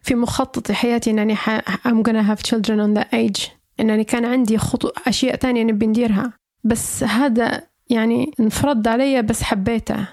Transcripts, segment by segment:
في مخطط حياتي إنني I'm gonna have children on that age، إنني كان عندي أشياء تانية نبي نديرها، بس هذا يعني انفرض علي، بس حبيته.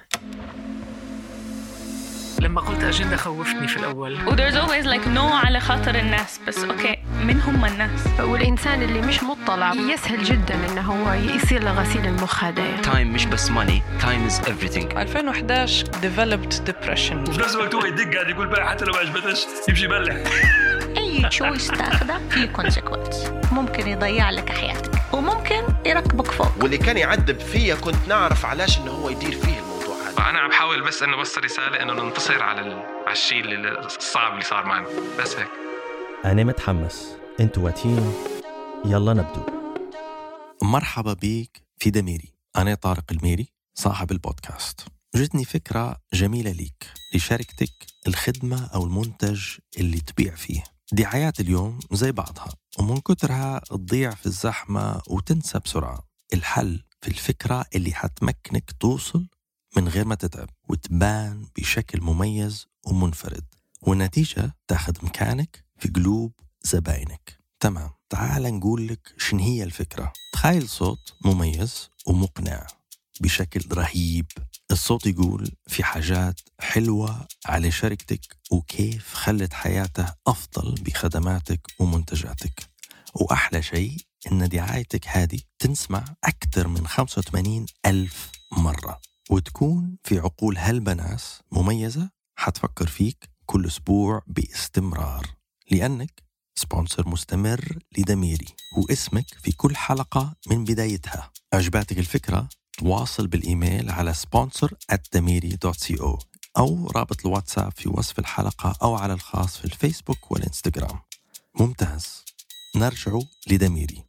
لما قلت أجندة خوفتني في الأول. there's always like no على خاطر الناس، بس أوكي من هم الناس؟ والإنسان اللي مش مطلع يسهل جدا إنه هو يصير لغسيل المخ هذا. time مش بس money، time is everything. 2011 developed depression. وفي نفس الوقت هو يدق قاعد يقول بقى حتى لو ما عجبتش يمشي يبلح. أي تشويس تاخده فيه consequence، ممكن يضيع لك حياتك وممكن يركبك فوق. واللي كان يعذب فيا كنت نعرف علاش إنه هو يدير فيه الموضوع هذا. أنا عم بحاول بس إنه بس رسالة إنه ننتصر على الشيء الصعب اللي صار معنا، بس هيك. أنا متحمس، أنتوا واتين، يلا نبدو. مرحبا بيك في دميري. أنا طارق الميري صاحب البودكاست. جتني فكرة جميلة ليك لشركتك، الخدمة أو المنتج اللي تبيع فيه. دعايات اليوم زي بعضها، ومن كترها تضيع في الزحمة وتنسى بسرعة. الحل في الفكرة اللي حتمكنك توصل من غير ما تتعب وتبان بشكل مميز ومنفرد، والنتيجة تاخد مكانك في قلوب زباينك. تمام، تعال نقول لك شن هي الفكرة. تخيل صوت مميز ومقنع بشكل رهيب. الصوت يقول في حاجات حلوة على شركتك وكيف خلت حياته أفضل بخدماتك ومنتجاتك. وأحلى شيء إن دعايتك هذه تنسمع أكثر من 85,000 مرة، وتكون في عقول هالبناس مميزة حتفكر فيك كل أسبوع باستمرار، لأنك سبونسر مستمر لدميري واسمك في كل حلقة من بدايتها. أعجبتك الفكرة؟ تواصل بالإيميل على sponsor@damiri.co أو رابط الواتساب في وصف الحلقة أو على الخاص في الفيسبوك والإنستغرام. ممتاز، نرجع لدميري.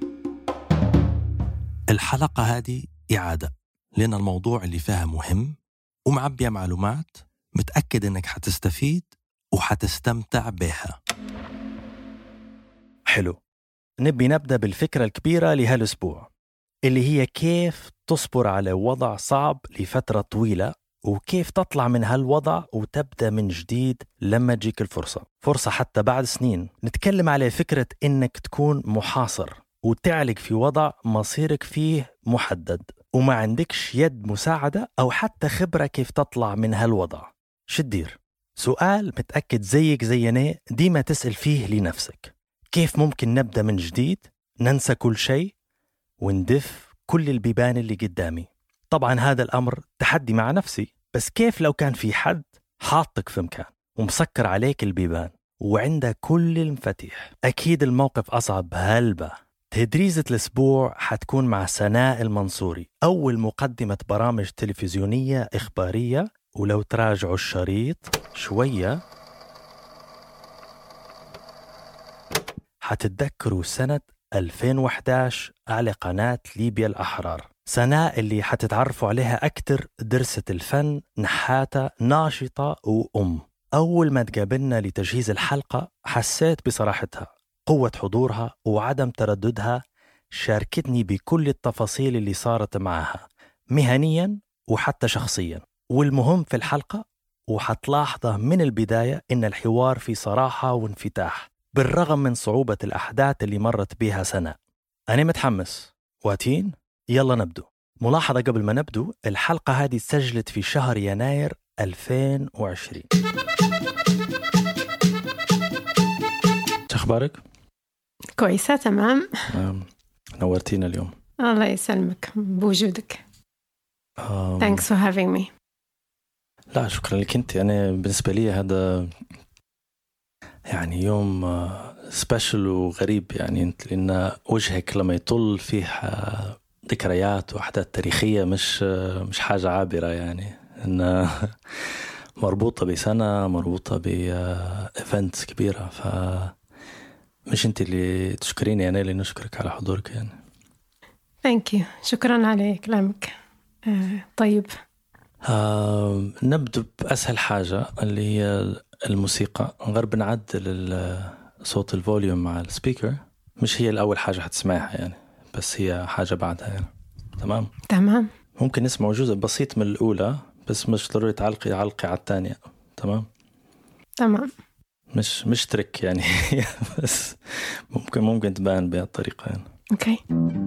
الحلقة هذه إعادة، لأن الموضوع اللي فيها مهم ومعبية معلومات، متأكد أنك حتستفيد وحتستمتع بها. حلو، نبي نبدأ بالفكرة الكبيرة لهالأسبوع، اللي هي كيف تصبر على وضع صعب لفترة طويلة، وكيف تطلع من هالوضع وتبدأ من جديد لما تجيك فرصة حتى بعد سنين. نتكلم على فكرة إنك تكون محاصر وتعلق في وضع مصيرك فيه محدد، وما عندكش يد مساعدة أو حتى خبرة كيف تطلع من هالوضع. شدير سؤال متأكد زيك زينا ديما تسأل فيه لنفسك: كيف ممكن نبدأ من جديد، ننسى كل شيء وندف كل البيبان اللي قدامي؟ طبعا هذا الأمر تحدي مع نفسي، بس كيف لو كان في حد حاطك في مكان ومسكر عليك البيبان وعنده كل المفاتيح؟ أكيد الموقف أصعب هلبة. تدريزة الأسبوع حتكون مع سناء المنصوري، أول مقدمة برامج تلفزيونية إخبارية. ولو تراجعوا الشريط شوية حتتذكروا سنة 2011 على قناة ليبيا الأحرار. سناء اللي حتتعرفوا عليها أكتر درست الفن، نحاتة، ناشطة وأم. أول ما تقابلنا لتجهيز الحلقة حسيت بصراحتها، قوة حضورها وعدم ترددها شاركتني بكل التفاصيل اللي صارت معها مهنيا وحتى شخصيا. والمهم في الحلقة وحتلاحظه من البداية إن الحوار في صراحة وانفتاح بالرغم من صعوبة الأحداث اللي مرت بها سناء. أنا متحمس، واتين، يلا نبدو. ملاحظة قبل ما نبدو، الحلقة هذه سجلت في شهر يناير 2020. أخبارك؟ كويسة، تمام. نورتينا اليوم. الله يسلمك بوجودك. Thanks for having me. لا شكرا لك انت. أنا بالنسبة لي هذا يعني يوم سبيشل وغريب، يعني انت لأن وجهك لما يطل فيه ذكريات وأحداث تاريخية، مش حاجة عابرة، يعني إن مربوطة بسنة، مربوطة بإيفنتس كبيرة. فمش انت اللي تشكريني، أنا اللي نشكرك على حضورك يعني. Thank you، شكرا على كلامك. طيب، نبدأ بأسهل حاجة اللي هي الموسيقى. نغرب نعدل صوت الفوليوم مع السبيكر. مش هي الأول حاجة هتسمعها يعني، بس هي حاجة بعدها يعني. تمام. ممكن نسمع جزء بسيط من الأولى، بس مش ضروري تعلقي على الثانية. تمام. مش ترك يعني بس ممكن تبان بهالطريقة يعني. اوكي.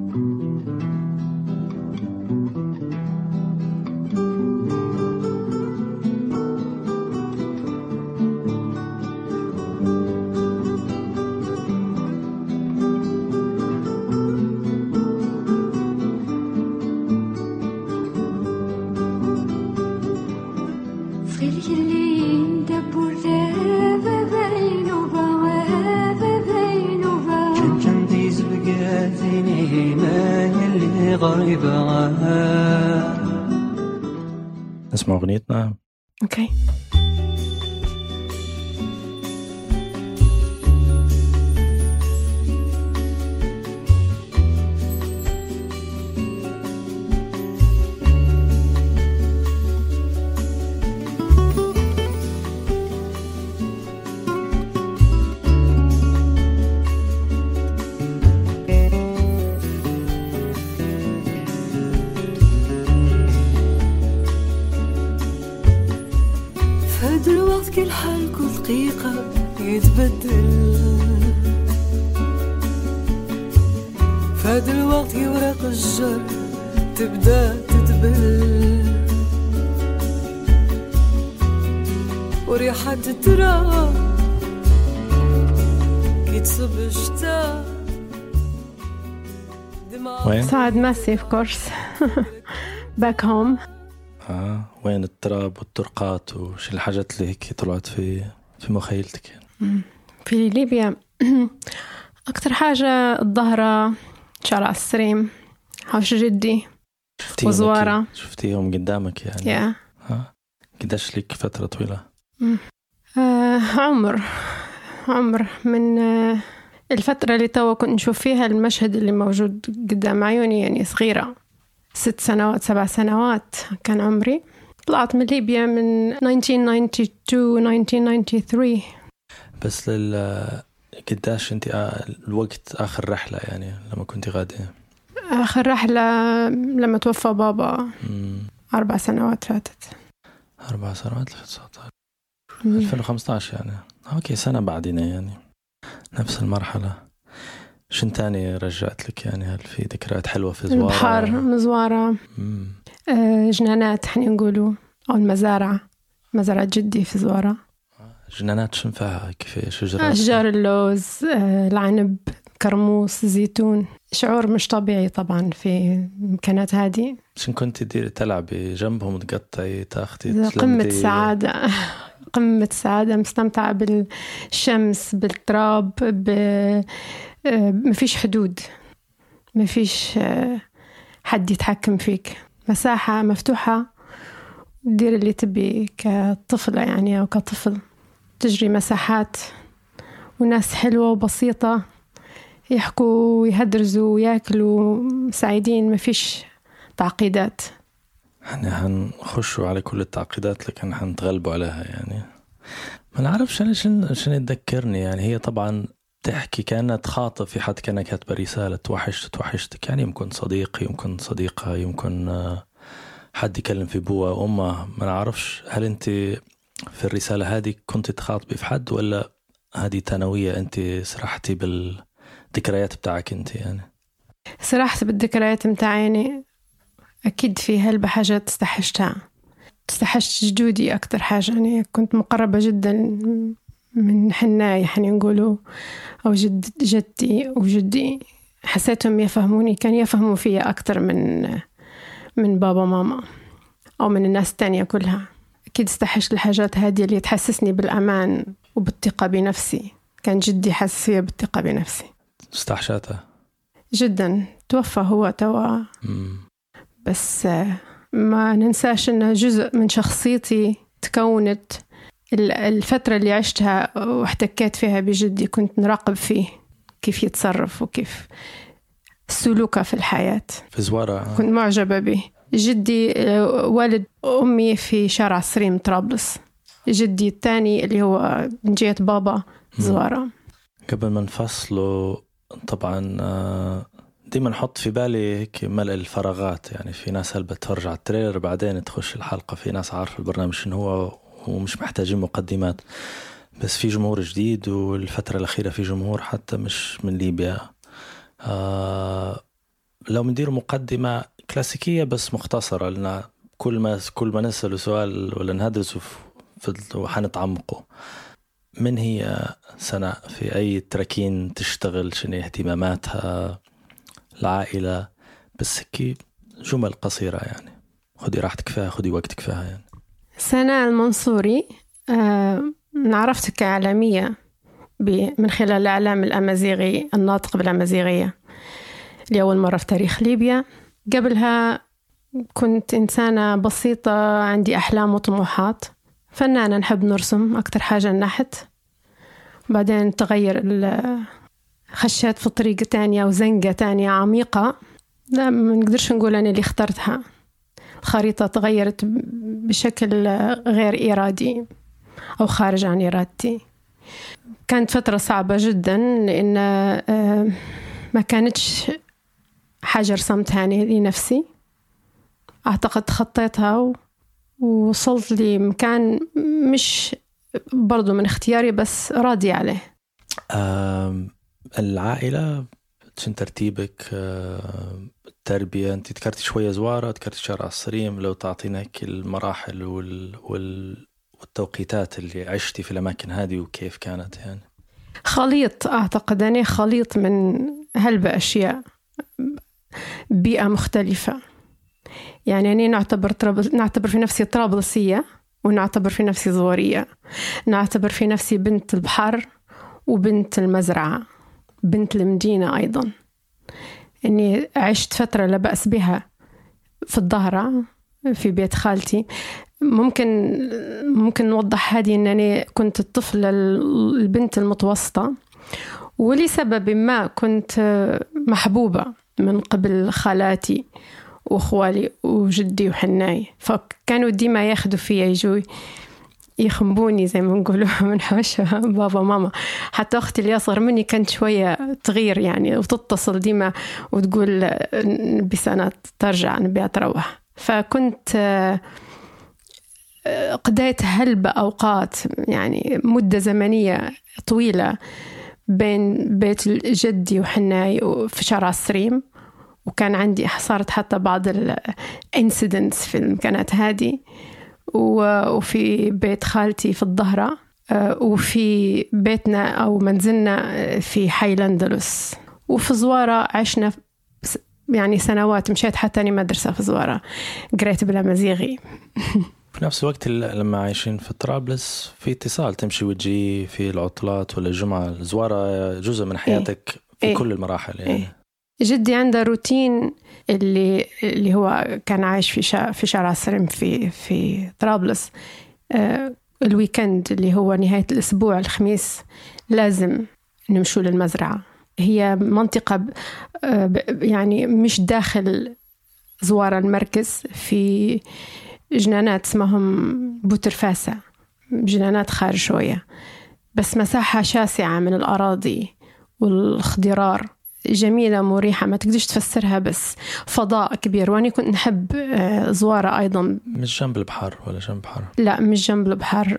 نسمع أغنيتنا. اوكي. كل حال كل دقيقة يتبدل، فهاد الوقت ورق الشجر تبدأ تتبل، وريحة التراب كتصب الشتاء. وين؟ سعد ماسي of course back home. وين التراب والترقات وش الحاجات اللي هيك طلعت في مخيلتك يعني؟ في ليبيا أكتر حاجة الظهرة، شارع السريم، حوش جدي وزوارة. شفتيهم قدامك يعني؟ قداش لك فترة طويلة؟ عمر من الفترة اللي توا كنت نشوف فيها المشهد اللي موجود قدام عيوني، يعني صغيرة 6 سنوات 7 سنوات كان عمري. طلعت من ليبيا من 1992 1993. بس قداش انت الوقت آخر رحلة يعني لما كنت غادية؟ آخر رحلة لما توفى بابا 4 سنوات فاتت. 4 سنوات 2015 يعني. اوكي، سنة بعدين يعني نفس المرحلة. شن تاني رجعت لك يعني؟ هل في ذكريات حلوة في زوارة؟ البحر، مزوارة، جنانات حني نقولوا، أو المزارع، مزرعة جدي في زوارة. جنانات شن فيها؟ كيف شجرات؟ أشجار اللوز، العنب، كرموس، زيتون. شعور مش طبيعي طبعا في مكانات هذه. شن كنت تلعبي جنبهم، تقطعي، تاخدي؟ قمة سعادة قمة سعادة، مستمتعة بالشمس، بالتراب، مفيش حدود، مفيش حد يتحكم فيك، مساحة مفتوحة، دير اللي تبي كطفلة يعني أو كطفل. تجري مساحات وناس حلوة وبسيطة يحكوا ويهدرزوا ويأكلوا سعيدين، مفيش تعقيدات. احنا هنخشوا على كل التعقيدات لكن هنتغلبوا عليها يعني. ما نعرفش أنا شن تذكرني يعني. هي طبعا تحكي كأنها تخاطب في حد، كأنها كاتبة رسالة توحشتك يعني. يمكن صديق، يمكن صديقة، يمكن حد يكلم في بوه وأمه. ما نعرفش هل أنت في الرسالة هذه كنت تخاطبي في حد، ولا هذه ثانوية أنت سرحتي بالذكريات بتاعك أنت يعني؟ سرحت بالذكريات متاعيني أكيد. في هالبحاجات استحشت جدودي أكتر حاجة يعني. كنت مقربة جدا من حناي يعني نقولوا، أو جدي وجدي. حسيتهم يفهموني، كان يفهموا فيا أكتر من بابا ماما أو من الناس التانية كلها. أكيد استحشت الحاجات هذه اللي تحسسني بالأمان وبالثقة بنفسي. كان جدي حسس فيا بالثقة بنفسي. استحشتها جدا. توفى هو توا، بس ما ننساش أنه جزء من شخصيتي تكونت. الفترة اللي عشتها واحتكيت فيها بجدي كنت نراقب فيه كيف يتصرف وكيف سلوكه في الحياة. في زوارة كنت معجبة به. جدي والد أمي في شارع السريم طرابلس. جدي الثاني اللي هو من جهة بابا زوارة. قبل ما نفصله طبعا ديما نحط في بالي هيك ملء الفراغات يعني. في ناس هل بتفرج على التريلر بعدين تخش الحلقة، في ناس عارفة البرنامج شنو هو ومش محتاجين مقدمات. بس في جمهور جديد، والفترة الأخيرة في جمهور حتى مش من ليبيا. لو مندير مقدمة كلاسيكية بس مختصرة، لأن كل ما نسأله سؤال ولا نهدرسه وحنتعمقه. من هي سنة في أي تراكين تشتغل؟ شنو اهتماماتها؟ العائلة؟ بس كي جمل قصيرة يعني، خدي راحتك فيها، خدي وقتك فيها يعني. سناء المنصوري عرفتك كإعلامية من خلال الإعلام الأمازيغي الناطق بالأمازيغية لأول مرة في تاريخ ليبيا. قبلها كنت إنسانة بسيطة، عندي أحلام وطموحات، فنانة نحب نرسم أكتر حاجة النحت. بعدين تغير خشيت في طريقة تانية وزنقة تانية عميقة، لا ما نقدرش نقول أنا اللي اخترتها. الخريطة تغيرت بشكل غير إرادي أو خارج عن إرادتي. كانت فترة صعبة جدا، لأن ما كانتش حاجة رسمتها لنفسي. أعتقد تخطيتها ووصلت لي مكان مش برضو من اختياري، بس راضي عليه. العائلة شن ترتيبك؟ التربية، أنت ذكرتي شوية زوارة، ذكرتي شارع الصريم. لو تعطيناك المراحل والتوقيتات اللي عشتي في الأماكن هذه وكيف كانت يعني. خليط، أعتقد أنا خليط من هلبة أشياء، بيئة مختلفة. يعني أنا نعتبر في نفسي طرابلسية، ونعتبر في نفسي زوارية، نعتبر في نفسي بنت البحر وبنت المزرعة، بنت المدينة أيضا. إني عشت فترة لا بأس بها في الظهرة في بيت خالتي. ممكن نوضح هذه أنني كنت الطفلة البنت المتوسطة، ولسبب ما كنت محبوبة من قبل خالاتي وأخوالي وجدي وحناي، فكانوا ديما ياخدوا فيا، يجوا يخنبوني زي ما نقولوا من حوش بابا ماما. حتى أختي اللي أصغر مني كانت شوية تغير يعني، وتتصل ديما وتقول بسنة ترجع نبيها تروح. فكنت قضيت هلبة أوقات يعني مدة زمنية طويلة بين بيت جدي وحناي في شارع الصريم، وكان عندي صارت حتى بعض الانسيدنتس في المكانات هذه، وفي بيت خالتي في الظهرة، وفي بيتنا أو منزلنا في حي الأندلس. وفي زوارة عشنا يعني سنوات، مشيت حتى أنا مدرسة في زوارة، قريت بالأمازيغي. في نفس الوقت لما عايشين في طرابلس في اتصال، تمشي وتجي في العطلات ولا الجمعة. الزوارة جزء من حياتك في كل المراحل يعني. جدي عنده روتين اللي هو كان عايش في شارع السرم في طرابلس. الويكند اللي هو نهاية الأسبوع، الخميس لازم نمشوا للمزرعة. هي منطقة يعني مش داخل زوار المركز، في جنانات اسمهم بوترفاسة، جنانات خارج شوية، بس مساحة شاسعة من الأراضي والخضرار، جميلة مريحة، ما تقدرش تفسرها، بس فضاء كبير. وأنا كنت نحب زوارة أيضا. مش جنب البحر ولا جنب البحر؟ لا مش جنب البحر،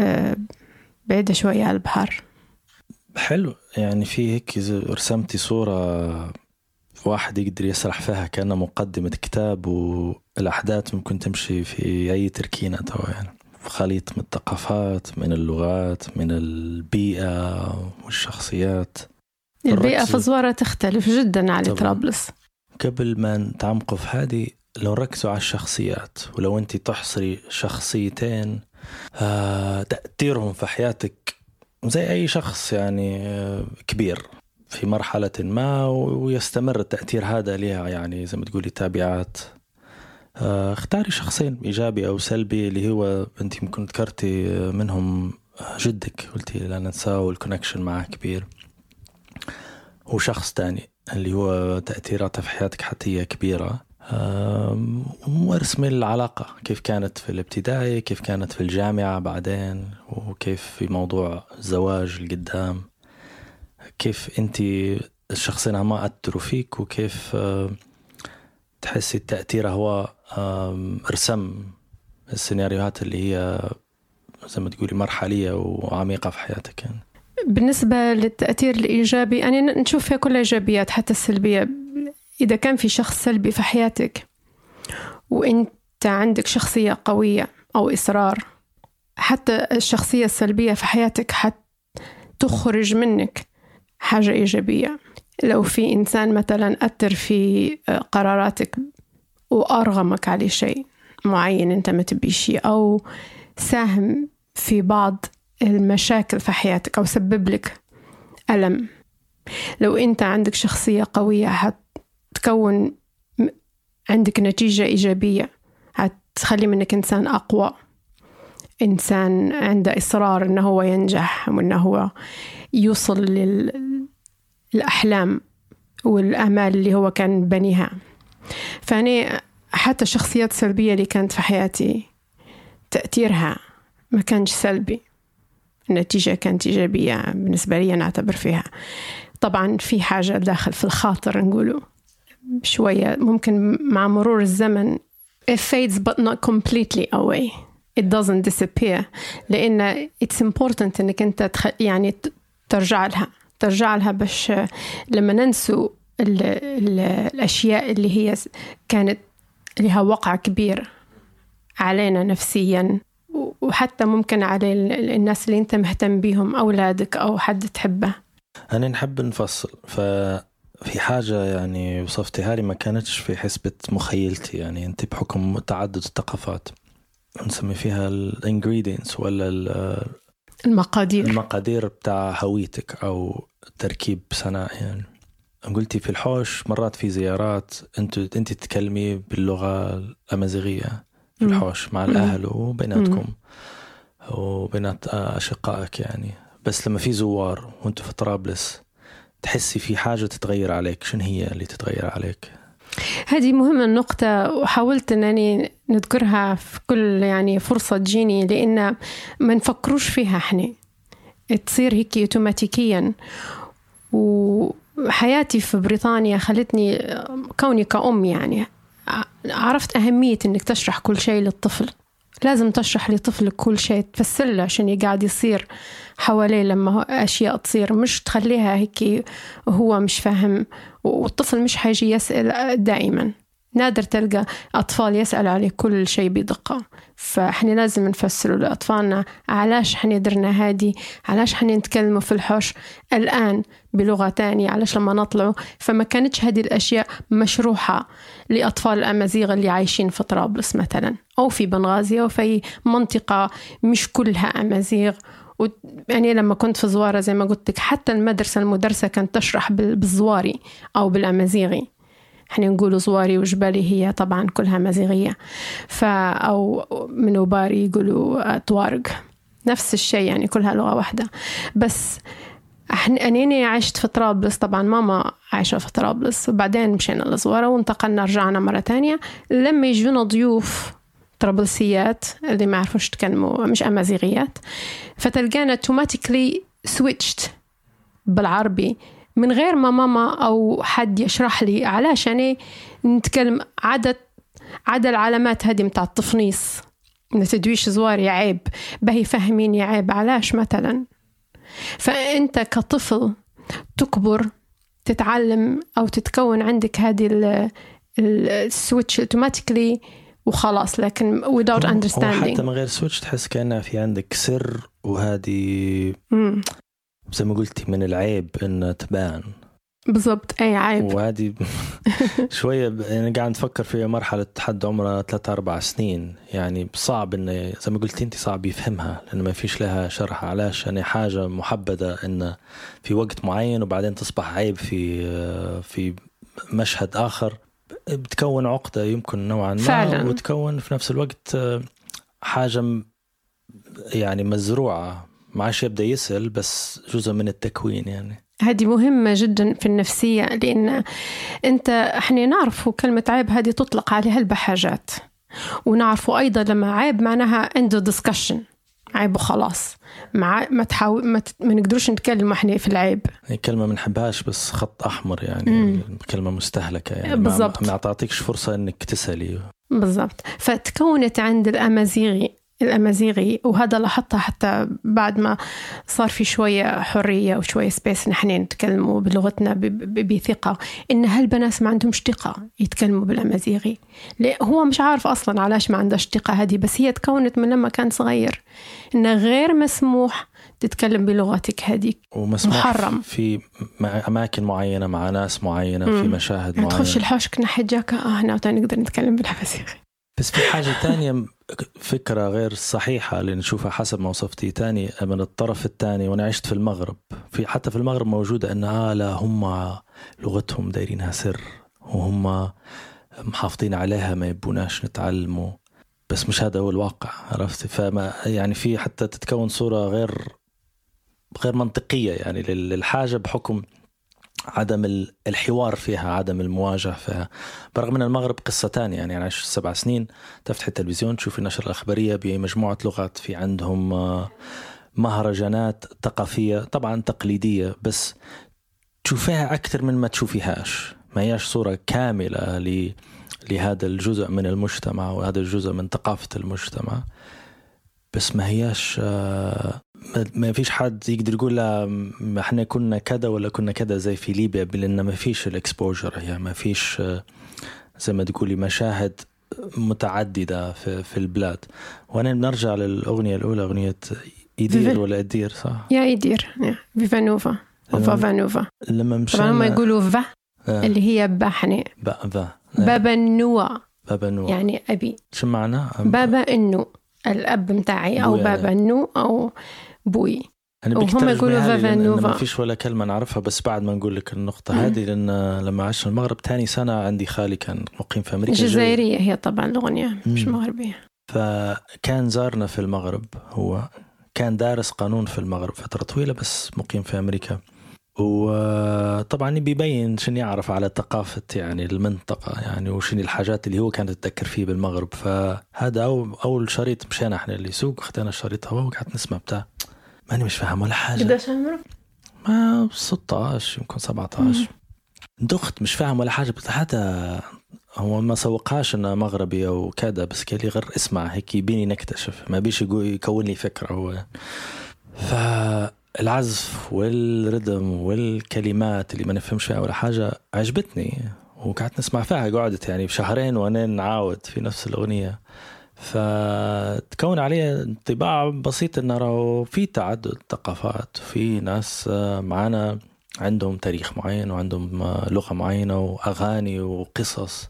بعيدة شوية على البحر. حلو يعني. في هيك رسمتي صورة واحد يقدر يسرح فيها كأنه مقدمة كتاب، والأحداث ممكن تمشي في أي تركينة يعني، خليط من الثقافات، من اللغات، من البيئة والشخصيات. البيئة في زوارة تختلف جدا على طرابلس. قبل ما نتعمقوا في هذه، لو ركزوا على الشخصيات، ولو أنت تحصري شخصيتين تأثيرهم في حياتك زي أي شخص يعني كبير في مرحلة ما، ويستمر التأثير هذا لها يعني زي ما تقولي تابعات. اختاري شخصين إيجابي أو سلبي، اللي هو أنت ممكن ذكرتي منهم جدك، قلتي لا ننساه والكونكشن معه كبير، وشخص تاني اللي هو تأثيراته في حياتك حتى هي كبيرة. وارسمي العلاقة كيف كانت في الابتدائي، كيف كانت في الجامعة بعدين، وكيف في موضوع الزواج القدام، كيف أنت الشخصين ما أثروا فيك، وكيف تحسي التأثير هو رسم السيناريوهات اللي هي زي ما تقولي مرحلية وعميقة في حياتك يعني. بالنسبة للتأثير الإيجابي أنا نشوف فيها كل إيجابيات حتى السلبية. إذا كان في شخص سلبي في حياتك وإنت عندك شخصية قوية أو إصرار، حتى الشخصية السلبية في حياتك تخرج منك حاجة إيجابية. لو في إنسان مثلا أثر في قراراتك وأرغمك على شيء معين أنت ما تبي شيء، أو ساهم في بعض المشاكل في حياتك أو سبب لك ألم، لو أنت عندك شخصية قوية هتكون عندك نتيجة إيجابية، هتخلي منك إنسان أقوى، إنسان عنده إصرار إنه هو ينجح وإنه هو يوصل للأحلام والآمال اللي هو كان بنيها. فأنا حتى الشخصيات السلبية اللي كانت في حياتي تأثيرها ما كانش سلبي، النتيجة كانت إيجابية بالنسبة لي نعتبر فيها. طبعا في حاجة داخل في الخاطر نقوله شوية، ممكن مع مرور الزمن it fades but not completely away, it doesn't disappear، لأن it's important إنك أنت يعني ترجع لها باش لما ننسوا الأشياء اللي هي كانت لها وقع كبير علينا نفسيا، وحتى ممكن على الناس اللي أنت مهتم بيهم، أولادك أو حد تحبه. أنا نحب نفصل، ففي حاجة يعني وصفتها لي ما كانتش في حسبة مخيلتي، يعني أنت بحكم تعدد الثقافات نسمي فيها الانجريدينتس ولا المقادير بتاع هويتك أو تركيب صناعي. يعني قلتي في الحوش مرات في زيارات أنت تتكلمي باللغة الأمازيغية في الحوش مع الأهل وبيناتكم وبينات أشقائك يعني، بس لما في زوار وانت في طرابلس تحسي في حاجة تتغير عليك، شنو هي اللي تتغير عليك؟ هذه مهمة النقطة، وحاولت أنني نذكرها في كل يعني فرصة تجيني، لأن ما نفكروش فيها احنا، تصير هيك اوتوماتيكيا. وحياتي في بريطانيا خلتني كوني كأم يعني عرفت أهمية أنك تشرح كل شيء للطفل. لازم تشرح لطفلك كل شيء، تفسر له عشان قاعد يصير حواليه لما أشياء تصير، مش تخليها هيك وهو مش فاهم. والطفل مش حيجي يسأل دائما، نادر تلقى أطفال يسأل عليه كل شيء بدقة. فإحنا لازم نفسر لأطفالنا علاش إحنا درنا هادي، علاش إحنا نتكلموا في الحوش الآن بلغة تانية، علاش لما نطلعوا. فما كانتش هذه الأشياء مشروحة لأطفال الأمازيغ اللي عايشين في طرابلس مثلا أو في بنغازي أو في منطقة مش كلها أمازيغ. يعني لما كنت في زوارة زي ما قلت لك، حتى المدرسة كانت تشرح بالزواري أو بالأمازيغي، احنا نقول زواري وجبالي هي طبعا كلها مزيغية، أو منوباري يقولوا طوارق، نفس الشيء يعني كلها لغة واحدة. بس أني عشت في طرابلس، طبعا ماما عايشة في طرابلس، وبعدين مشينا لزوارة وانتقلنا رجعنا مرة تانية. لما يجونا ضيوف طرابلسيات اللي ما عرفوش تكلموا مش أمازيغيات، فتلقانا automatically switched بالعربي من غير ما ماما أو حد يشرح لي، علاش يعني نتكلم عدد العلامات هذه متاع التفنيص، نتدويش زواري عيب بهي فهميني عيب علاش مثلا. فأنت كطفل تكبر تتعلم أو تتكون عندك هذه السويتش automatically وخلاص، لكن without understanding. حتى من غير سويتش تحس كأنها في عندك سر، وهذه زي ما قلتي من العيب إن تبان بالضبط أي عيب. وهذه شوية يعني قاعد نفكر في مرحلة حد عمره 3-4 سنين، يعني صعب إن زي ما قلتي أنت صعب يفهمها لأن ما فيش لها شرح علاش يعني حاجة محبدة إن في وقت معين وبعدين تصبح عيب في مشهد آخر، بتكون عقدة يمكن نوعا ما فعلا. وتكون في نفس الوقت حاجة يعني مزروعة معاش يبدأ يسأل، بس جزء من التكوين. يعني هذه مهمة جدا في النفسية، لأن احنا نعرفوا كلمة عيب هذه تطلق عليها البحاجات، ونعرفوا أيضا لما عيب معناها عنده discussion، عيب وخلاص، ما نقدروش نتكلم احنا في العيب. كلمة ما نحبهاش بس خط أحمر يعني كلمة مستهلكة يعني بالضبط. ما أعطيكش فرصة إنك تسألي. بالضبط. فتكونت عند الأمازيغي الأمازيغي، وهذا لاحظته حتى بعد ما صار في شوية حرية وشوية سبيس نحن نتكلموا بلغتنا بثقة، إن هالبنات ما عندهمش ثقة يتكلموا بالأمازيغي. هو مش عارف أصلا علاش ما عندهش ثقة هذه، بس هي تكونت من لما كان صغير إنه غير مسموح تتكلم بلغتك هذيك، ومسموح محرم في أماكن معينة مع ناس معينة في مشاهد معينة. تخش الحوشك نحجاك هنا نقدر نتكلم بالأمازيغي. بس في حاجة تانية، فكرة غير صحيحة اللي نشوفها حسب ما وصفتي تاني من الطرف التاني. وأنا عشت في المغرب، حتى في المغرب موجودة أن لا هم لغتهم دايرينها سر وهم محافظين عليها ما يبوناش نتعلموا، بس مش هذا هو الواقع، عرفت؟ فما يعني في حتى تتكون صورة غير منطقية يعني للحاجة بحكم عدم الحوار فيها، عدم المواجهة فيها. برغم من المغرب قصة تانية، يعني أنا 7 سنين تفتح التلفزيون تشوف النشرة الأخبارية بمجموعة لغات، في عندهم مهرجانات ثقافية طبعا تقليدية، بس تشوفيها أكثر من ما تشوفيهاش، ما هياش صورة كاملة لهذا الجزء من المجتمع وهذا الجزء من ثقافة المجتمع. بس ما هياش ما فيش حد يقدر يقول لا احنا كنا كذا ولا كنا كذا زي في ليبيا، لأن ما فيش الاكسبوجر، يعني ما فيش زي ما تقولي مشاهد متعددة في البلاد. وانا بنرجع للأغنية الأولى، أغنية إيدير ولا إدير صح؟ يا إيدير فيفانوفا وفافانوفا. لما مشينا طبعا ما يقولوا فا اللي هي باحني بابا النوى، يعني أبي. شو معنى بابا النو، الأب متاعي أو بابا النو أو بوي. وهم يقولوا فافانوفا. ما فيش ولا كلمة نعرفها، بس بعد ما نقول لك النقطة هذه، لأن لما عشت في المغرب تاني سنة عندي خالي كان مقيم في أمريكا جزائرية، هي طبعا الأغنية مش مغربية. فكان زارنا في المغرب، هو كان دارس قانون في المغرب فترة طويلة بس مقيم في أمريكا، وطبعا بيبين شنو يعرف على ثقافة يعني المنطقة يعني وشنو الحاجات اللي هو كان يتذكر فيه بالمغرب. فهذا أول شريط مشينا احنا اللي سوق، اخذنا الشريط هو وقعدت نسمع بتاع، ماني مش فاهم ولا حاجة. قديش عمرك؟ ما 16 يمكن 17. دخت مش فاهم ولا حاجة، بس هذا هو ما سوقهاش انه مغربي او كذا، بس قال لي غير اسمع هيك يبيني نكتشف، ما بيش يكون لي فكرة هو. فالعزف والردم والكلمات اللي ما نفهمش فيها ولا حاجة عجبتني، وقعدت نسمع فيها، قعدت يعني بشهرين وانا نعاود في نفس الأغنية. فتكون عليه انطباع بسيط انه في تعدد ثقافات، في ناس معنا عندهم تاريخ معين وعندهم لغة معينة وأغاني وقصص.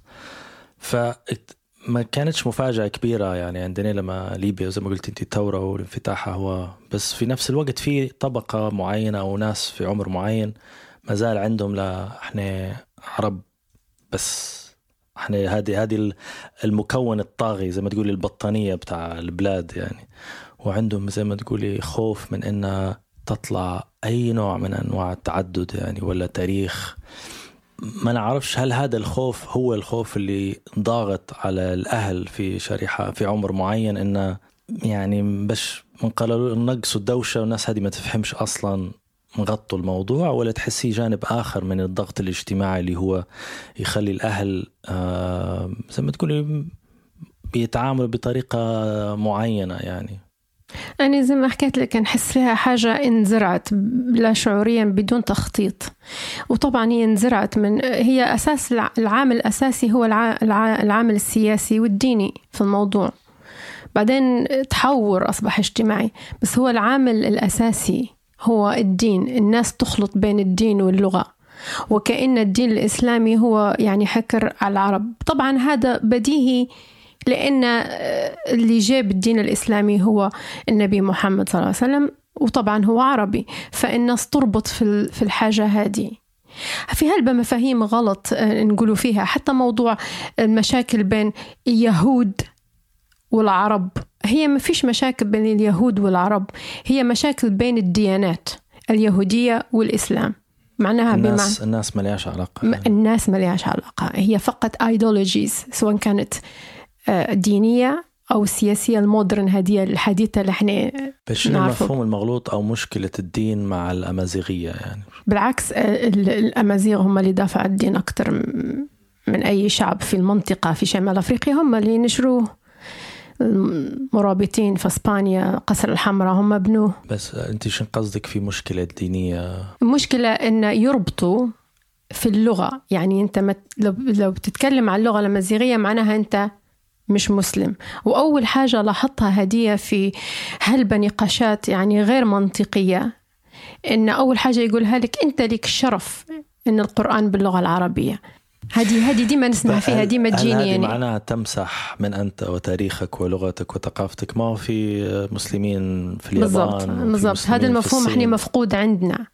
فما كانتش مفاجأة كبيرة يعني عندنا لما ليبيا زي ما قلت انت الثورة والانفتاح هو، بس في نفس الوقت في طبقة معينة أو ناس في عمر معين ما زال عندهم لا احنا عرب بس، احنا هذه المكون الطاغي زي ما تقولي البطانية بتاع البلاد يعني. وعندهم زي ما تقولي خوف من انها تطلع اي نوع من انواع التعدد يعني ولا تاريخ. ما نعرفش هل هذا الخوف هو الخوف اللي ضاغط على الاهل في شريحة في عمر معين، انه يعني باش منقللوا النقص والدوشة والناس هذه ما تفهمش اصلا مغطوا الموضوع، ولا تحسي جانب آخر من الضغط الاجتماعي اللي هو يخلي الأهل زي ما تقولي بيتعاملوا بطريقة معينة يعني. أنا زي ما حكيت لك نحس فيها حاجة انزرعت لا شعوريا بدون تخطيط، وطبعا هي انزرعت هي أساس العامل الأساسي هو العامل السياسي والديني في الموضوع، بعدين تحور أصبح اجتماعي، بس هو العامل الأساسي هو الدين. الناس تخلط بين الدين واللغة، وكأن الدين الإسلامي هو يعني حكر على العرب. طبعا هذا بديهي، لأن اللي جاب الدين الإسلامي هو النبي محمد صلى الله عليه وسلم، وطبعا هو عربي، فالناس تربط في الحاجة هذه. في هلبة مفاهيم غلط نقولوا فيها، حتى موضوع المشاكل بين اليهود والعرب، هي ما فيش مشاكل بين اليهود والعرب، هي مشاكل بين الديانات اليهودية والإسلام. معناها الناس ما لهاش علاقة، الناس ما لهاش علاقة، هي فقط ايديولوجيز، سواء كانت دينية أو سياسية المودرن هذه الحديثة اللي احنا نعرفه. مفهوم المغلوط أو مشكلة الدين مع الأمازيغية يعني. بالعكس الأمازيغ هم اللي دافعوا الدين أكتر من أي شعب في المنطقة في شمال أفريقيا، هم اللي نشروه المرابطين في إسبانيا قصر الحمراء هم بنوه. بس أنت شن قصدك في مشكلة دينية؟ المشكلة إن يربطوا في اللغة، يعني أنت لو بتتكلم عن اللغة الأمازيغية معناها أنت مش مسلم. وأول حاجة لاحظتها هدية في هالبنقاشات يعني غير منطقية، إن أول حاجة يقولها لك أنت لك الشرف إن القرآن باللغة العربية. هذه ديما نسمع فيها، ديما تجيني يعني معناها تمسح من أنت وتاريخك ولغتك وثقافتك. ما هو في مسلمين في اليابان بالضبط. هذا المفهوم احنا مفقود عندنا،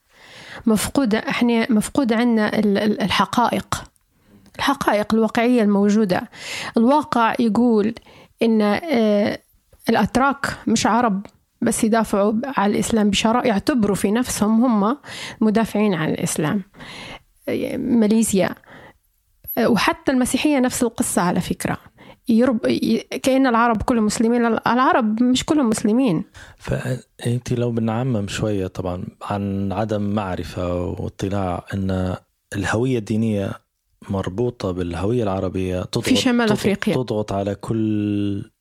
مفقود عندنا الحقائق الواقعية الموجودة. الواقع يقول إن الأتراك مش عرب بس يدافعوا على الإسلام بشراء، يعتبروا في نفسهم هم مدافعين عن الإسلام. ماليزيا وحتى المسيحية نفس القصة على فكرة، كأن العرب كلهم مسلمين. العرب مش كلهم مسلمين. فأنت لو بنعمم شوية طبعا عن عدم معرفة واطلاع أن الهوية الدينية مربوطة بالهوية العربية، في شمال أفريقيا تضغط على كل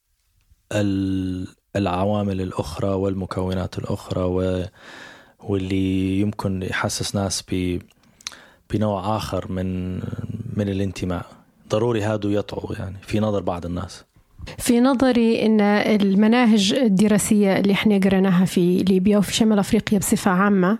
العوامل الأخرى والمكونات الأخرى، واللي يمكن يحسس ناس بنوع آخر من الانتماء. ضروري هادو يطعوا يعني في نظر بعض الناس. في نظري إن المناهج الدراسية اللي احنا قرأناها في ليبيا وفي شمال أفريقيا بصفة عامة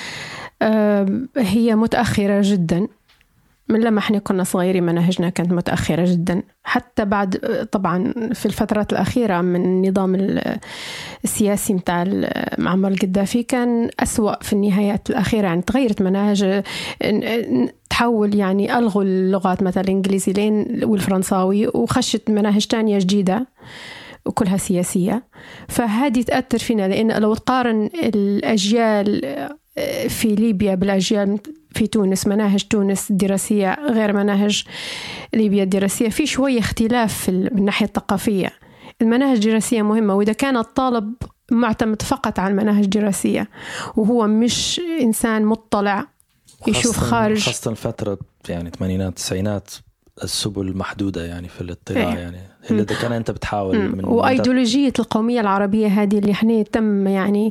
هي متأخرة جدا. من لما احنا كنا صغيرين مناهجنا كانت متأخرة جدا، حتى بعد طبعا في الفترات الأخيرة من النظام السياسي متاع معمر القذافي كان أسوأ في النهايات الأخيرة. يعني تغيرت مناهج، تحول يعني ألغوا اللغات مثلا الإنجليزي والفرنساوي وخشت مناهج تانية جديدة وكلها سياسية. فهذه تأثر فينا، لأن لو تقارن الأجيال في ليبيا بالأجيال في تونس، مناهج تونس الدراسية غير مناهج ليبيا الدراسية، في شوية اختلاف من الناحية الثقافية. المناهج الدراسية مهمة، وإذا كان الطالب معتمد فقط على المناهج الدراسية وهو مش إنسان مطلع يشوف خارج، خاصة فترة يعني 80s 90s السبل محدودة يعني في الاطلاع. يعني إذا كان أنت بتحاول وأيديولوجية القومية العربية هذه اللي احنا تم يعني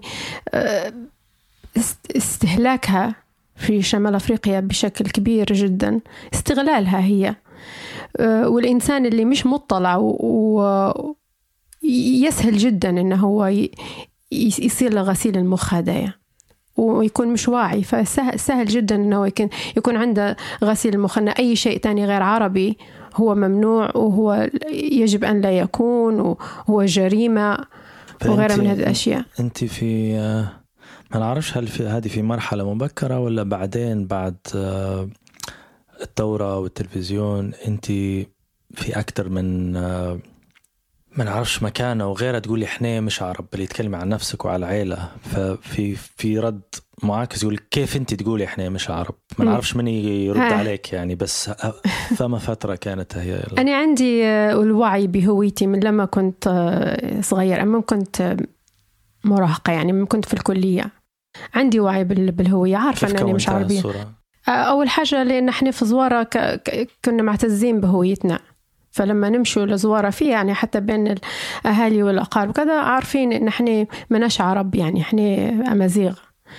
استهلاكها في شمال أفريقيا بشكل كبير جدا، استغلالها هي. والإنسان اللي مش مطلع يسهل جدا إنه هو يصير له غسيل المخ هدايا ويكون مش واعي. فسهل جدا إنه يكون عنده غسيل المخ، إن أي شيء تاني غير عربي هو ممنوع وهو يجب أن لا يكون وهو جريمة وغيرها من هذه الأشياء. أنت في ما نعرفش هل هذه في مرحلة مبكرة ولا بعدين بعد الثورة والتلفزيون، أنت في أكتر من ما نعرفش مكانه وغيرها تقولي إحنا مش عرب، اللي يتكلم عن نفسك وعلى العيلة. ففي رد معاكس يقول كيف أنت تقولي إحنا مش عرب؟ ما نعرفش من يرد عليك يعني. بس فما فترة كانت هي أنا عندي الوعي بهويتي من لما كنت صغير، أما كنت مراهقة يعني من كنت في الكلية عندي وعي بالهوية، عارفة أنني مش عربية. أول حاجة لأن احنا في زوارة كنا معتزين بهويتنا، فلما نمشوا لزوارة فيه يعني حتى بين الأهالي والأقارب كذا عارفين إن احنا مناش عرب، يعني احنا أمازيغ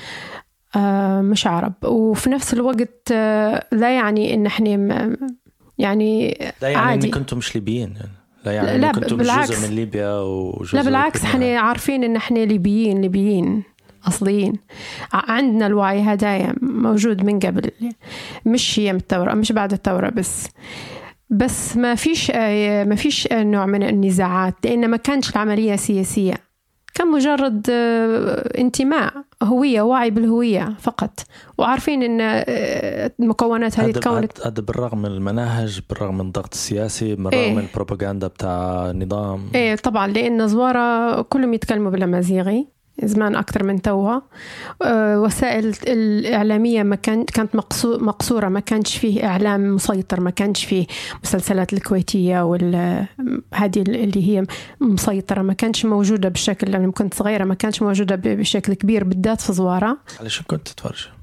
مش عرب. وفي نفس الوقت لا يعني إن احنا يعني لا يعني عادي. إن كنتم مش ليبيين يعني. لا يعني لا كنتم جزء من ليبيا وجزء. لا بالعكس، احنا عارفين ان احنا ليبيين اصليين. عندنا الوعي هدايا موجود من قبل، مش هي من الثورة، مش بعد الثورة بس ما فيش نوع من النزاعات، لان ما كانش العملية سياسية، كان مجرد انتماء، هوية، وعي بالهوية فقط. وعارفين ان المكونات هذه تكونت هذا بالرغم من المناهج، بالرغم من الضغط السياسي، بالرغم من البروباغندا بتاع النظام. طبعا، لان زوارة كلهم يتكلموا بالأمازيغي زمان أكثر من توا. وسائل الإعلامية كانت مقصورة، ما كانش فيه إعلام مسيطر، ما كانش فيه مسلسلات الكويتية هذه اللي هي مسيطرة، ما كانش موجودة بالشكل. لما كنت صغيرة ما كانش موجودة بشكل كبير، بالذات في زوارة. على شو كنت تتفرج؟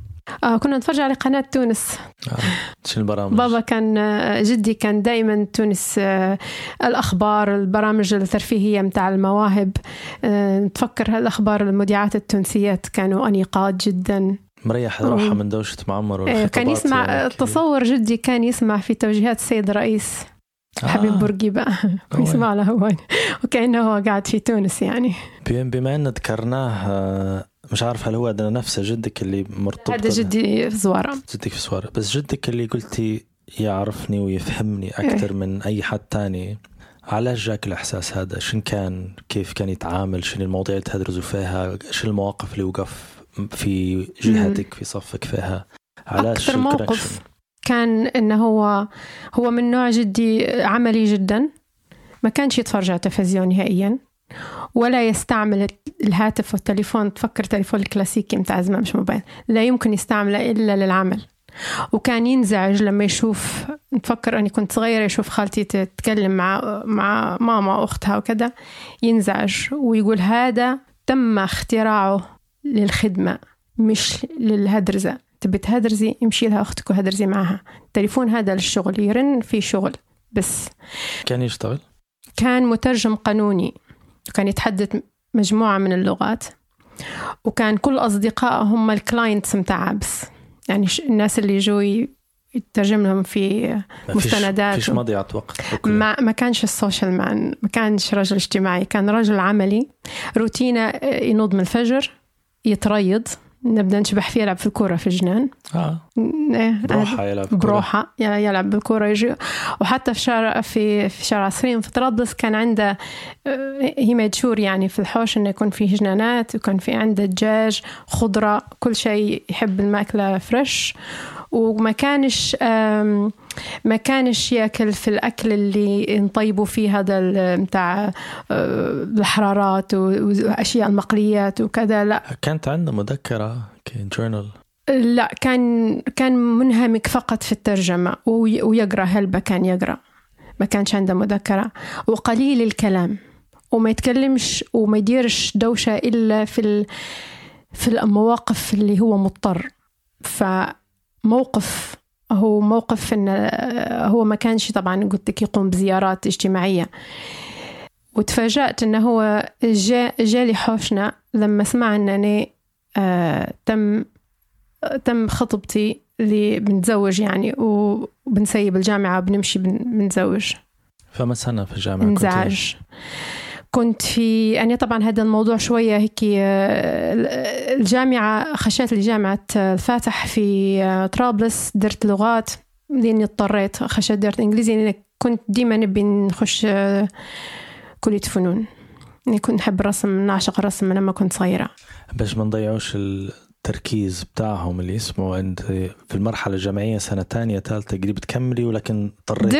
كنا نتفرج على قناة تونس. شو البرامج؟ بابا كان جدي كان دائما تونس، الأخبار، البرامج الترفيهية متاع المواهب. نتفكر الأخبار، المذيعات التونسيات كانوا أنيقات جدا، مريح روحه من دوشة معمر. كان يسمع يعني تصور جدي كان يسمع في توجيهات السيد الرئيس حبيب بورقيبة يسمع له هو، وكأنه هو قاعد في تونس يعني. بما أن ذكرناه، مش عارف هل هو ده نفسه جدك اللي مرتبط؟ هذا جدي في زوارة. جدك في زوارة، بس جدك اللي قلتي يعرفني ويفهمني أكثر من أي حد تاني. علاش جاك الإحساس هذا؟ شن كان؟ كيف كان يتعامل؟ شن المواضيع اللي تدرسوا فيها؟ شن المواقف اللي وقف في جهتك في صفك فيها؟ علاش أكثر موقف كان إنه هو من نوع جدي عملي جدا، ما كانش يتفرج على تلفزيون نهائيا، ولا يستعمل الهاتف والتليفون. تفكر تليفون الكلاسيكي متاع زمان، مش موبايل، لا يمكن يستعمله إلا للعمل. وكان ينزعج لما يشوف، نتفكر أني كنت صغيرة، يشوف خالتي تتكلم مع ماما أختها وكذا، ينزعج ويقول هذا تم اختراعه للخدمة مش للهدرزة. تبي تهدرزي امشي لها أختك وهدرزي معها، التليفون هذا للشغل، يرن في شغل بس. كان يشتغل، كان مترجم قانوني، وكان يتحدث مجموعة من اللغات، وكان كل أصدقائه هم الكلاينتس متاع بس، يعني الناس اللي يجوا يترجم لهم في مستندات. فيش مضيعة وقت. ما كانش السوشيال مان، ما كانش رجل اجتماعي، كان رجل عملي. روتينه ينوض من الفجر، يتريض، نبدأ نشبح فيه، يلعب في الكرة في الجنان. بروحة يلعب بالكرة يجي. وحتى في شارع عصرين في طرابلس كان عنده هي مدشور يعني في الحوش إنه يكون فيه جنانات، وكان في عنده دجاج، خضرة، كل شيء يحب الماكلة فريش. وما كانش يأكل في الأكل اللي نطيبوا فيه هذا متاع الحرارات وأشياء المقليات وكذا. لا، كانت عنده مذكرة جورنال. لا، كان منهمك فقط في الترجمة ويقرأ هلبة، كان يقرأ، ما كانش عنده مذكرة، وقليل الكلام، وما يتكلمش وما يديرش دوشة إلا في المواقف اللي هو مضطر. فموقف إن هو ما كانش طبعا قلت لك يقوم بزيارات اجتماعية. وتفاجأت إنه هو جالي حوشنا لما سمع إنني تم خطبتي اللي بنتزوج يعني، وبنسيب الجامعة وبنمشي بنتزوج. فما سنة في الجامعة انزعج. كنت في أنا طبعا هذا الموضوع شوية هيك. الجامعة خشيت لجامعة الفاتح في طرابلس، درت لغات لأني اضطريت، خشيت درت إنجليزي لأن كنت ديما نبي نخش كلية فنون، يعني كنت نحب الرسم، نعشق الرسم من لما كنت صغيرة. باش ما نضيعوش التركيز بتاعهم اللي اسمه أنت في المرحلة الجامعية سنة تانية ثالثة قريب تكملي، ولكن اضطريتي.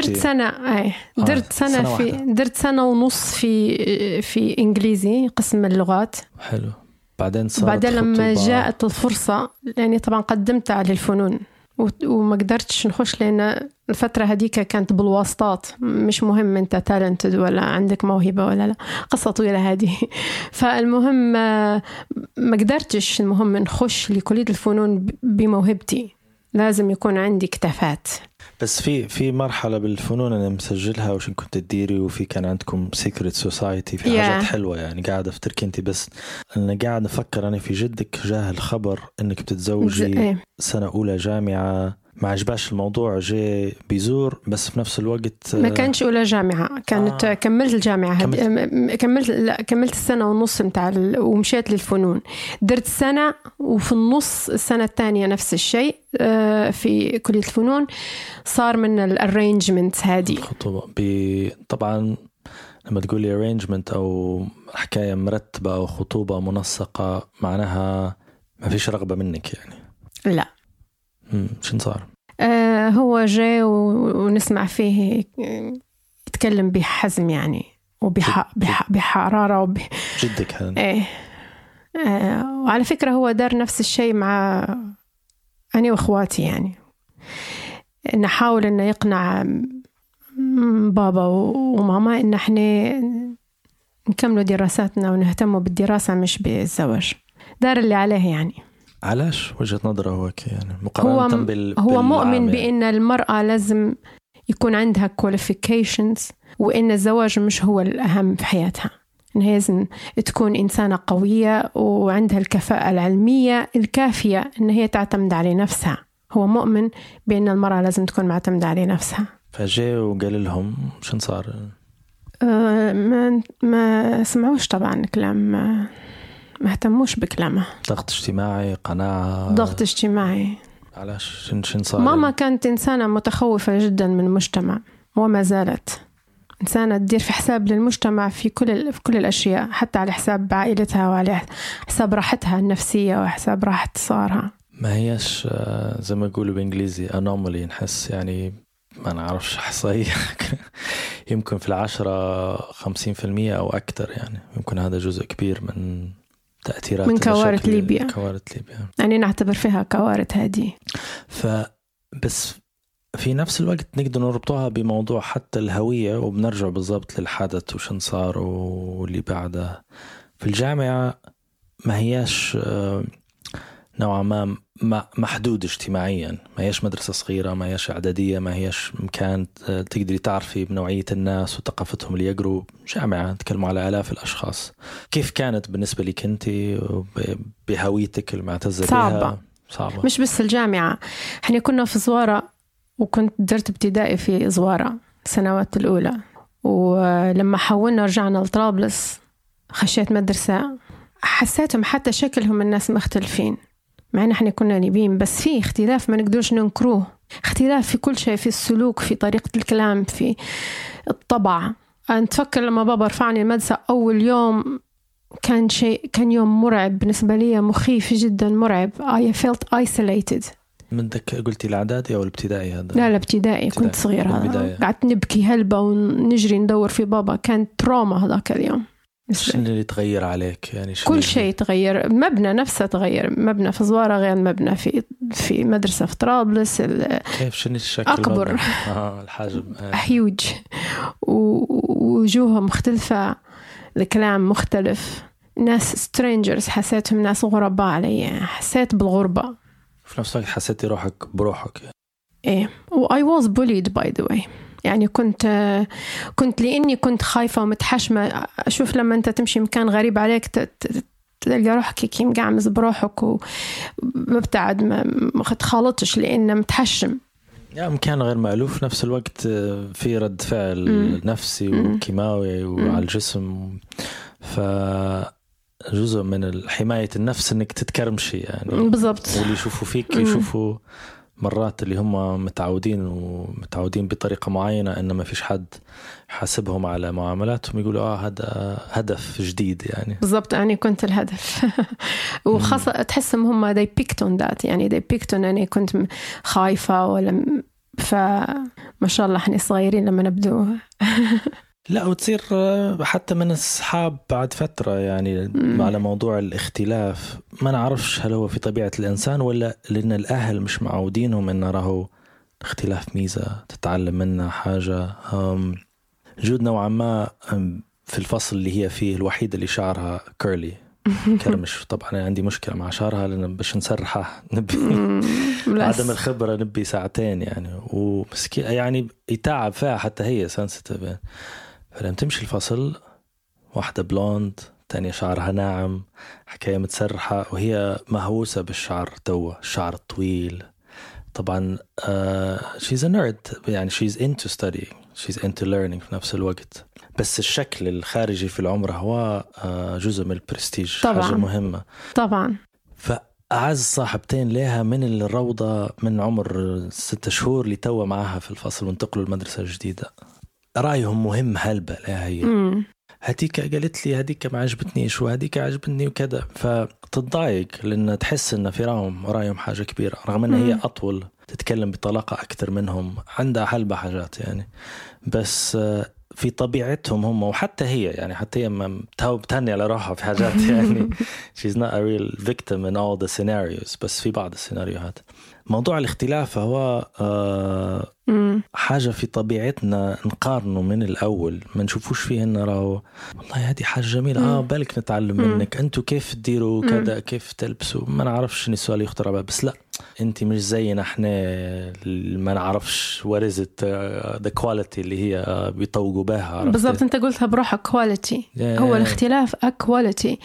درت سنة ونص في إنجليزي قسم اللغات. حلو. بعدين لما جاءت الفرصة، يعني طبعا قدمت على الفنون وما قدرتش نخش، لأن الفترة هديك كانت بالواسطات، مش مهم أنت تالنتد ولا عندك موهبة ولا لا، قصة طويلة هذه. فالمهم ما قدرتش، المهم نخش لكلية الفنون بموهبتي، لازم يكون عندي كتافات. بس في مرحلة بالفنون أنا مسجلها وش كنت تديري، وفي كان عندكم سيكريت سوسايتي، في حاجات حلوة يعني قاعدة افتكر انتي. بس أنا قاعد نفكر أنا في جدك جاه الخبر إنك بتتزوجي سنة أولى جامعة، ما عجباش الموضوع، جاي بيزور، بس في نفس الوقت ما كانش أولى جامعة، كانت كملت الجامعة، كملت السنة ونص متاع ومشيت للفنون، درت سنة، وفي النص السنة الثانية نفس الشيء في كلية الفنون. صار من الارينجمنت هذه الخطوبة. طبعا لما تقولي arrangement أو حكاية مرتبة أو خطوبة منسقة، معناها ما فيش رغبة منك يعني؟ لا. شن صار؟ هو جاي ونسمع فيه يتكلم بحزم يعني، بحرارة جدك هذا. وعلى فكرة هو دار نفس الشيء مع أنا وأخواتي، يعني نحاول إنه يقنع بابا وماما إن إحنا نكملوا دراساتنا ونهتموا بالدراسة مش بالزواج، دار اللي عليه يعني. علاش وجهة نظره هو يعني مقارنة هو مؤمن بأن المرأة لازم يكون عندها qualifications، وإن الزواج مش هو الأهم في حياتها، إنها لازم تكون إنسانة قوية وعندها الكفاءة العلمية الكافية إن هي تعتمد على نفسها. هو مؤمن بأن المرأة لازم تكون معتمدة على نفسها. فجاء وقال لهم شن صار؟ ما سمعوش طبعا كلام، ما اهتموش بكلامه. ضغط اجتماعي، قناعة، ضغط اجتماعي. علاش شن صار؟ ماما كانت إنسانة متخوفة جدا من المجتمع، وما زالت إنسانة تدير في حساب للمجتمع في كل الأشياء، حتى على حساب عائلتها وعلى حساب راحتها النفسية وحساب راحة صارها. ما هيش زي ما يقولوا بإنجليزي anomaly، نحس يعني ما نعرفش إحصائية يمكن في 50% أو أكتر، يعني يمكن هذا جزء كبير من تأثيرات من كوارث ليبيا. يعني نعتبر فيها كوارث هذه. بس في نفس الوقت نقدر نربطها بموضوع حتى الهوية، وبنرجع بالضبط للحدث وشن صار واللي بعده. في الجامعة ما هياش نوعا ما محدود اجتماعيا، ما هياش مدرسة صغيرة، ما هياش إعدادية، ما هياش مكان تقدري تعرفي بنوعية الناس وثقافتهم اللي يقروا. جامعة تكلموا على آلاف الأشخاص. كيف كانت بالنسبة لك أنت بهويتك المعتزة بها؟ صعبة. مش بس الجامعة، احنا كنا في زوارة، وكنت درت ابتدائي في زوارة السنوات الأولى، ولما حولنا رجعنا لطرابلس خشيت مدرسة، حسيتهم حتى شكلهم الناس مختلفين، مع ان احنا كنا ليبيين، بس في اختلاف ما نقدرش ننكروه، اختلاف في كل شيء، في السلوك، في طريقة الكلام، في الطبع. أنا أتفكر لما بابا رفعني المدرسة أول يوم كان يوم مرعب بالنسبة لي، مخيف جدا، مرعب. I felt isolated. منك قلتي الإعدادي أو الابتدائي هذا؟ لا الابتدائي، كنت صغيرة، قعدت نبكي هلبة ونجري ندور في بابا، كانت تروما هذاك اليوم. شنو اللي تغير عليك يعني؟ كل شيء تغير، مبنى نفسه تغير، مبنى في زوارة غير مبنى في مدرسة في طرابلس. كيف شنو الشكل؟ أكبر الحجم حيوج، ووجوه مختلفة، الكلام مختلف، ناس strangers، حسيتهم ناس غرباء علي، حسيت بالغربة. في نفس الوقت حسيتي روحك بروحك يعني. إيه، و I was bullied by the way. يعني كنت لأني كنت خايفة ومتحشمة. أشوف لما أنت تمشي مكان غريب عليك تلقى روحك كي مقعمز بروحك ومبتعد، ما تخالطش لأنه متحشم. يعني مكان غير مألوف، نفس الوقت في رد فعل نفسي وكيماوي وعلى الجسم، فجزء من حماية النفس إنك تتكرمشي يعني. بالضبط. واللي يشوفوا فيك يشوفوا مرات اللي هم متعودين بطريقة معينة، إن ما فيش حد حاسبهم على معاملاتهم، يقولوا هذا هدف جديد يعني. بالضبط، يعني كنت الهدف. وخاصة تحسهم هم they picked on that، يعني they picked on أني كنت خايفة ولا فما شاء الله احنا صغيرين لما نبدو. لا، وتصير حتى من الصحاب بعد فترة يعني على موضوع الاختلاف. ما نعرفش هل هو في طبيعة الإنسان ولا لأن الأهل مش معودينهم إن راهو اختلاف ميزة تتعلم منها حاجة. جود نوعا ما في الفصل اللي هي فيه الوحيدة اللي شعرها كيرلي كرمش. طبعا أنا عندي مشكلة مع شعرها، لأن باش نسرحه نبي عدم الخبرة نبي ساعتين يعني، ومسكي يعني يتعب فيها حتى هي سنسيتيف يعني. فلما تمشي الفصل واحدة بلوند، تانية شعرها ناعم، حكاية متسرحة، وهي مهووسة بالشعر توا، الشعر الطويل. طبعا she's a nerd يعني، she's into studying, she's into learning في نفس الوقت. بس الشكل الخارجي في العمر هو جزء من البرستيج، حاجة مهمة طبعا. فأعز صاحبتين لها من الروضة من عمر 6 شهور اللي توا معها في الفصل وانتقلوا المدرسة الجديدة، رأيهم مهم هلبة لها هي. هديك قالت لي هديك ما عجبتنيش وهديك عجبتني وكذا، فتضايق لأن تحس إن في رأيهم حاجة كبيرة، رغم أن هي أطول، تتكلم بطلاقة أكثر منهم، عندها هلبة حاجات يعني. بس في طبيعتهم هم، وحتى هي يعني حتى هي بتهني على روحها في حاجات يعني she's not a real victim in all the scenarios، بس في بعض السيناريوهات. موضوع الاختلاف هو حاجة في طبيعتنا نقارنه من الأول، ما نشوفوش فيه إنه راهو والله هذه حاجة جميلة بالك نتعلم منك، أنتوا كيف تديروا كذا، كيف تلبسوا، ما نعرفش إن السؤال يخطر على، بس لا أنت مش زينا إحنا ما نعرفش what is it the quality اللي هي بيطوقوا بها. بالضبط أنت قلتها بروحك quality هو الاختلاف quality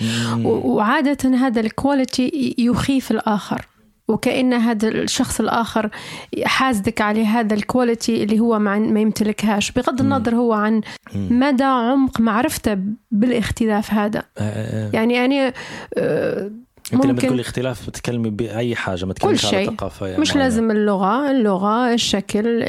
وعادة هذا الكواليتي يخيف الآخر، وكأن هذا الشخص الآخر حاسدك على هذا الكواليتي اللي هو ما يمتلكهاش، بغض النظر هو عن مدى عمق معرفته بالاختلاف هذا. يعني أنا انت لما تقول اختلاف بتكلمي بأي حاجة، ما تكلمش على ثقافة يعني مش لازم اللغة، الشكل،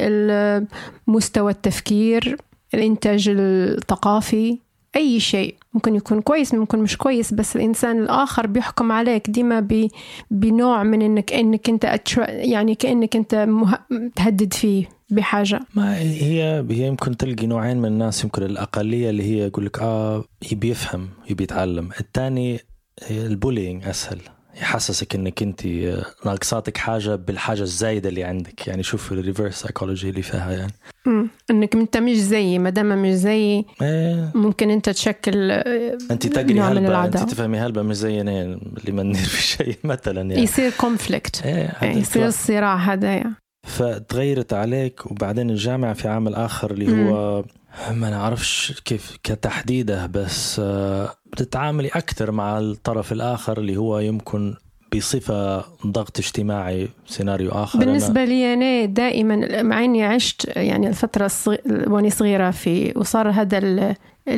مستوى التفكير، الإنتاج الثقافي، أي شيء ممكن يكون كويس ممكن مش كويس، بس الإنسان الآخر بيحكم عليك ديما بنوع من إنك انت يعني كأنك انت تهدد فيه بحاجة. ما هي يمكن تلقي نوعين من الناس، يمكن الأقلية اللي هي يقول لك يبي يفهم يبي يتعلم، الثاني البولينج أسهل، يحسسك انك انت ناقصاتك حاجة بالحاجة الزايدة اللي عندك، يعني شوف الريفيرس سايكولوجي اللي فيها يعني انك انت مش زيي، ما دام مش زيي ممكن انت تشكل انت تقري هلبة، انت تفهمي هلبة مش زينا اللي ما ندير في شيء مثلا يعني يصير كونفليكت يصير الصراع هذا فتغيرت عليك. وبعدين الجامعة في عامل آخر اللي هو ما نعرفش كيف كتحديده، بس بتتعاملي أكثر مع الطرف الآخر اللي هو يمكن بصفة ضغط اجتماعي سيناريو آخر. بالنسبة لي أنا دائما مع إني عشت يعني الفترة وأنا صغيرة في، وصار هذا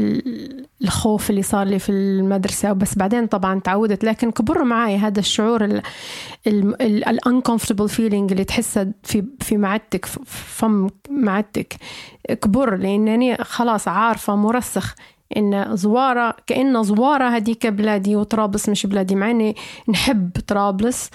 الخوف اللي صار لي في المدرسة، بس بعدين طبعا تعودت، لكن كبر معي هذا الشعور uncomfortable feeling اللي تحسه في معدتك، فم معدتك كبر، لأنني خلاص عارفة مرسخ إن زوارة كأن زوارة هديك بلادي وطرابلس مش بلادي، مع إني نحب طرابلس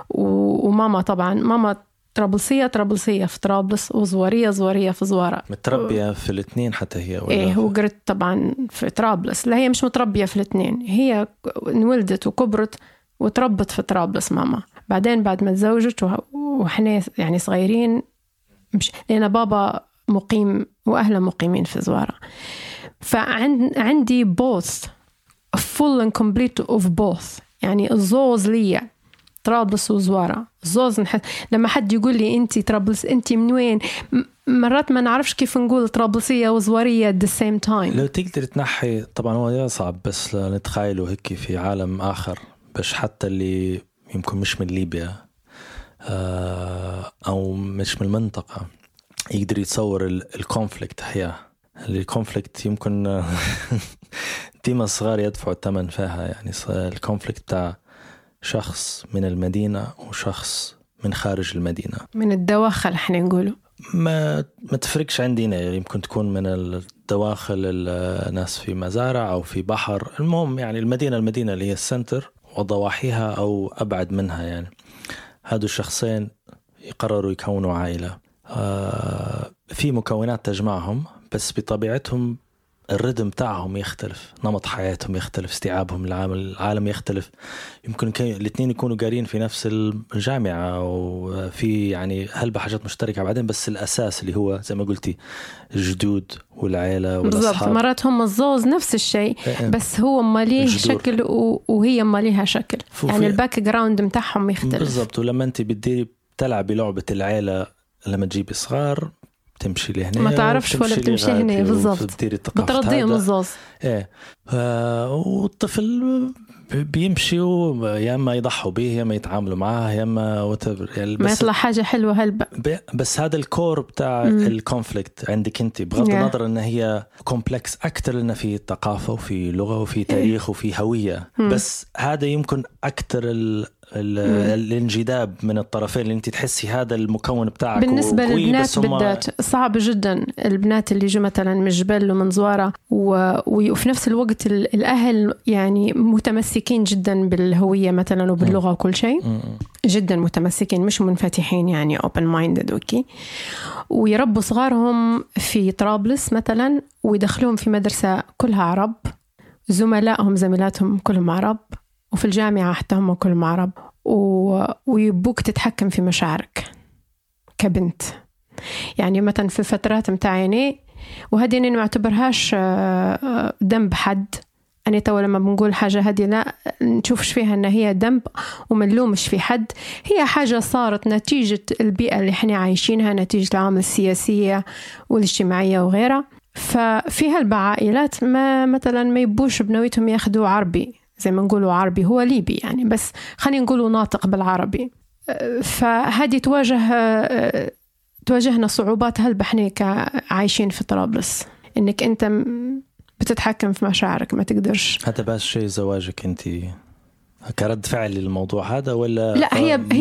وماما طبعا ماما طرابلسية في طرابلس وزوارية في زوارة، متربية في الاثنين حتى هي إيه وقرت طبعا في طرابلس. لا هي مش متربية في الاثنين، هي انولدت وكبرت وتربت في طرابلس ماما، بعدين بعد ما تزوجت وإحنا يعني صغيرين مش لأن بابا مقيم وأهله مقيمين في زوارة، فعندي both full and complete of both، يعني الزوز لي طرابلس وزوارة الزوز. لما حد يقول لي أنتي طرابلس أنتي من وين، مرات ما نعرفش كيف نقول طرابلسية وزوارية at the same time. لو تقدر تنحي طبعا هو صعب، بس نتخيله هيك في عالم آخر، بس حتى اللي يمكن مش من ليبيا أو مش من المنطقة يقدر يتصور الكونفليكت. هي الكونفليكت يمكن ديما الصغار يدفعوا الثمن فيها، يعني الكونفليكت تاع شخص من المدينة وشخص من خارج المدينة، من الدواخل احنا نقوله ما تفرقش عندنا، يعني يمكن تكون من الدواخل الناس في مزارع أو في بحر، المهم يعني المدينة اللي هي السنتر وضواحيها أو أبعد منها، يعني هادو الشخصين يقرروا يكونوا عائلة. في مكونات تجمعهم، بس بطبيعتهم الردم تاعهم يختلف، نمط حياتهم يختلف، استيعابهم العالم يختلف. يمكن الاثنين يكونوا قارين في نفس الجامعة وفي يعني هلبة حاجات مشتركة بعدين، بس الأساس اللي هو زي ما قلتي الجدود والعائلة والأصحاب. بالضبط، مرات هم الزوز نفس الشيء بس هو ماليه شكل وهي ماليها شكل، يعني الباك جراوند متاعهم يختلف. بالضبط. ولما أنت بتلعبي لعبة العائلة لما تجيبي صغار تمشي لهنا ما تعرفش ولا بتمشي هنا، بالضبط بترضيهم الزوز. والطفل بيمشي يا اما يضحوا به يا اما يتعاملوا معاه يا اما يعني ما يطلع حاجه حلوه هلبة. بس هذا الكور بتاع الكونفليكت عندك انت، بغض النظر ان هي كومبلكس اكثر، لان في ثقافه وفي لغه وفي تاريخ وفي هويه، بس هذا يمكن اكثر الانجذاب من الطرفين اللي انت تحسي هذا المكون بتاعك. بالنسبة للبنات بالذات صعب جدا، البنات اللي جو مثلا من جبل ومن زوارة وفي نفس الوقت الأهل يعني متمسكين جدا بالهوية مثلا وباللغة وكل شيء، جدا متمسكين مش منفتحين يعني open minded. أوكي، ويربوا صغارهم في طرابلس مثلا ويدخلوهم في مدرسة كلها عرب، زملائهم زميلاتهم كلهم عرب، وفي الجامعة حتى هم كلهم عرب، ويبوك تتحكم في مشاعرك كبنت. يعني مثلا في فترات متاعيني، وهذه أنا ما اعتبرهاش ذنب حد، أنا تو لما بنقول حاجة هذه لا نشوفش فيها أن هي ذنب ومنلومش في حد، هي حاجة صارت نتيجة البيئة اللي احنا عايشينها، نتيجة العوامل السياسية والاجتماعية وغيرها. ففي هالعائلات ما مثلا ما يبوش بنويتهم ياخدوا عربي، زي ما نقولوا عربي هو ليبي يعني، بس خلينا نقولوا ناطق بالعربي. فهذه تواجهنا صعوبات هالبحنة كعايشين في طرابلس، إنك أنت بتتحكم في مشاعرك، ما تقدرش. هذا بس شيء زواجك أنت كرد فعل للموضوع هذا ولا لا؟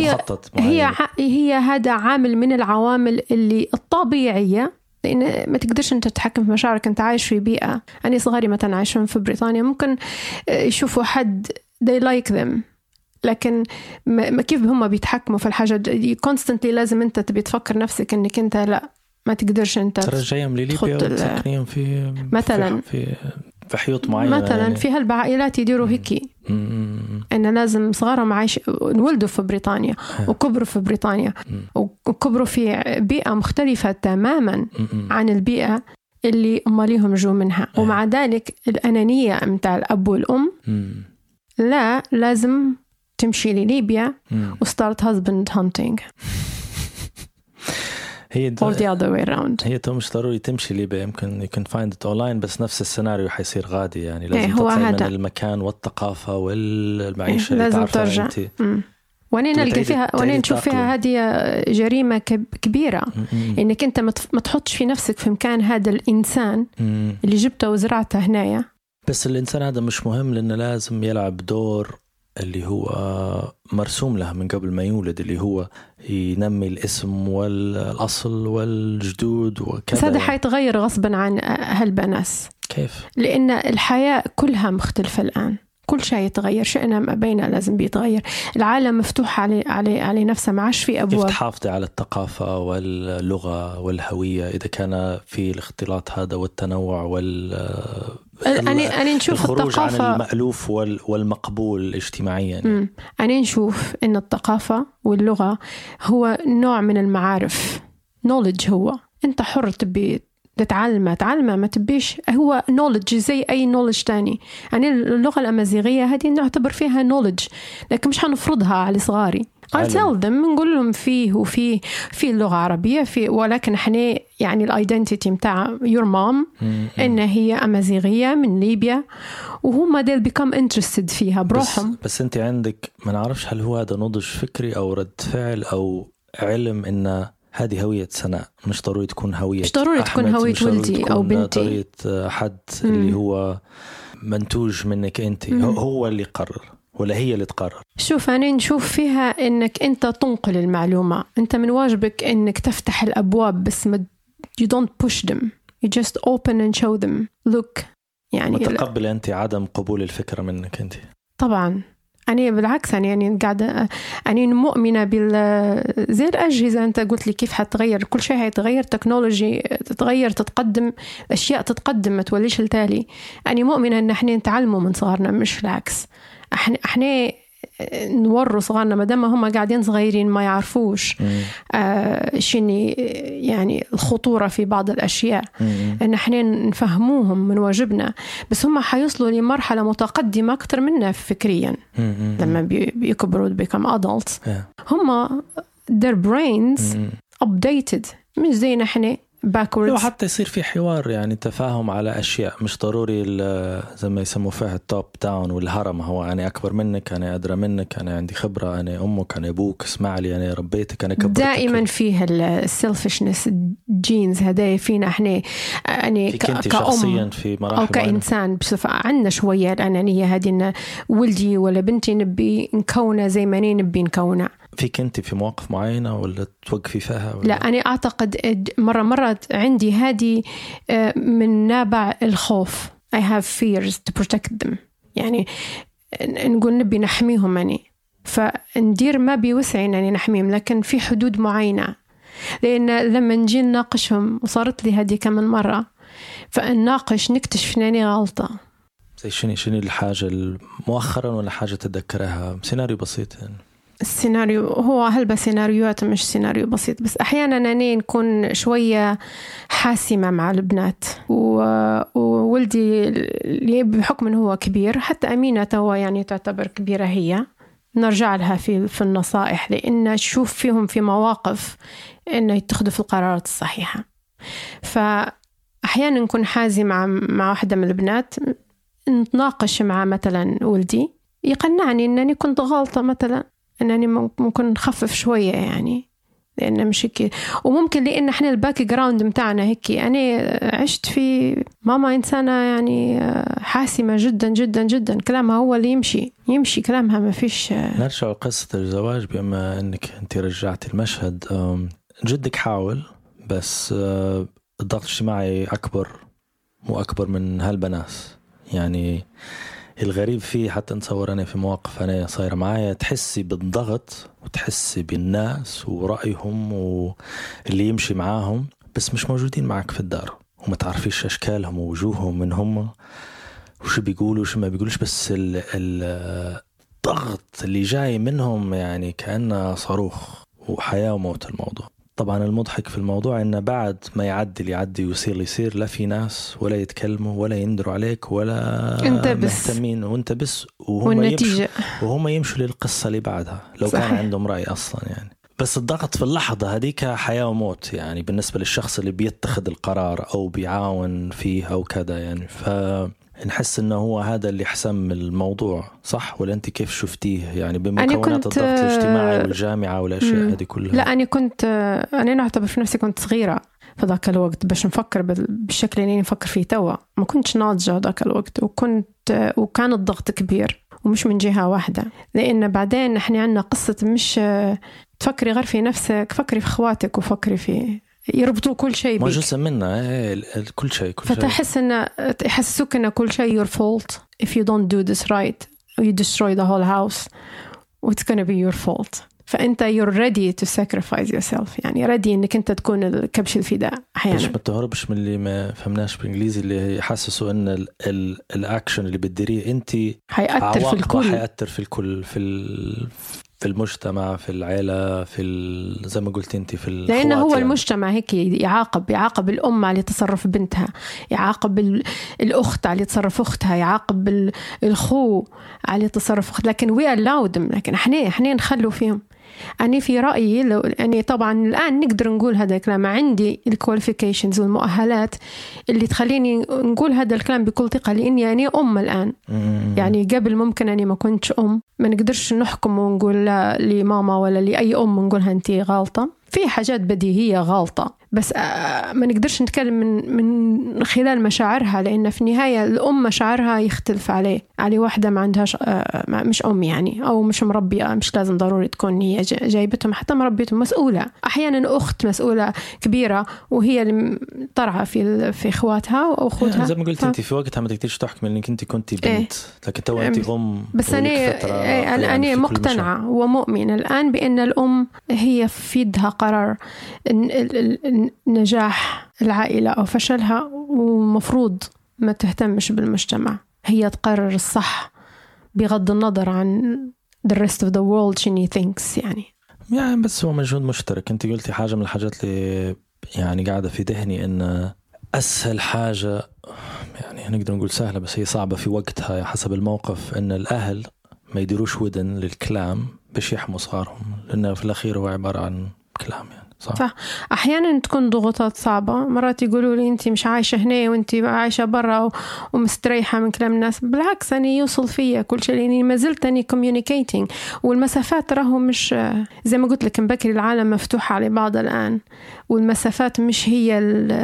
هي هذا عامل من العوامل اللي الطبيعية، لأن ما تقدرش أنت تتحكم في مشاعرك. أنت عايش في بيئة، أنا صغاري مثلا عايشون في بريطانيا، ممكن يشوفوا حد they like them، لكن ما كيف هم بيتحكموا في الحاجة دي constantly. لازم أنت تبي تفكر نفسك أنك أنت لا، ما تقدرش أنت ترجعهم لليبيا وتسكنيهم في مثلا في حيوط معينة مثلا يعني. في هالعائلات يديروا هيك إن لازم صغارهم نولدوا في بريطانيا وكبروا في بريطانيا وكبروا في بيئة مختلفة تماما عن البيئة اللي أماليهم جو منها. ومع ذلك الأنانية متاع الأب والأم لا، لازم تمشي لليبيا وستارت هازبند هانتينج or the other way around. هي مش ضروري تمشي ليبيا، يمكن you can find it online، بس نفس السيناريو حيصير غادي يعني. لازم تطلع من المكان والثقافة والمعيشة اللي لازم ترجع. وأنا نلقى فيها وأنا نشوف فيها هذه جريمة كبيرة، إنك أنت ما تحطش في نفسك في مكان هذا الإنسان اللي جبته وزرعته هنايا. بس الإنسان هذا مش مهم، لأنه لازم يلعب دور اللي هو مرسوم له من قبل ما يولد، اللي هو ينمي الاسم والأصل والجدود وكذا. هذا حيتغير غصبا عن هالبناس. كيف؟ لأن الحياة كلها مختلفة الآن، كل شيء يتغير، شئنا ما بينا لازم بيتغير. العالم مفتوح على نفسه، ما عادش في أبواب. كيف تحافظي على الثقافة واللغة والهوية إذا كان في الاختلاط هذا والتنوع أنا نشوف الخروج عن المألوف والمقبول اجتماعيا؟ أنا نشوف إن الثقافة واللغة هو نوع من المعارف، knowledge. هو أنت حر تبي تتعلم ما تبيش، هو knowledge زي أي knowledge تاني. يعني اللغة الأمازيغية هذه نعتبر فيها knowledge، لكن مش هنفرضها على صغاري. I'll tell them، نقول لهم في اللغة العربية ولكن احنا يعني الايدنتيتي متاع your mom إن هي أمازيغية من ليبيا، وهم they'll become interested فيها بروحهم. بس أنت عندك ما نعرفش هل هو هذا نضج فكري أو رد فعل أو علم إن هذه هوية سناء، مش ضروري تكون هوية، مش ضروري تكون هوية ولدي أو بنتي، ضروري حد اللي هو منتوج منك أنت هو اللي قرر ولا هي اللي تقرر. شوف أنا نشوف فيها إنك أنت تنقل المعلومة، أنت من واجبك إنك تفتح الأبواب، بس ما you don't push them, you just open and show them look. يعني متقبل أنت عدم قبول الفكرة منك أنت؟ طبعا أنا بالعكس، يعني قاعدة أنا مؤمنة زي الأجهزة. أنت قلت لي كيف حتغير، كل شيء هيتغير، تكنولوجي تتغير، تتقدم، أشياء تتقدم، ما توليش التالي. أنا مؤمنة إن إحنا نتعلموا من صغارنا، مش العكس. إحنا نوروا صغارنا ما دام هم قاعدين صغيرين ما يعرفوش شنو يعني الخطورة في بعض الأشياء، إن إحنا نفهموهم من واجبنا. بس هم حيوصلوا لمرحلة متقدمة أكتر منا فكريا لما بيكبروا become adults. هم their brains updated، مش زينا إحنا لو حتى يصير في حوار يعني تفاهم على أشياء، مش ضروري زي ما يسموا فيها التوب داون والهرم. هو أنا أكبر منك، أنا أدرى منك، أنا عندي خبرة، أنا أمك، أنا أبوك، اسمع لي، أنا ربيتك، أنا كبرتك. دائما فيها السيلفشنس الجينز هدايا فينا إحنا يعني كأم في أو كإنسان بصفة عنا شوية الأنانية هذه، إن ولدي ولا بنتي نبي نكونه زي ما نبي نكونه. فيك أنت في مواقف معينة ولا توقفي فيها ولا؟ لا أنا أعتقد مرة عندي هذه من نابع الخوف. I have fears to protect them، يعني نقول نبي نحميهم يعني، فندير ما بيوسعنا يعني نحميهم، لكن في حدود معينة. لأن لما نجي نناقشهم، وصارت لي هذه كمان مرة، فنناقش نكتشف إنني غلطة. زي شنو الحاجة مؤخرا ولا حاجة تذكرها؟ سيناريو بسيط يعني. السيناريو هو هلبة سيناريوهات، مش سيناريو بسيط، بس أحيانا أنا نكون شوية حاسمة مع البنات، وولدي بحكم أنه هو كبير، حتى أمينة هو يعني تعتبر كبيرة، هي نرجع لها في النصائح، لأن نشوف فيهم في مواقف أنه يتخذوا في القرارات الصحيحة. فأحيانا نكون حازمة مع واحدة من البنات، نتناقش مع مثلا ولدي يقنعني أنني كنت غلطة، مثلا أنني ممكن نخفف شوية يعني، لأن مش هيك. وممكن لأن إحنا الباك جراوند متاعنا هيك، أنا عشت في ماما إنسانة يعني حاسمة جدا جدا جدا، كلامها هو اللي يمشي كلامها، ما فيش. نرجع قصة الزواج، بما أنك أنت رجعت المشهد، جدك حاول، بس الضغط الاجتماعي مو أكبر من هالبنات يعني. الغريب فيه حتى نتصور أنا في مواقف أنا صايرة معايا، تحسي بالضغط وتحسي بالناس ورأيهم واللي يمشي معاهم، بس مش موجودين معك في الدار، وما تعرفيش أشكالهم ووجوههم من هم وشو بيقولوا وشو ما بيقولوش، بس الضغط اللي جاي منهم يعني كأنه صاروخ، وحياة وموت الموضوع. طبعا المضحك في الموضوع إنه بعد ما يعدي ويصير لا في ناس ولا يتكلموا ولا يندروا عليك ولا انت بس مهتمين، وانت بس، وهم يمشوا للقصة اللي بعدها لو صحيح. كان عندهم رأي أصلا يعني. بس الضغط في اللحظة هذيك حياة وموت يعني بالنسبة للشخص اللي بيتخذ القرار أو بيعاون فيه أو كذا يعني. فنحس إنه هو هذا اللي حسم الموضوع، صح ولا أنت كيف شفتيه يعني بمكونات الضغط الاجتماعي والجامعة والأشياء هذه كلها؟ لا أنا نعتبر في نفسي كنت صغيرة في ذاك الوقت باش نفكر بالشكل اللي نفكر فيه توا، ما كنتش ناضجة ذاك الوقت، وكان الضغط كبير ومش من جهة واحدة. لأن بعدين احنا عندنا قصة، مش تفكري غير في نفسك، فكري في اخواتك وفكري في يربطوا كل شيء بيك، ما جزء منه كل شيء فتحس إن يحسسوك إن كل شيء your fault if you don't do this right you destroy the whole house it's gonna be your fault. فأنت you're ready to sacrifice yourself، يعني ready إنك أنت تكون الكبش الفداء أحيانا. مش متهربش من اللي ما فهمناش بالإنجليزي، اللي يحسسوا إن الأكشن اللي بتديريه أنت حيأثر في الكل، حيأثر في الكل، في المجتمع، في العائلة، زي ما قلت أنت في الأخوات. لأنه هو يعني المجتمع هيك يعاقب الأم على تصرف بنتها، يعاقب الأخت على تصرف أختها، يعاقب الخو على تصرف أخت، لكن we allow them، لكن احنا نخلوا فيهم. أنا في رأيي لو يعني طبعا الآن نقدر نقول هذا الكلام، عندي الكواليفيكيشنز والمؤهلات اللي تخليني نقول هذا الكلام بكل ثقة، لأني أنا أم الآن. يعني قبل ممكن أني ما كنتش أم، ما نقدرش نحكم ونقول لا لماما ولا لأي أم نقولها أنتي غلطة، في حاجات بديهية غلطة، بس ما نقدرش نتكلم من خلال مشاعرها، لأن في النهاية الأم مشاعرها يختلف عليه واحدة ما عندهاش مش أم يعني، أو مش مربية، مش لازم ضروري تكون هي جايبتهم، حتى مربيتهم مسؤولة، أحيانا أخت مسؤولة كبيرة وهي اللي طرعة في إخواتها وأخوتها. زي ما قلت أنت في وقتها ما تقدرش تحكم إنك أنت كنتي بنت، لكن تو أنت أم. بس أنا مقتنعة ومؤمنة الآن بأن الأم هي في يدها قرار نجاح العائلة أو فشلها، ومفروض ما تهتمش بالمجتمع، هي تقرر الصح بغض النظر عن the rest of the world شنو thinks يعني. بس هو مجهود مشترك. أنت قلتي حاجة من الحاجات اللي يعني قاعدة في ذهني، إن أسهل حاجة يعني نقدر نقول سهلة بس هي صعبة في وقتها حسب الموقف، إن الأهل ما يديروش ودن للكلام باش يحموا صغارهم، لأنه في الأخير هو عبارة عن كلام يعني، صح. أحيانا تكون ضغوطات صعبة، مرات يقولوا لي أنت مش عايشة هنا وأنت عايشة برا ومستريحة من كلام الناس. بالعكس أنا يوصل فيا كل شيء لأني ما زلت أني communicating، والمسافات راهم مش زي ما قلت لك بكري، العالم مفتوح على بعض الآن، والمسافات مش هي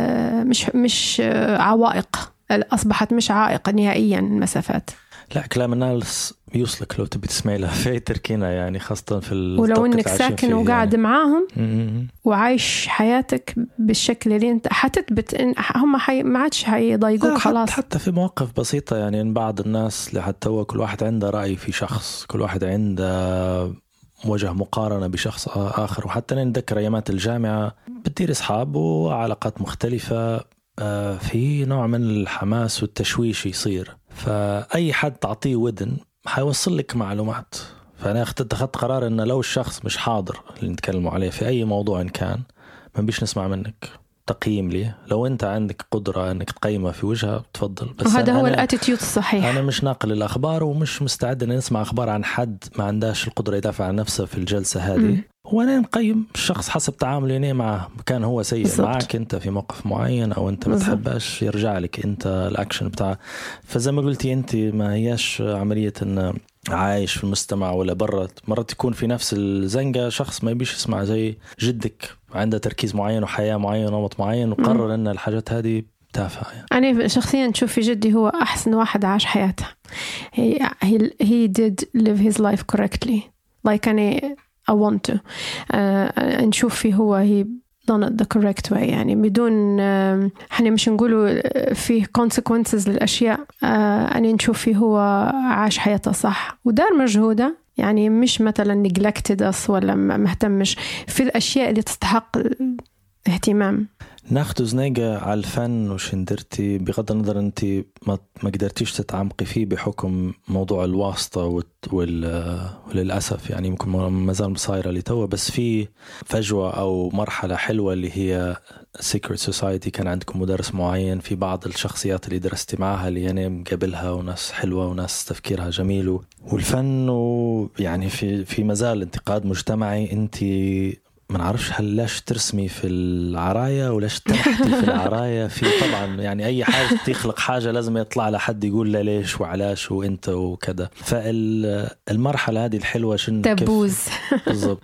مش عوائق، أصبحت مش عائق نهائيا المسافات. لا كلام الناس يوصلك لو تبي تسمعي لها في تركينا يعني، خاصة في ولو انك ساكن وقاعد يعني معاهم وعايش حياتك بالشكل اللي انت حتثبت ان هم ما عادش حيضايقوك خلاص. حتى في مواقف بسيطة يعني، ان بعض الناس لحتى هو كل واحد عنده رأي في شخص، كل واحد عنده وجه مقارنة بشخص آخر. وحتى نتذكر أيامات الجامعة بتدير أصحاب وعلاقات مختلفة، في نوع من الحماس والتشويش يصير، فأي حد تعطيه ودن حيوصل لك معلومات. فأنا أخذت قرار إن لو الشخص مش حاضر اللي نتكلموا عليه في أي موضوع إن كان، ما بيش نسمع منك تقييم لي. لو أنت عندك قدرة إنك تقيمه في وجهه تفضل، بس وهذا هو الاتيتيود الصحيح. أنا مش ناقل الأخبار ومش مستعد إن نسمع أخبار عن حد ما عندهاش القدرة يدافع عن نفسه في الجلسة هذه. وأنا نقيم الشخص حسب تعاملي معه، كان هو سيء بالزبط. معك أنت في موقف معين أو أنت ما تحبش، يرجع لك أنت الأكشن بتاعه. فزي ما قلتي أنت، ما هياش عملية أن عايش في المجتمع ولا برا، مرات يكون في نفس الزنقة شخص ما يبيش يسمع زي جدك، عنده تركيز معين وحياة معين ونمط معين، وقرر أن الحاجات هذه تافهة يعني. أنا شخصيا شوف في جدي هو أحسن واحد عاش حياته. he did live his life correctly like I want to. نشوف فيه هو he done it the correct way يعني، بدون احنا مش نقوله فيه consequences للأشياء. أنا نشوف فيه هو عاش حياته صح ودار مجهوده يعني، مش مثلا neglected us ولا مهتمش في الأشياء اللي تستحق اهتمام. ناخذ زنيقة على الفن وشندرتي، بغض النظر أنت ما قدرتيش تتعمقي فيه بحكم موضوع الواسطة وللأسف يعني يمكن ما زال صايرة لتوا، بس في فجوة أو مرحلة حلوة اللي هي Secret Society. كان عندكم مدرس معين، في بعض الشخصيات اللي درستي معها اللي أنا مقابلها وناس حلوة وناس تفكيرها جميل، والفن ويعني في مزال انتقاد مجتمعي. أنت ما نعرفش هل لاش ترسمي في العراية ولاش تنحتي في العراية. في طبعا يعني أي حاجة تخلق حاجة لازم يطلع لحد يقول لا ليش وعلاش وإنت وكذا. فالمرحلة هذه الحلوة شن تبوز بالضبط.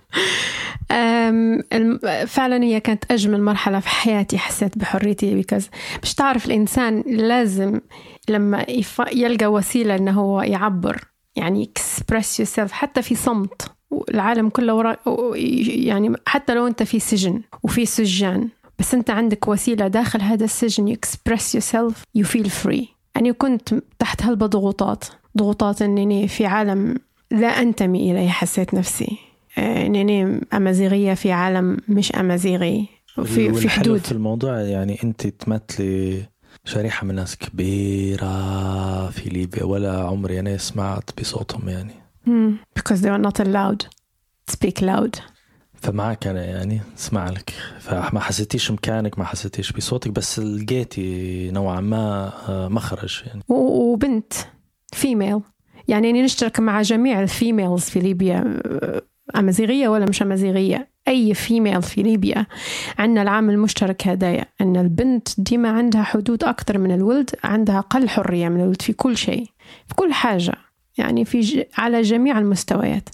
فعلا هي كانت أجمل مرحلة في حياتي، حسيت بحريتي بكذا. مش تعرف الإنسان لازم لما يلقى وسيلة أنه هو يعبر يعني express yourself حتى في صمت. العالم كله يعني حتى لو أنت في سجن وفي سجان، بس أنت عندك وسيلة داخل هذا السجن express yourself you feel free. يعني كنت تحت ضغوطات أنني في عالم لا أنتمي إليه، حسيت نفسي أنني أمازيغية في عالم مش أمازيغي في حدود. في الموضوع يعني أنت تمثلي شريحة من ناس كبيرة في ليبيا، ولا عمري أنا سمعت بصوتهم يعني because they are not allowed to speak loud. فمعك أنا يعني اسمع لك، فما حسيتيش مكانك، ما حسيتيش بصوتك، بس لقيتي نوعا ما مخرج يعني. وبنت فيميل يعني أنا نشترك مع جميع الفيميلز في ليبيا، أمازيغية ولا مش أمازيغية، أي فيميل في ليبيا عندنا العامل المشترك هدايا، أن البنت ديما عندها حدود أكتر من الولد، عندها أقل حرية من الولد في كل شيء في كل حاجة يعني على جميع المستويات.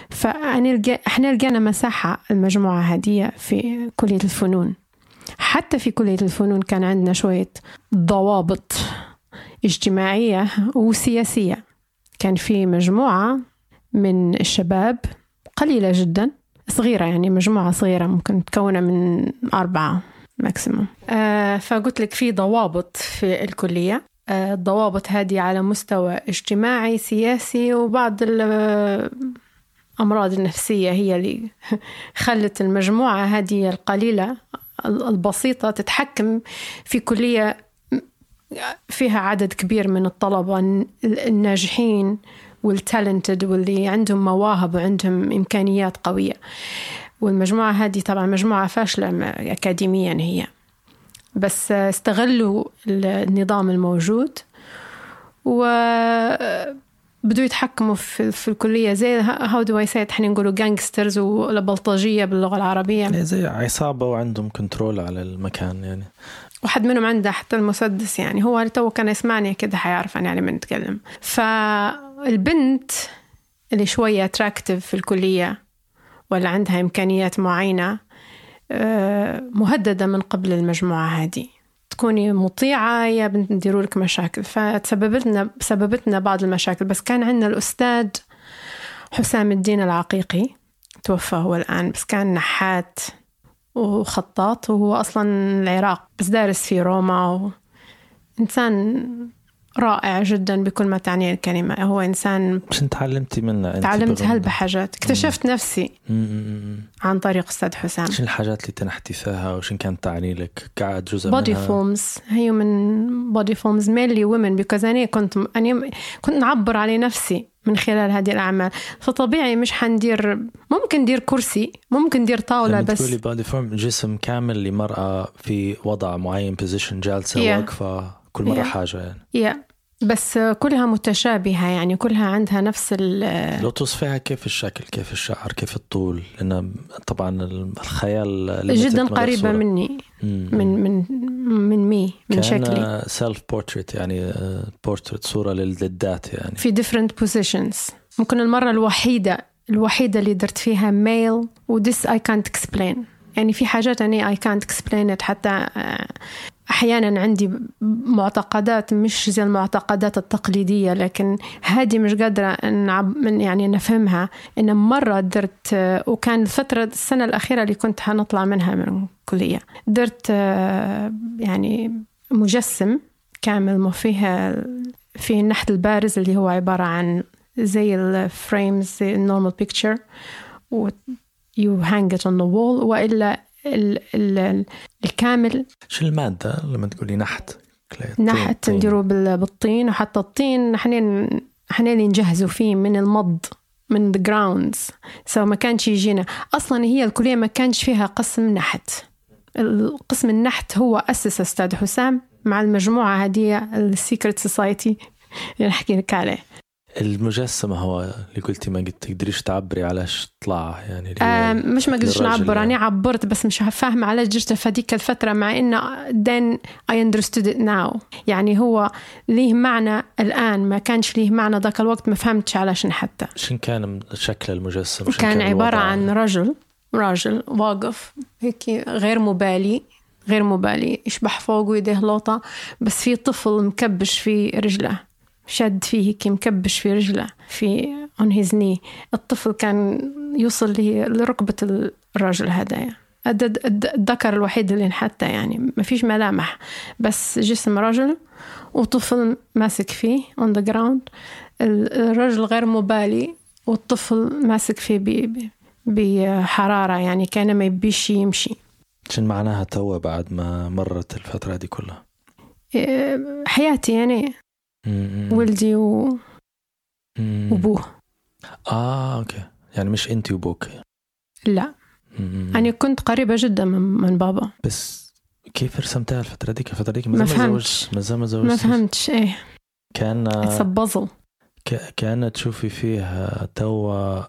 احنا لقينا مساحة المجموعة هذه في كلية الفنون. حتى في كلية الفنون كان عندنا شوية ضوابط اجتماعية وسياسية. كان في مجموعة من الشباب قليلة جدا صغيرة، يعني مجموعة صغيرة ممكن تكون من 4 ماكسيموم. فقلت لك في ضوابط في الكلية، الضوابط هذه على مستوى اجتماعي سياسي، وبعض الأمراض النفسية هي اللي خلت المجموعة هذه القليلة البسيطة تتحكم في كلية فيها عدد كبير من الطلبة الناجحين والتالنتد واللي عندهم مواهب وعندهم إمكانيات قوية. والمجموعة هذه طبعا مجموعة فاشلة أكاديميا هي، بس استغلوا النظام الموجود بدو يتحكموا في الكلية زي هاو دو اي سي احنا نقولوا جانجسترز ولا بلطجية باللغة العربية، زي عصابة وعندهم كنترول على المكان يعني. واحد منهم عنده حتى المسدس، يعني هو تو كان يسمعني كده حيعرف أنا يعني من نتكلم. فالبنت اللي شوية اتراكتيف في الكلية ولا عندها إمكانيات معينة مهددة من قبل المجموعة هذه، تكوني مطيعة يا بنت نديروا لك مشاكل. فسببتنا بعض المشاكل. بس كان عندنا الأستاذ حسام الدين العقيقي، توفى هو الآن، بس كان نحات وخطاط، وهو أصلا العراق بس دارس في روما، وإنسان رائع جدا بكل ما تعنيه الكلمة. هو إنسان. شو تعلمتي منه؟ تعلمت هالبحاجات، اكتشفت نفسي عن طريق أستاذ حسام. شو الحاجات اللي تنحتي فيها وشن كانت تعني لك؟ قاعد جزء body forms، هي من body forms mainly women because أنا كنت نعبر على نفسي من خلال هذه الأعمال. فطبيعي مش حندير، ممكن ندير كرسي، ممكن ندير طاولة، بس تقولي body form جسم كامل لمرأة في وضع معين position جالسة واقفة كل مرة حاجة يعني. بس كلها متشابهة يعني، كلها عندها نفس لو توصفيها كيف الشكل، كيف الشعر، كيف الطول، لأن طبعا الخيال جدا قريبة مني من شكلي. self portrait يعني portrait، صورة للذات يعني في different positions. ممكن المرة الوحيدة اللي درت فيها male this I can't explain. يعني في حاجات أنا I can't explain it. حتى أحيانا عندي معتقدات مش زي المعتقدات التقليدية، لكن هذه مش قادرة يعني نفهمها. إن مرة درت، وكان السنة الأخيرة اللي كنت هنطلع منها من الكلية، درت يعني مجسم كامل فيه النحت البارز اللي هو عبارة عن زي الفريمز، زي النورمال بيكتشر، و you hang it on the wall. وإلا الكامل. شو المادة لما تقولي نحت نديروا بالطين، وحتى الطين احنا نجهزوا فيه من المض من the grounds. ما كانش يجينا أصلا، هي الكلية ما كانش فيها قسم نحت. القسم النحت هو أسس أستاذ حسام مع المجموعة هذه السيكريت سوسايتي اللي نحكي لك عليه. المجسم هو اللي قلتي ما تقدريش تعبري علاش طلع يعني مش ما قدرش نعبر. أنا عبرت بس مش فاهمة علاش جرت في هذيك الفترة، مع إنه then I understood it now. يعني هو ليه معنى الآن، ما كانش ليه معنى ذاك الوقت، ما فهمتش علاش حتى. شن كان شكل المجسم؟ كان عبارة عن راجل واقف هيك غير مبالي يشبح فوق ويديه لوطة، بس في طفل مكبش في رجله، شد فيه كي مكبش في رجله في on his knee. الطفل كان يوصل لركبة الرجل هذايا. الذكر الوحيد اللي حتى يعني ما فيش ملامح، بس جسم رجل وطفل ماسك فيه on the ground. الرجل غير مبالي والطفل ماسك فيه بحرارة، يعني كان ما يبيش يمشي. شن معناها توا بعد ما مرت الفترة دي كلها؟ حياتي يعني ولدي وبوه. اوكي، يعني مش انتي وبوك؟ لا، أنا كنت قريبة جدا من بابا. بس كيف رسمتها الفترة ديك ما فهمتش ايه كان صبزل. كان تشوفي فيها توا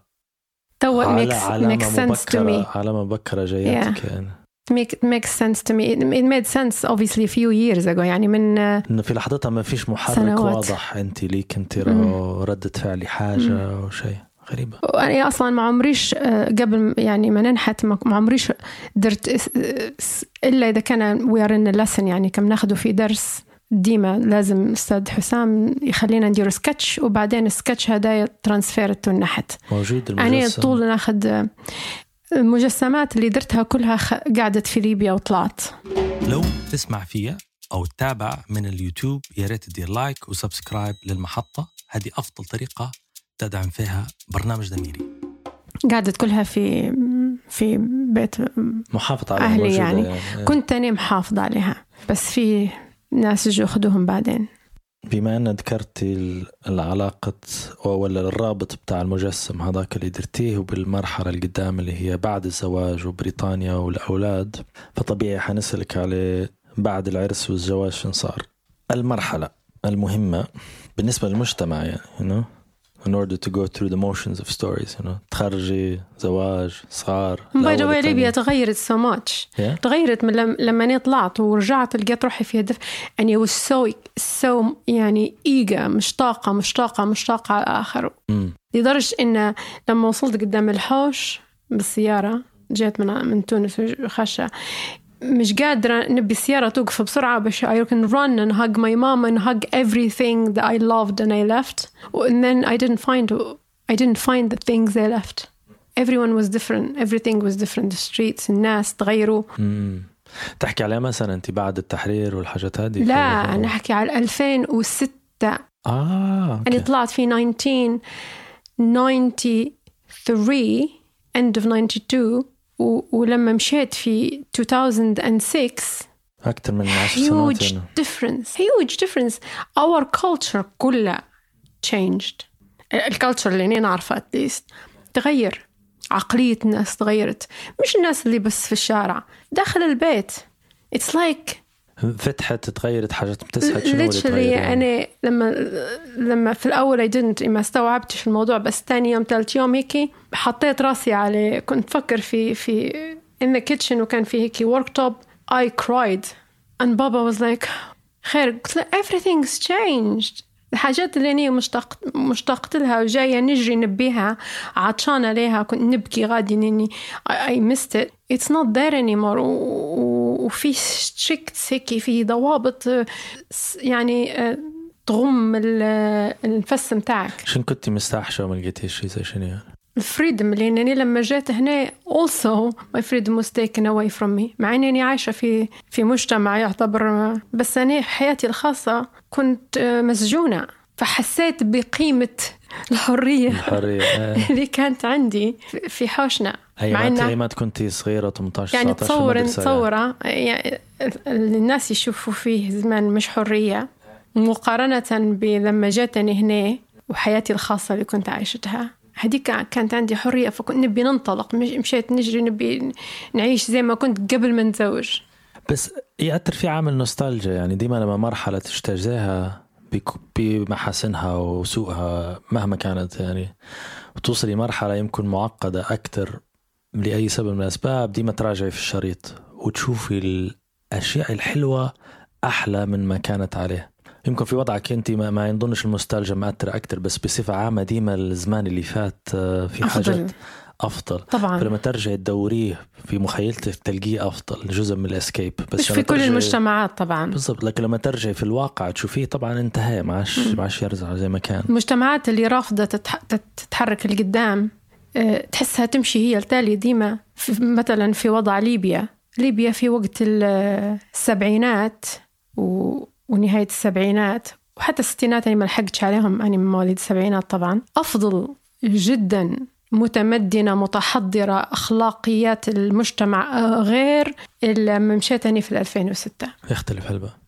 makes sense to me. علامة مبكرة جاياتك يعني. It makes sense to me. It made sense obviously a few years ago. يعني من إنه في لحظتها ما فيش محرك سنوات. واضح أنت ليك أنت ردة فعلي حاجة أو شيء غريبة. أنا أصلا ما عمريش قبل يعني ما ننحت ما عمريش درت إلا إذا كان we are in a lesson، يعني كم ناخده في درس ديما لازم أستاذ حسام يخلينا ندير سكتش، وبعدين السكتش هذا ترانسفيرت النحت موجود المجسم. يعني طول ناخد المجسمات اللي درتها كلها قعدت في ليبيا وطلعت. لو تسمع فيها أو تتابع من اليوتيوب يا ريت تدير لايك وسبسكرايب للمحطة. هذه أفضل طريقة تدعم فيها برنامج دميري. قعدت كلها في بيت محافظة على أهلي يعني. كنت أنا محافظة عليها، بس في ناس يجوا ياخذوهم بعدين. بما أن ذكرتي العلاقة ولا الرابط بتاع المجسم هذاك اللي درتيه وبالمرحلة القدام اللي هي بعد الزواج وبريطانيا والأولاد، فطبيعي حنسألك على بعد العرس والزواج شن صار. المرحلة المهمة بالنسبة للمجتمع يعني in order to go through the motions of stories, you know. تخرجي، زواج، صغار. by the way ليبيا تغيرت so much. تغيرت من لما أنا طلعت ورجعت لقيت روحي فيها دفء. يعني was so يعني eager مشتاقة على الآخر. لدرجة إن لما وصلت قدام الحوش بالسيارة، جيت من تونس خشة، مش قادرة نبي السيارة توقف بسرعة باش I can run and hug my mom and hug everything that I loved and I left, and then I didn't find the things I left. Everyone was different, everything was different, the streets, الناس تغيروا. تحكي على مثلا أنت بعد التحرير والحاجات هذه؟ لا أنا أحكي على 2006. أنا طلعت في 1993 end of 92. ولما مشيت في 2006 أكثر من 10 سنوات. huge difference. Our culture كلها changed. الculture اللي أنا نعرفها at least تغير. عقلية الناس تغيرت، مش الناس اللي بس في الشارع، داخل البيت. It's like فتحت، تغيرت حاجات بتسحت. شنو اللي تغير؟ أنا لما في الأول ما استوعبتش الموضوع، بس تاني يوم ثالث يوم هيك حطيت راسي على، كنت فكر في in the kitchen وكان في هيك worktop. I cried and Baba was like خير. everything's changed. الحاجات اللي أنا مشتاقت لها وجاية نجري نبيها، عطشانة ليها، كنت نبكي غادي إني I missed it. It's not there anymore. وفي strict هيك، في ضوابط يعني تغم النفس متاعك. شن كنت مستحشة وما لقيتيش شيء زي شنو؟ الفريدم، لأنني لما جيت هنا also my freedom was taken away from me. مع أنني عايشة في مجتمع يعتبر، بس أنا حياتي الخاصة كنت مسجونة، فحسيت بقيمة الحرية اللي كانت عندي في حوشنا. أيامات كنت صغيرة 18 يعني تصورة يعني الناس يشوفوا فيه زمان مش حرية مقارنة بلما جاتني هنا وحياتي الخاصة اللي كنت عايشتها. هديك كانت عندي حرية، فكنت نبي ننطلق، مشيت نجري، نبي نعيش زي ما كنت قبل ما نتزوج. بس يأثر في عامل نوستالجيا، يعني ديما لما مرحلة تجتازها بمحاسنها وسوءها مهما كانت، يعني وتوصلي مرحلة يمكن معقدة أكتر لأي سبب من الأسباب، ديما تراجعي في الشريط وتشوفي الأشياء الحلوة أحلى من ما كانت عليه. يمكن في وضعك أنت ما ينظنش المستلجة مأثر أكتر، بس بصفة عامة ديما الزمان اللي فات في حاجات أفضل طبعا. فلما ترجع تدوريه في مخيلتك تلقيه أفضل، جزء من الاسكيب. بس مش في كل المجتمعات طبعا بالضبط، لكن لما ترجع في الواقع تشوفيه طبعا انتهى، معاش يرجع زي ما كان. المجتمعات اللي رافضة تتحرك لقدام تحسها تمشي هي التالي ديما. مثلا في وضع ليبيا في وقت السبعينات ونهاية السبعينات وحتى الستينات، أنا ما لحقتش عليهم، أنا من مواليد السبعينات طبعا، أفضل جدا، متمدنة، متحضرة، أخلاقيات المجتمع غير لما مشيتني في 2006. يختلف هل بقى؟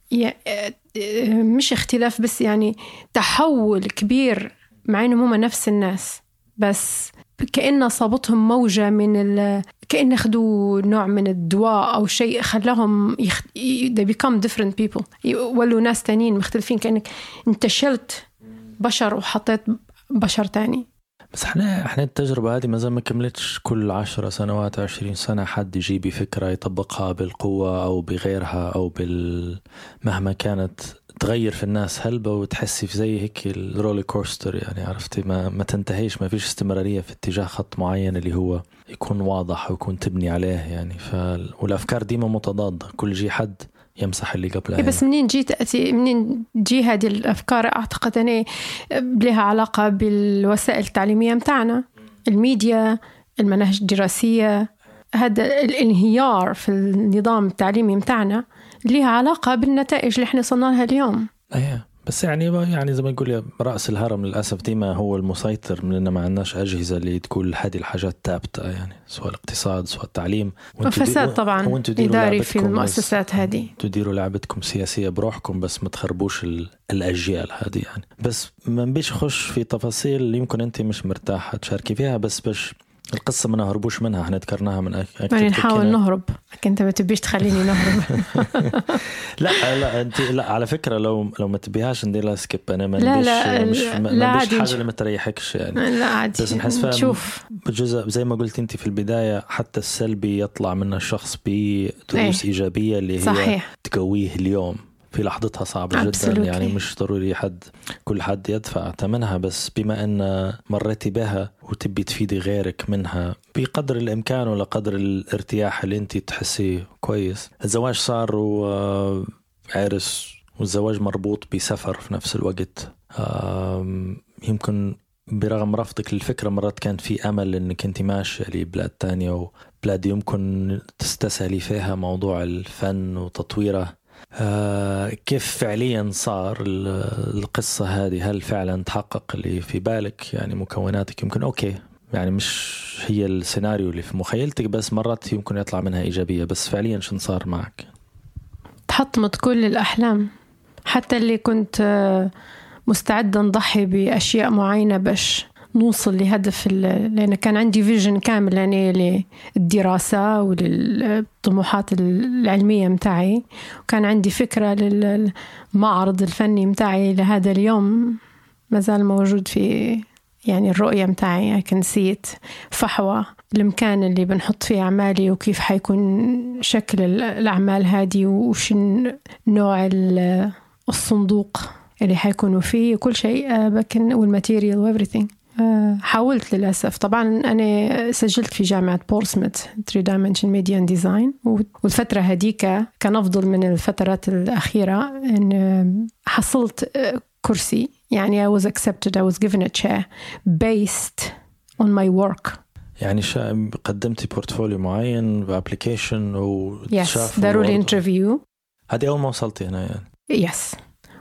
مش اختلاف، بس يعني تحول كبير، مع إنهم هم نفس الناس، بس كأن صابتهم موجة كأن أخذوا نوع من الدواء أو شيء خلاهم they become different people، ولو ناس تانيين مختلفين، كأنك انتشلت بشر وحطيت بشر تاني. بس احنا التجربة هذه ما زال ما كملتش كل 10 سنوات 20 سنة حد يجي بفكرة يطبقها بالقوة أو بغيرها أو مهما كانت تغير في الناس هلبة، وتحسي في زي هيك الرولي كوستر، يعني عرفتي ما تنتهيش، ما فيش استمرارية في اتجاه خط معين اللي هو يكون واضح ويكون تبني عليه يعني. والأفكار ديما متضادة، كل جي حد يمسح اللي قبلها. بس منين جي هذه الأفكار؟ أعتقد أنه لها علاقة بالوسائل التعليمية متاعنا، الميديا، المناهج الدراسية، هذا الانهيار في النظام التعليمي متاعنا لها علاقة بالنتائج اللي احنا صلنا لها اليوم. بس يعني زي ما نقول رأس الهرم للأسف ديما هو المسيطر، من إنه ما عندناش أجهزة اللي تقول هذه الحاجات ثابتة، يعني سواء الاقتصاد سواء التعليم، وفساد طبعا إداري في المؤسسات هذه. تديروا لعبتكم سياسية بروحكم، بس ما تخربوش الأجيال هذه يعني. بس ما نبيش خش في تفاصيل اللي يمكن أنت مش مرتاحة تشاركي فيها، بس باش القصة ما نهربوش منها، احنا ذكرناها من أكثر، يعني نحاول نهرب عليك أنت ما تبيش تخليني نهرب. لا أنت لا على فكرة لو ما تبيهاش ندير لها سكيب. أنا ما لا حاجة اللي ما تريحكش يعني. لا عادي. بس نحس شوف بجزء زي ما قلت أنت في البداية حتى السلبي يطلع منه الشخص بدروس إيجابية اللي هي صحيح. تقويه اليوم في لحظتها صعبة جدا يعني مش ضروري كل حد يدفع ثمنها، بس بما أن مريتي بها وتبي تفيدي غيرك منها بقدر الإمكان ولا قدر الارتياح اللي أنت تحسيه كويس. الزواج صار وعرس والزواج مربوط بسفر في نفس الوقت. يمكن برغم رفضك للفكرة مرات كان في أمل أنك أنت ماشية لبلاد تانية وبلاد يمكن تستسهلي فيها موضوع الفن وتطويره. كيف فعليا صار القصة هذه؟ هل فعلا تحقق اللي في بالك؟ يعني مكوناتك يمكن أوكي يعني مش هي السيناريو اللي في مخيلتك، بس مرات يمكن يطلع منها إيجابية، بس فعليا شن صار معك؟ تحطمت كل الأحلام، حتى اللي كنت مستعدة نضحي بأشياء معينة باش نوصل لهدف لأن كان عندي فيجن كامل يعني للدراسة وللطموحات العلمية متاعي، وكان عندي فكرة للمعرض الفني متاعي لهذا اليوم مازال موجود في يعني الرؤية متاعي. كان نسيت فحوى المكان اللي بنحط فيه أعمالي وكيف حيكون شكل الأعمال هذه وش نوع الصندوق اللي حيكونوا فيه وكل شيء لكن والماتيريال وإيفريثينج. حاولت للأسف. طبعا أنا سجلت في جامعة بورسموث 3 Dimension Media and Design، والفترة هديك كان أفضل من الفترات الأخيرة إن حصلت كرسي يعني I was accepted, I was given a chair based on my work. يعني قدمتي بورتفوليو معين بأبليكيشن وشافوا داروا لي انترفيو. هذه أول ما وصلتي هنا يعني؟ يس.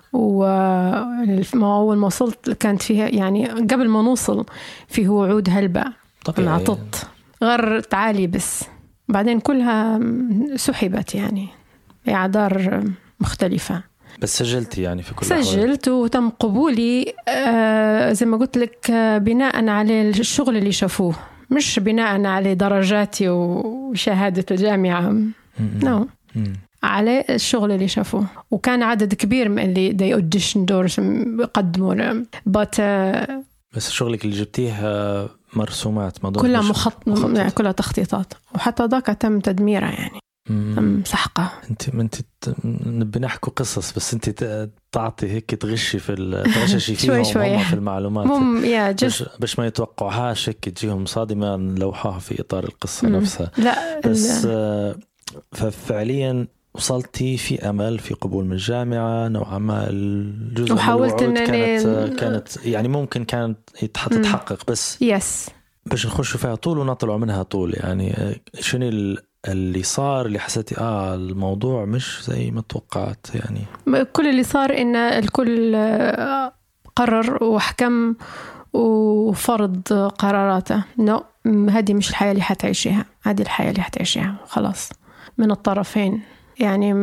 أول ما وصلت كانت فيها يعني قبل ما نوصل فيه وعود هلبة انعطت غير تعالي، بس بعدين كلها سحبت يعني بأعذار مختلفة. بس سجلتي يعني في كل سجلت وتم قبولي زي ما قلت لك بناء على الشغل اللي شافوه، مش بناء على درجاتي وشهادة الجامعة. نو على الشغل اللي شافوه، وكان عدد كبير من اللي they audition doors يقدموا بس شغلك اللي جبتيه مرسومات كلها يعني كلها تخطيطات، وحتى ذاك تم تدميرها يعني تم سحقة. انت نبي نحكوا قصص بس انت تعطي هيك تغشي في تغششي فيهم هم في المعلومات باش ما يتوقعوهاش هيك تجيهم صادمة نلوحوها في إطار القصة نفسها. لا بس ففعليا وصلتي في أمل في قبول من الجامعة نوعا ما. الجزء وحاولت من كانت يعني ممكن كانت تتحقق، بس يس باش نخشوا فيها طول ونطلعوا منها طول. يعني شنو اللي صار اللي حسيتي الموضوع مش زي ما توقعت؟ يعني كل اللي صار إن الكل قرر وحكم وفرض قراراته. هذه مش الحياة اللي حتعيشها، هذه الحياة اللي حتعيشها خلاص من الطرفين، يعني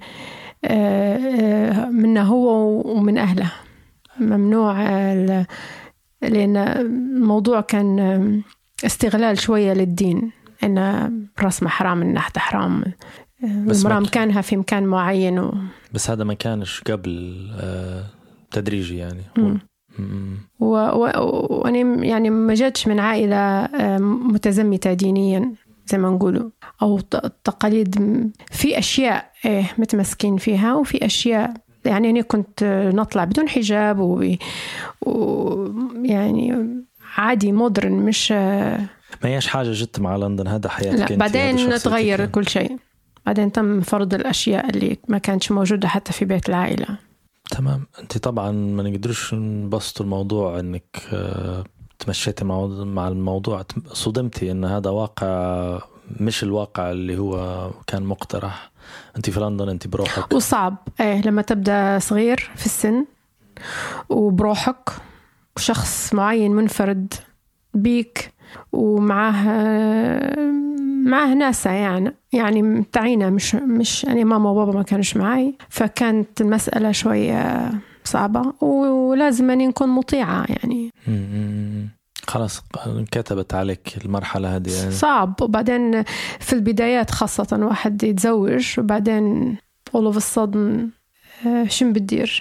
منه هو ومن أهله. ممنوع لأن الموضوع كان استغلال شوية للدين، إن رسمة حرام النحت حرام، المرأة مكانها في مكان معين بس هذا ما كانش قبل تدريجي يعني. وأنا يعني ما جاتش من عائلة متزمتة دينيا زي ما نقولوا، أو تقاليد. في أشياء متمسكين فيها وفي أشياء يعني أنا كنت نطلع بدون حجاب يعني عادي مودرن، مش ما هيش حاجة جت مع لندن، هذا حياتك. لا بعدين تغير كل شيء، بعدين تم فرض الأشياء اللي ما كانتش موجودة حتى في بيت العائلة. تمام. أنت طبعا ما نقدرش نبسط الموضوع أنك تمشيتي مع الموضوع، صدمتي أن هذا واقع مش الواقع اللي هو كان مقترح. أنت في لندن، أنت بروحك، وصعب لما تبدأ صغير في السن وبروحك وشخص معين منفرد بيك ومعه ناسا يعني تعينا، مش يعني ماما وبابا ما كانش معي، فكانت المسألة شوية صعبة ولازم أن نكون مطيعة يعني. خلاص كتبت عليك المرحلة هذه يعني. صعب. وبعدين في البدايات خاصة واحد يتزوج وبعدين all of a sudden شن بتدير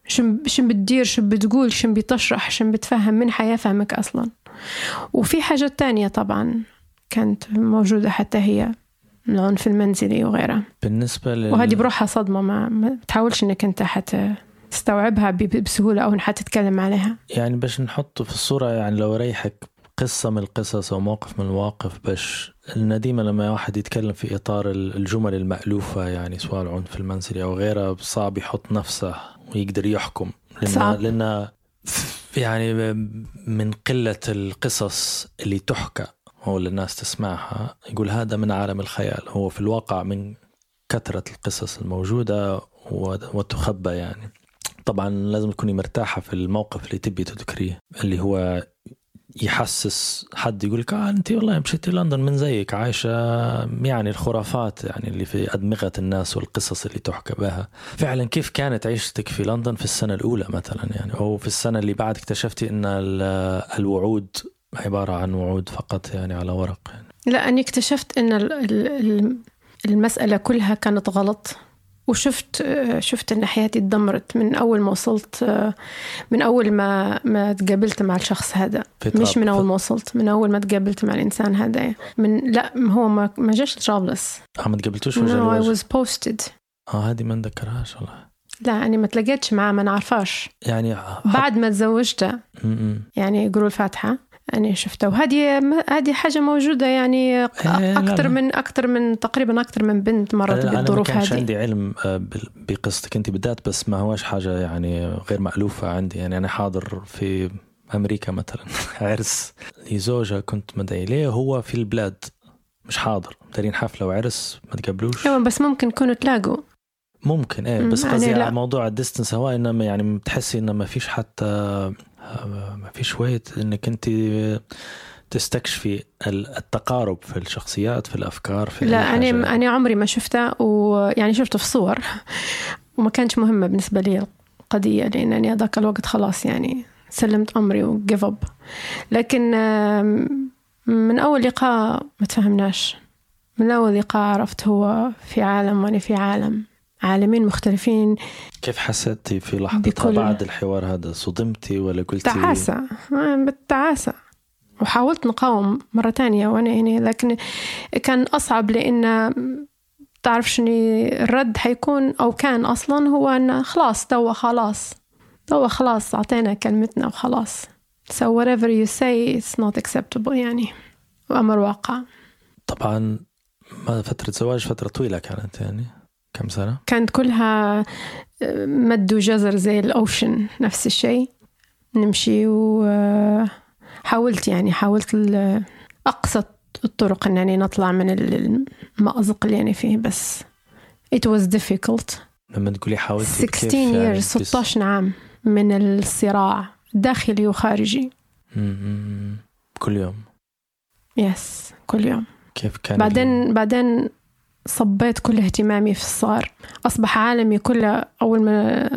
شو بتقول شو بتشرح شو بتفهم من حيفهمك أصلا. وفي حاجات تانية طبعا كانت موجودة حتى هي العنف المنزلي وغيرها بالنسبة وهذه بروحها صدمة ما بتحاولش انك انت حتى تستوعبها بسهولة او حتى تتكلم عليها. يعني باش نحطه في الصورة يعني لو ريحك قصة من القصص او موقف من المواقف باش النديمة لما واحد يتكلم في اطار الجمل المألوفة يعني سواء العنف المنزلي او غيره صعب يحط نفسه ويقدر يحكم لأن يعني من قلة القصص اللي تحكى هو اللي الناس تسمعها يقول هذا من عالم الخيال. هو في الواقع من كثرة القصص الموجودة وتخبى يعني. طبعا لازم تكوني مرتاحة في الموقف اللي تبي تذكريه اللي هو يحسس حد يقولك أنت والله مشيتي لندن من زيك عايشة يعني الخرافات يعني اللي في أدمغة الناس والقصص اللي تحكى بها. فعلا كيف كانت عيشتك في لندن في السنة الأولى مثلا يعني أو في السنة اللي بعد اكتشفتي أن الوعود عبارة عن وعود فقط يعني على ورق يعني. لا أني اكتشفت أن المسألة كلها كانت غلط وشفت أن حياتي اتدمرت من أول ما وصلت من أول ما تقابلت مع الشخص هذا. مش من أول ما وصلت من أول ما تقابلت مع الإنسان هذا لا هو ما جاش جابلس ما تقابلتوش وجه الوجه. I was posted. هذه ما نذكرهاش والله. لا أنا ما تلاقيتش معاه ما نعرفش يعني بعد ما تزوجت يعني يقولوا الفاتحة أنا شفته. وهذه حاجة موجودة يعني أكثر من تقريبا أكثر من بنت مرت بالظروف هذه. أنا ما كانش عندي علم بقصتك أنت بالذات بس ما هواش حاجة يعني غير مألوفة عندي يعني. أنا حاضر في أمريكا مثلا عرس لزوجة كنت مدعي ليه هو في البلاد مش حاضر دارين حفلة وعرس ما تقابلوش. بس ممكن كونوا تلاقوا ممكن بس قصدي على موضوع الديستنس هو إنما يعني بتحسي إنه ما فيش حتى ما فيش وقت إنك أنت تستكشفي التقارب في الشخصيات في الأفكار في لا أنا عمري ما شفته ويعني شفته في صور وما كانش مهمة بالنسبة لي القضية لأنني ذاك الوقت خلاص يعني سلمت أمري وجيف أب. لكن من أول لقاء ما تفهمناش. من أول لقاء عرفت هو في عالم وأنا في عالمين مختلفين. كيف حسيتي في لحظة بعد الحوار هذا؟ صدمتي ولا قلتي بالتعاسة وحاولت نقاوم مرة تانية وأنا يعني لكن كان أصعب لأن تعرف شنو الرد حيكون أو كان أصلا هو أن خلاص توا خلاص أعطينا كلمتنا وخلاص so whatever you say it's not acceptable يعني وأمر واقع. طبعا فترة زواج فترة طويلة كانت يعني كم سنة؟ كانت كلها مد وجزر زي الأوشن نفس الشيء نمشي وحاولت أقصى الطرق أنني نطلع من المأزق اللي أنا فيه بس it was difficult. لما تقولي حاولت 16 years 16 عام من الصراع داخلي وخارجي كل يوم كل يوم. كيف كان بعدين صبيت كل اهتمامي في الصار. أصبح عالمي كله أول ما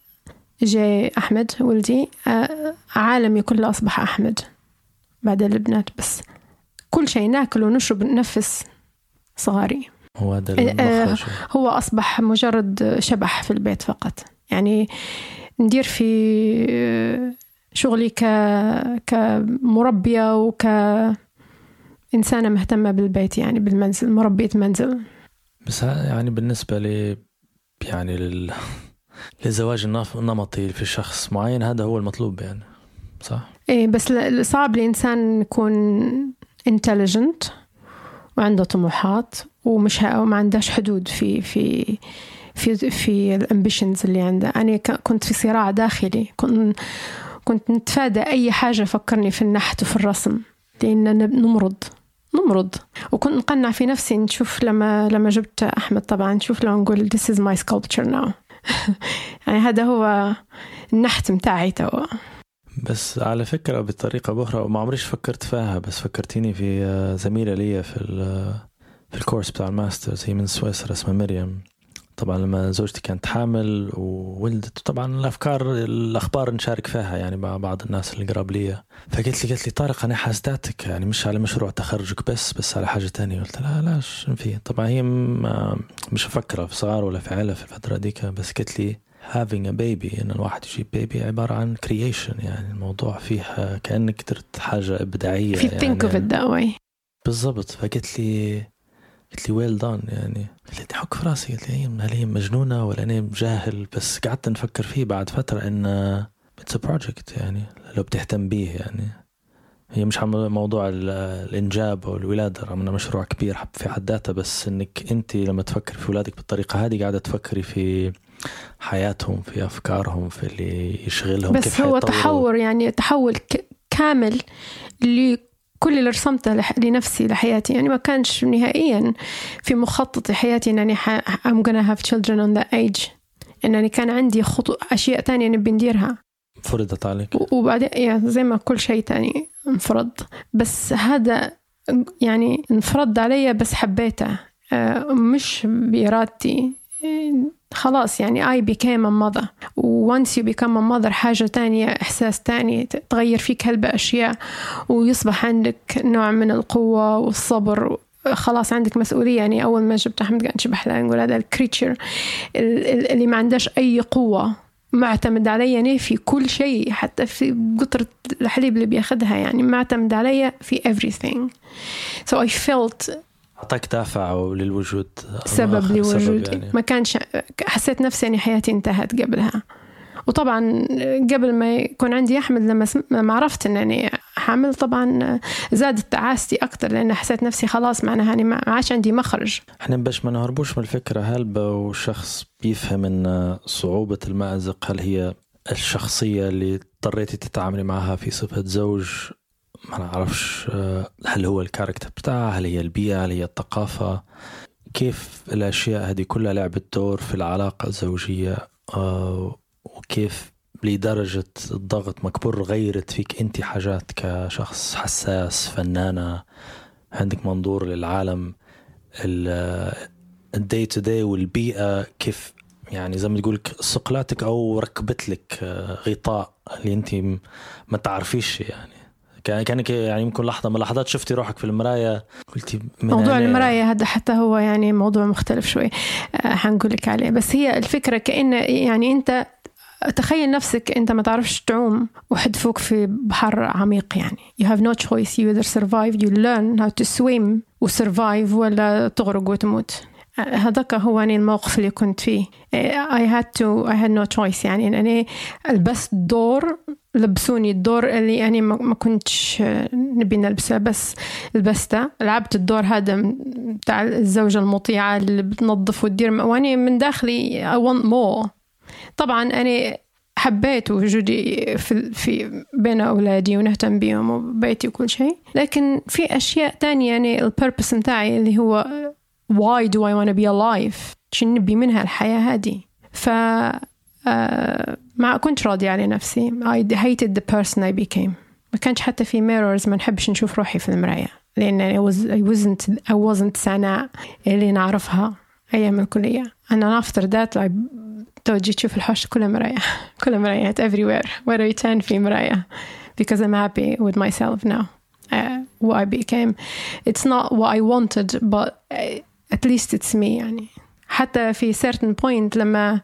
جاء أحمد ولدي عالمي كله أصبح أحمد بعد البنات بس كل شيء ناكل ونشرب ننفس صغاري. هو أصبح مجرد شبح في البيت فقط يعني ندير في شغلي كمربية إنسانة مهتمة بالبيت يعني بالمنزل مربية منزل. بس يعني بالنسبة لي يعني للزواج النمطي في شخص معين هذا هو المطلوب يعني صح؟ بس صعب لإنسان يكون intelligent وعنده طموحات وما عندهش حدود في الامبيشنز اللي عنده. أنا كنت في صراع داخلي كنت نتفادى أي حاجة فكرني في النحت وفي الرسم لأن نمرض وكنت نقنع في نفسي نشوف لما جبت أحمد طبعا نشوف لو نقول this is my sculpture now يعني هذا هو النحت متاعي توا. بس على فكرة بطريقة بأخرى ما عمريش فكرت فيها بس فكرتيني في زميلة لي في الكورس بتاع الماسترز هي من سويسرا اسمها مريم طبعا لما زوجتي كانت حامل وولدت، طبعا الأخبار نشارك فيها يعني مع بعض الناس اللي قراب لي، فقلت لي طارق أنا حاسداتك يعني مش على مشروع تخرجك بس على حاجة تانية. قلت لا شو فيه. طبعا هي مش أفكر في صغار ولا في عائلة في الفترة ديك، بس قلت لي having a baby إن الواحد يجيب بيبي عبارة عن creation، يعني الموضوع فيه كأنك درت حاجة إبداعية في يعني think of it that way بالضبط. فقلت لي well done يعني. قلت لي حك في راسي، قلت لي هل هي مجنونة ولا أنا جاهل؟ بس قعدت نفكر فيه بعد فترة إن it's a project يعني لو بتهتم بيه، يعني هي مش موضوع الإنجاب أو الولادة رغم إنه مشروع كبير في حد ذاته، بس إنك أنت لما تفكر في أولادك بالطريقة هذه قاعدة تفكري في حياتهم، في أفكارهم، في اللي يشغلهم، بس كيف هو تحول يعني تحول كامل كل اللي رسمته لنفسي لحياتي. يعني ما كانش نهائيا في مخطط حياتي أنني I'm gonna have children on that age، أنني كان عندي أشياء تانية نبي نديرها فرضت عليك، وبعدين يعني زي ما كل شيء تاني انفرض، بس هذا يعني انفرض علي بس حبيته مش بإرادتي. خلاص يعني I became a mother. once you become a mother حاجة تانية، إحساس تاني، تغير فيك هالأشياء ويصبح عندك نوع من القوة والصبر. خلاص عندك مسؤولية. يعني أول ما جبت أحمد قاعد نشبح له نقول هذا الكريتشر اللي ما عندهش أي قوة، معتمد علي يعني في كل شيء، حتى في قطرة الحليب اللي بياخدها، يعني معتمد علي في everything. so I felt أعطاك دافع للوجود، سبب لوجود يعني. ما كانش حسيت نفسي يعني حياتي انتهت قبلها. وطبعا قبل ما يكون عندي أحمد لما عرفت أنني حامل، طبعا زادت تعاستي أكتر، لأن حسيت نفسي خلاص معناها أني ما عادش عندي مخرج. احنا باش ما نهربوش من الفكرة هلبة وشخص بيفهم أن صعوبة المأزق هل هي الشخصية اللي اضطريتي تتعاملي معها في صفة زوج، ما نعرفش هل هو الكاركتر بتاعها، هل هي البيئة، هل هي الثقافة، كيف الأشياء هذه كلها لعبت دور في العلاقة الزوجية، وكيف لدرجة الضغط مكبر غيرت فيك أنت حاجات كشخص حساس، فنانة، عندك منظور للعالم، الداي تو داي والبيئة، كيف يعني زي ما تقولك صقلاتك أو ركبت لك غطاء اللي أنت ما تعرفيش. يعني كانك يعني يمكن لحظة من اللحظات شفتي روحك في المراية قلتي موضوع المراية هذا حتى هو يعني موضوع مختلف شوي حنقولك عليه. بس هي الفكرة كأن يعني أنت تخيل نفسك أنت ما تعرفش تعوم وحدفوك في بحر عميق، يعني you have no choice, you either survive, you learn how to swim وsurvive، ولا تغرق وتموت. هذاك هو يعني الموقف اللي كنت فيه. I had no choice، يعني أني لبست دور، لبسوني الدور اللي يعني ما كنتش نبي نلبسه، بس لبسته، لعبت الدور هذا بتاع الزوجة المطيعة اللي بتنظف وتدير، واني من داخلي I want more. طبعا أنا حبيت وجودي في بين أولادي ونهتم بيهم وبيتي وكل شيء، لكن في أشياء تانية يعني البيربس متاعي اللي هو why do I want to be alive، شو نبي منها الحياة هذه. ما كنت راضي على نفسي. I hated the person I became. ما كانش حتى في mirrors، ما نحبش نشوف روحي في المراية، لأن I wasn't سناء اللي نعرفها أيام الكلية. أنا after that توجي تشوف الحوش كل مراية everywhere where I turn في مراية because I'm happy with myself now. What I became, it's not what I wanted but at least it's me. يعني حتى في certain point لما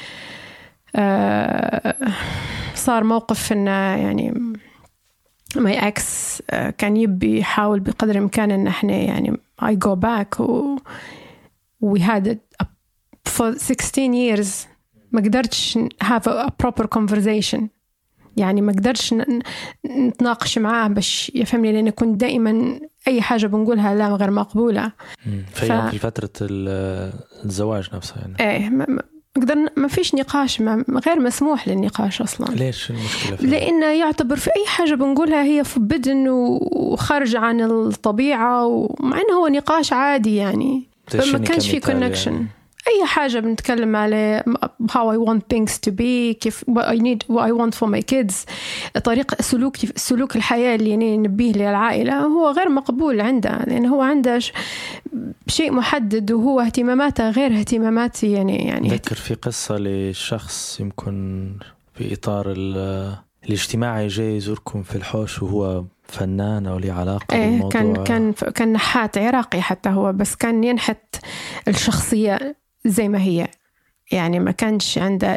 صار موقف إن يعني my ex كان يبي يحاول بقدر الإمكان إن إحنا يعني I go back we had it for 16 years. ما قدرتش have a proper conversation، يعني ما قدرتش نتناقش معاه باش يفهمني، لأن كنت دائما أي حاجة بنقولها لا غير مقبولة. في فترة الزواج نفسه يعني إيه ما فيش نقاش، غير مسموح للنقاش أصلا. ليش المشكلة فيه؟ لأنه يعتبر في أي حاجة بنقولها هي forbidden وخارج عن الطبيعة، ومع أنه هو نقاش عادي يعني، فما كانش في connection. أي حاجة بنتكلم عليه how I want things to be كيف what I want for my kids طريقة سلوك الحياة اللي يعني نبيه للعائلة هو غير مقبول عنده لأن هو عنده شيء محدد وهو اهتماماته غير اهتماماتي يعني ذكر في قصة لشخص يمكن في إطار الاجتماعي جاي يزوركم في الحوش وهو فنان أو لي علاقة بالموضوع. كان نحات عراقي حتى هو بس كان ينحت الشخصية زي ما هي يعني ما كانش عنده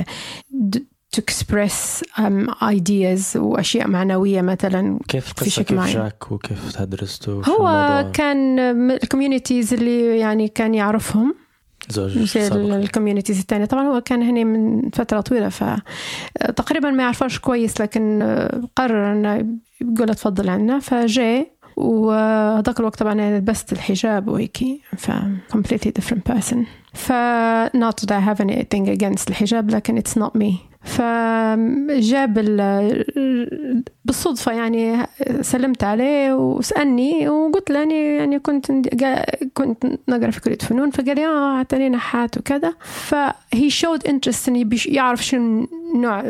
to express ideas وأشياء معنوية مثلا. كيف قصة كيف جاك وكيف تدرسته؟ هو كان الكوميونيتيز اللي يعني كان يعرفهم الكوميونيتيز الثانية طبعا هو كان هنا من فترة طويلة فتقريبا ما يعرفش كويس لكن قرر أنه يقول تفضل عنا فجاء وذاك الوقت طبعا أنا لبست الحجاب وهيكي completely different person not that I have anything against الحجاب لكن it's not me. فجاب بالصدفة يعني سلمت عليه وسألني وقلت له يعني كنت نقرأ في كلية فنون فقال لي اعطاني نحات وكذا he showed interest إنه يعرف شو نوع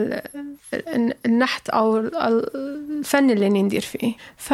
النحت أو الفن اللي ندير فيه.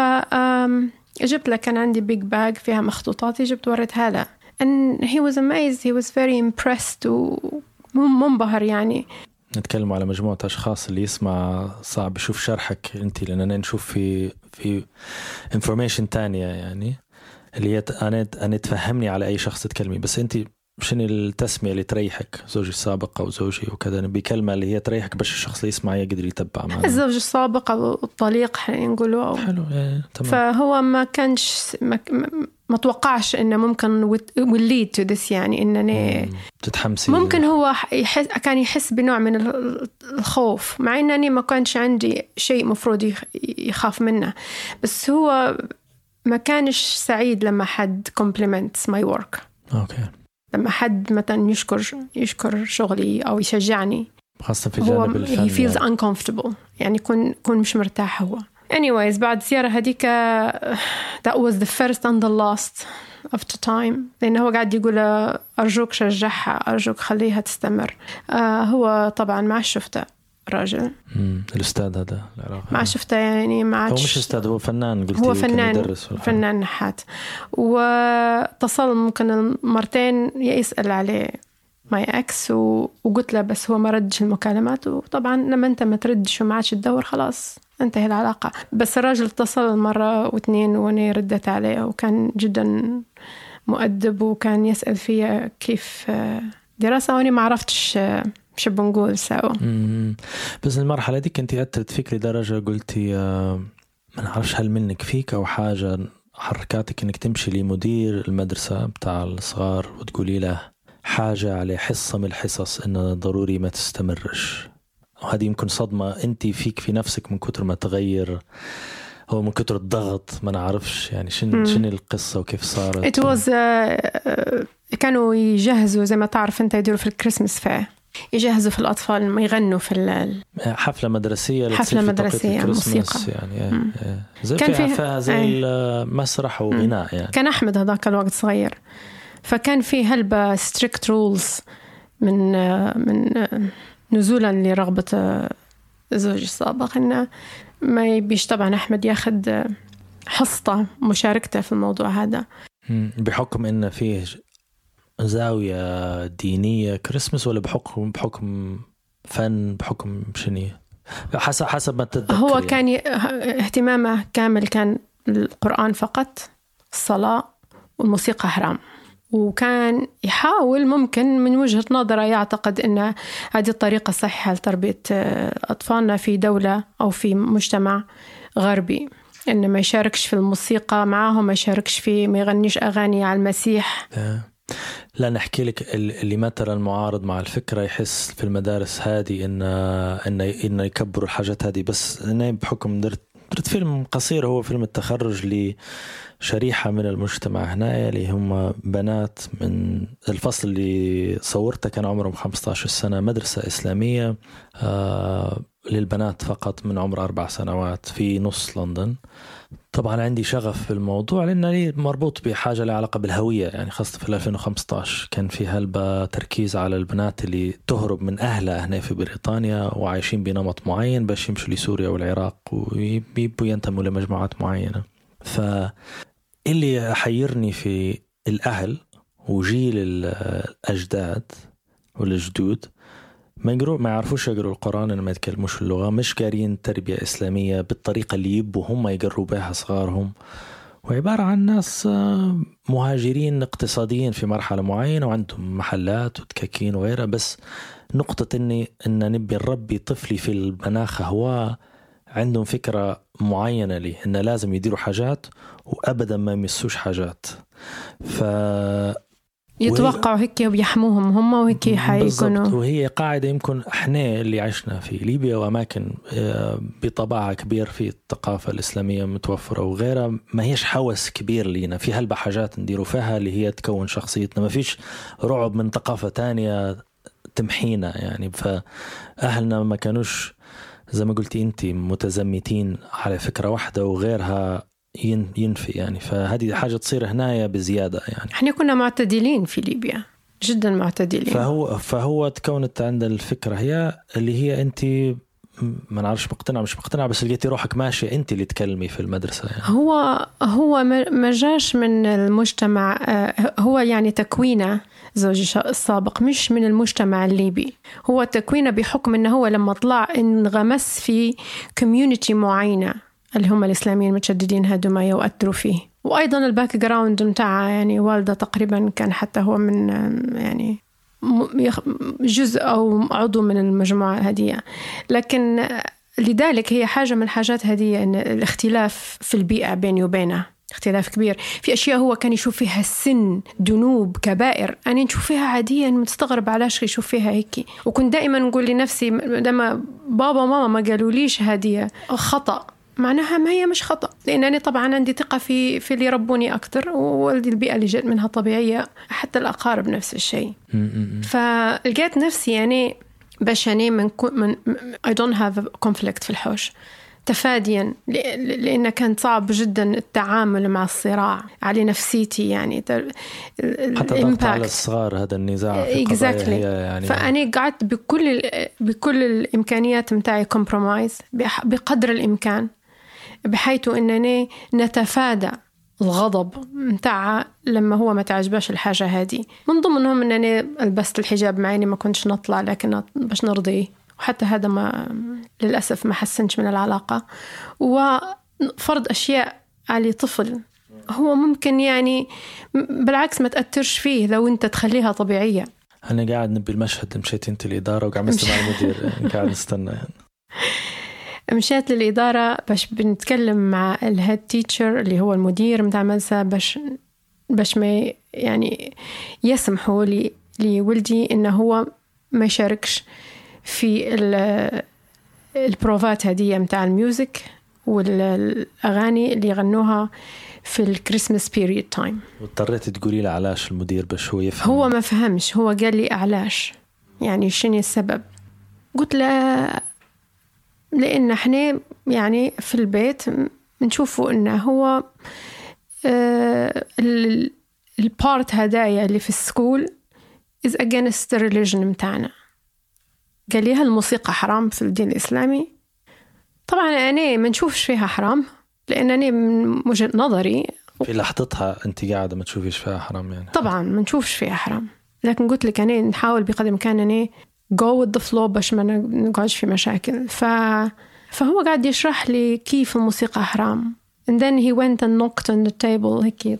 فجبت له كان عندي big bag فيها مخطوطاتي جبت وريتها له and he was amazed he was very impressed ومنبهر يعني. نتكلم على مجموعة أشخاص اللي يسمع صعب يشوف شرحك أنت لأننا نشوف في information تانية يعني اللي هي أنا تفهمني على أي شخص تكلمي بس أنت شنو التسمية اللي تريحك زوجي السابق أو زوجي وكذا بكلمة اللي هي تريحك باش الشخص اللي يسمع يقدر يتبع معنا. الزوج السابق أو الطليق نقوله حلو تمام. فهو ما كانش ما توقعش إنه ممكن will lead to this يعني إنني تتحمسي ممكن هو كان يحس بنوع من الخوف مع إنني ما كانش عندي شيء مفروض يخاف منه بس هو ما كانش سعيد لما حد compliments my work. أوكي. لما حد مثلا يشكر شغلي أو يشجعني خاصة في جانب الفن he feels uncomfortable يعني يكون مش مرتاح هو. Anyways بعد الزيارة هذيك that was the first and the last of the time لأنه هو قاعد يقول أرجوك شجعها أرجوك خليها تستمر. هو طبعا ما شفته راجل الأستاذ هذا العراقي ما شفته يعني ما هو مش أستاذ هو فنان قلتي هو فنان نحات واتصل ممكن مرتين يسأل عليه ماي اكس وقلت له بس هو ما ردش المكالمات وطبعا لما انت ما تردش وما عادش تدور خلاص انتهي العلاقة. بس الراجل اتصل مرة واثنين وانا ردت عليه وكان جدا مؤدب وكان يسأل فيها كيف دراسة وانا ما عرفتش شو بنقول سوا. بس المرحلة دي كنتي أثرت فيك لدرجة قلتي ما نعرفش هل منك فيك أو حاجة حركاتك إنك تمشي لمدير المدرسة بتاع الصغار وتقولي له حاجة على حصة من الحصص إنه ضروري ما تستمرش وهذه يمكن صدمة أنت فيك في نفسك من كتر ما تغير هو من كتر الضغط ما نعرفش يعني شنو القصة وكيف صارت. It was كانوا يجهزوا زي ما تعرف أنت يديروا في الكريسماس فيه يجهزوا في الأطفال ما يغنوا في حفلة مدرسية موسيقى يعني زي كان فيها زي المسرح وغناء يعني. كان أحمد هذاك الوقت صغير فكان فيه هلبة strict rules من نزولا لرغبة الزوج السابق إنه ما يبيش طبعا أحمد ياخد حصته مشاركته في الموضوع هذا بحكم إنه فيه زاوية دينية كريسمس ولا بحكم فن بحكم شنو حسب ما تتذكر. هو كان اهتمامه كامل كان القرآن فقط الصلاة والموسيقى حرام وكان يحاول ممكن من وجهة نظره يعتقد أن هذه الطريقة صحيحة لتربية أطفالنا في دولة أو في مجتمع غربي إنه ما يشاركش في الموسيقى معاهم ما يشاركش ما يغنيش أغاني على المسيح. لا نحكي لك اللي مثلا المعارض مع الفكرة يحس في المدارس هذه إنه يكبروا الحاجات هذه بس أنا بحكم درت فيلم قصير هو فيلم التخرج لشريحة من المجتمع هنا اللي هم بنات من الفصل اللي صورته كان عمرهم 15 سنة مدرسة إسلامية للبنات فقط من عمر 4 سنوات في نص لندن. طبعا عندي شغف في الموضوع لأنه لي مربوط بحاجة لها علاقة بالهوية، يعني خاصة في 2015 كان في هلبة تركيز على البنات اللي تهرب من أهلها هنا في بريطانيا وعايشين بنمط معين باش يمشوا لسوريا والعراق ويبوا ينتموا لمجموعات معينة. فاللي حيرني في الأهل وجيل الأجداد والجدود ما يعرفوش يقروا القرآن، ما يتكلموش اللغة، مش قارين تربية إسلامية بالطريقة اللي يبوا هم يقروا بها صغارهم، وعبارة عن ناس مهاجرين اقتصاديين في مرحلة معينة وعندهم محلات وتكاكين وغيرها. بس نقطة إن نبي نربي طفلي في المناخ هو عندهم فكرة معينة لي إن لازم يديروا حاجات وأبدا ما يمسوش حاجات، يتوقعوا هيك وبيحموهم هم وهيك حيكونوا. وهي قاعدة يمكن احنا اللي عشنا في ليبيا وأماكن بطبعها كبير في الثقافة الإسلامية متوفرة وغيرها، ما هيش حوس كبير لينا في هلبة حاجات نديروا فيها اللي هي تكون شخصيتنا، ما فيش رعب من ثقافة تانية تمحينا يعني. فأهلنا ما كانوش زي ما قلتي انتي متزمتين على فكرة واحدة وغيرها ينفي يعني. فهذه حاجة تصير هنا بزيادة يعني. احنا كنا معتدلين في ليبيا جدا معتدلين. فهو تكونت عند الفكرة هي اللي هي انت ما نعرفش مش مقتنع بس لقيتي روحك ماشية انت اللي تكلمي في المدرسة يعني. هو ما جاش من المجتمع، هو يعني تكوينه زوجي السابق مش من المجتمع الليبي، هو تكوينه بحكم انه هو لما طلع انغمس في كوميونيتي معينة اللي هم الإسلاميين المتشددين هادوا ما يؤثروا فيه. وأيضا الباك جراوند متاعه يعني والده تقريبا كان حتى هو من يعني جزء أو عضو من المجموعة هذه. لكن لذلك هي حاجة من الحاجات هذه أن الاختلاف في البيئة بيني وبينه اختلاف كبير في أشياء هو كان يشوف فيها السن ذنوب كبائر أنا نشوف فيها عادية، مستغرب علاش يشوف فيها هيك. وكنت دائما نقول لنفسي لما بابا وماما ما قالوا ليش هذه خطأ معناها ما هي مش خطأ، لأن أنا طبعا عندي ثقة في اللي يربوني أكتر، ووالدي البيئة اللي جاءت منها طبيعية، حتى الأقارب نفس الشيء. فلقيت نفسي يعني باش أنا من I don't have a conflict في الحوش تفاديا، لأنه كان صعب جدا التعامل مع الصراع على نفسيتي يعني حتى ضغط على الصغار هذا النزاع في القضايا يعني. فأنا قعدت بكل الإمكانيات متاعي compromise بقدر الإمكان بحيث أنني نتفادى الغضب متاعها لما هو ما تعجبش الحاجة هذه. من ضمنهم أنني لبست الحجاب معيني ما كنتش نطلع لكن باش نرضيه، وحتى هذا ما للأسف ما حسنش من العلاقة. وفرض أشياء على طفل هو ممكن يعني بالعكس ما تأثرش فيه لو أنت تخليها طبيعية. أنا قاعد نبي المشهد، مشيت أنت الإدارة وقاعد نستمع المدير قاعد نستنى يعني. مشيت للإدارة باش بنتكلم مع الهيد تيتشر اللي هو المدير متاع المدرسة باش ما يعني يسمحوا لولدي إنه هو ما يشاركش في البروفات هذه متاع الميوزك والأغاني اللي يغنوها في الكريسماس بيريد تايم. واضطريت تقولي له علاش المدير باش هو يفهم؟ هو ما فهمش، هو قال لي علاش يعني شنو السبب. قلت له لأن احنا يعني في البيت نشوفوا انه هو البارت هدايا اللي في السكول is against the religion متاعنا. قال لي هل الموسيقى حرام في الدين الإسلامي؟ طبعا أنا ما نشوفش فيها حرام، لأنني من وجهة نظري في لحظتها أنت قاعدة ما تشوفيش فيها حرام يعني. طبعا ما نشوفش فيها حرام، لكن قلت لك أنا نحاول بقدر الإمكان أني go with the flow باش ما نقعدش في مشاكل. فهو قاعد يشرح لي كيف الموسيقى حرام. and then he went and knocked on the table هيك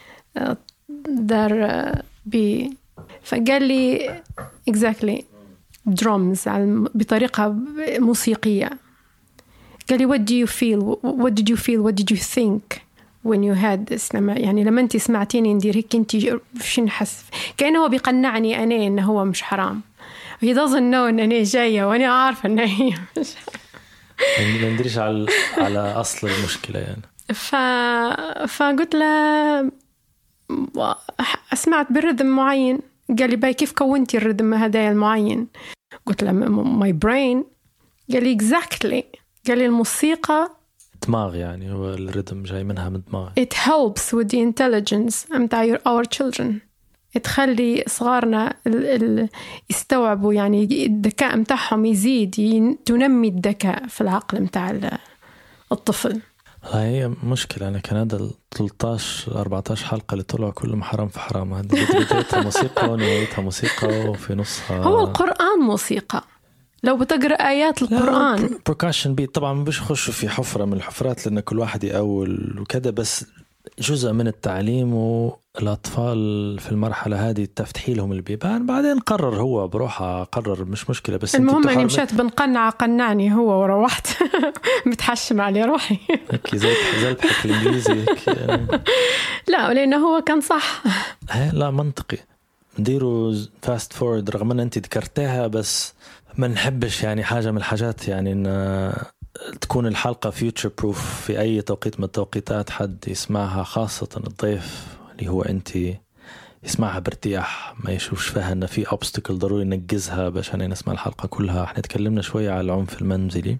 دار فقال لي exactly drums بطريقة موسيقية. قال لي what do you feel what did you think when you had this. لما أنت سمعتيني ندير هيك أنت شو نحس؟ كأنه هو بيقنعني أنا إنه هو مش حرام. he doesn't know إن أنا جاية وأنا عارفة إن هي مش ما ندريش على أصل المشكلة يعني. فقلت له سمعت بالرذم معين. قال لي باي كيف كونتي الرذم هذا المعين؟ قلت له my brain. قال لي exactly. قال لي الموسيقى دماغ يعني، هو الريتم جاي منها من دماغ. It helps with the intelligence متاع our children. تخلي صغارنا يستوعبوا يعني الذكاء متاعهم يزيد، تنمي الذكاء في العقل متاع الطفل. هي مشكلة. أنا كان هذا 13-14 حلقة اللي طلعوا كلهم حرام في حرام. هذه بدايتها موسيقى ونهايتها موسيقى وفي نصها هو القرآن موسيقى. لو بتقرأ آيات القرآن بروكاشن بيت طبعا ما بيش يخشوا في حفرة من الحفرات لأن كل واحد يأول وكذا، بس جزء من التعليم والأطفال في المرحلة هذه تفتحي لهم البيبان، بعدين قرر هو بروحه، قرر مش مشكلة. بس المهم أني مشيت بنقنع قنعني هو وروحت متحشم عليه روحي زي البحث الإنجليزي لا لأنه هو كان صح. لا منطقي. نديروا فاست فورد رغم أن أنت ذكرتها، بس ما نحبش يعني حاجة من الحاجات يعني إن تكون الحلقة future proof في أي توقيت من التوقيتات حد يسمعها، خاصة الضيف اللي هو أنت يسمعها بارتياح، ما يشوفش فيها أن في obstacle ضروري ننجزها باش أنا نسمع الحلقة كلها. احنا تكلمنا شوية على العنف المنزلي،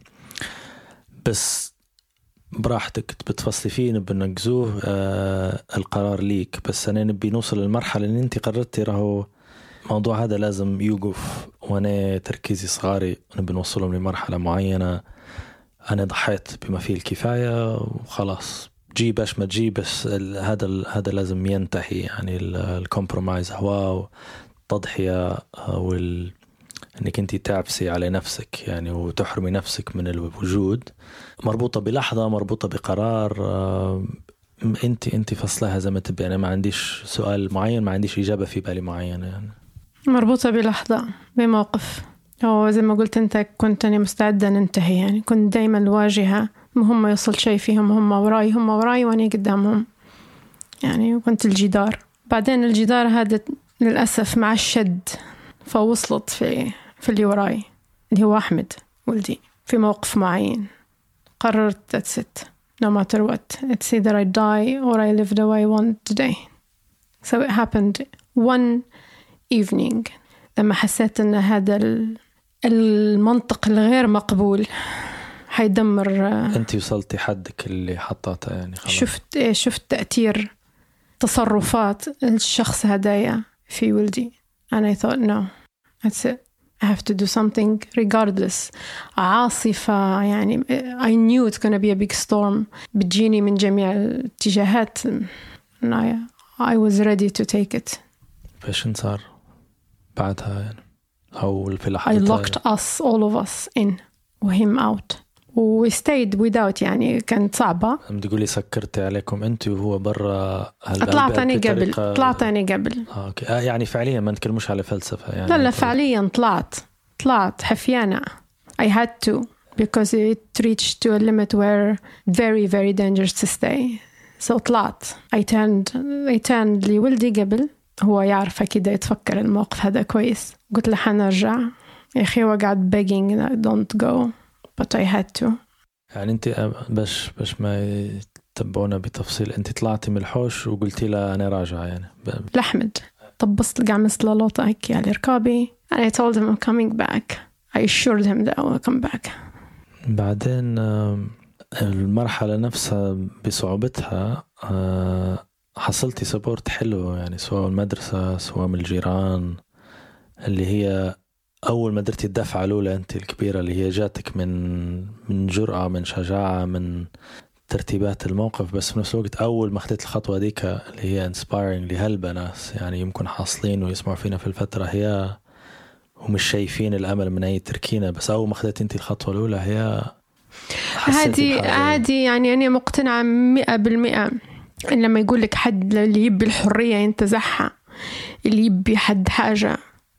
بس براحتك بتفصلي فيه بننجزوه. القرار ليك، بس أنا نبي نوصل للمرحلة اللي أنت قررتي راهو الموضوع هذا لازم يوقف، وأنا تركيزي صغاري نبي نوصلهم لمرحلة معينة. أنا ضحيت بما فيه الكفاية وخلاص، جي باش ما تجي، بس هذا لازم ينتهي. يعني الكومبرومايز هو تضحية إنك أنت تعبسي على نفسك يعني وتحرمي نفسك من الوجود، مربوطة بلحظة، مربوطة بقرار. أنت فصلها زي ما تبي. أنا ما عنديش سؤال معين، ما عنديش إجابة في بالي معينة يعني. مربوطة بلحظة، بموقف. أو زي ما قلت أنت، كنت أنا مستعدة ننتهي يعني، كنت دايما الواجهة، هم يوصل شيء فيهم، هم وراي وأنا قدامهم يعني، وكنت الجدار. بعدين الجدار هذا للأسف مع الشد فوصلت في اللي وراي اللي هو أحمد ولدي. في موقف معين قررت that's it, no matter what, it's either I die or I live the way I want today. So it happened one evening لما حسيت أن هذا المنطق الغير مقبول حيدمر. أنت وصلتي حدك اللي حطاته يعني خلاص. شفت تأثير تصرفات الشخص هدايا في ولدي and I thought no, that's it, I have to do something regardless. عاصفة يعني I knew it's gonna be a big storm بتجيني من جميع الاتجاهات and I was ready to take it. فاش صار بعدها يعني أو في لحظة I locked us all of us in و him out و stayed without يعني كانت صعبة. تقولي سكرتي عليكم أنت وهو برا. طلعت أنا قبل. أوكي. يعني فعليا ما نتكلمش على فلسفة يعني. لا فعليا طلعت حفيانة. I had to because it reached to a limit where very very dangerous to stay. So طلعت. I turned لولدي قبل، هو يعرف كده يتفكر الموقف هذا كويس. قلت له حنرجع يا أخي، وقعد begging don't go but I had to. يعني أنت باش ما يتبعونا بتفصيل، أنت طلعتي من الحوش وقلتي له أنا راجعة يعني لأحمد. طبست قعمست له لوطة هيك على ركابي and I told him I'm coming back. I assured him that I will come back. بعدين المرحلة نفسها بصعوبتها حصلتي سبورت حلو يعني، سواء المدرسة سواء من الجيران، اللي هي أول ما درتي الدفعة الأولى أنت الكبيرة اللي هي جاتك من جرأة، من شجاعة، من ترتيبات الموقف. بس في نفس الوقت أول ما أخذت الخطوة ديك اللي هي inspiring لهالبناس يعني يمكن حاصلين ويسمعوا فينا في الفترة، هي ومش شايفين الأمل من أي تركينة، بس أول ما أخذت أنت الخطوة الأولى هي عادي يعني. أنا مقتنعة 100% إن لما يقول لك حد اللي يبي الحرية ينتزعها، اللي يبي حد حاجة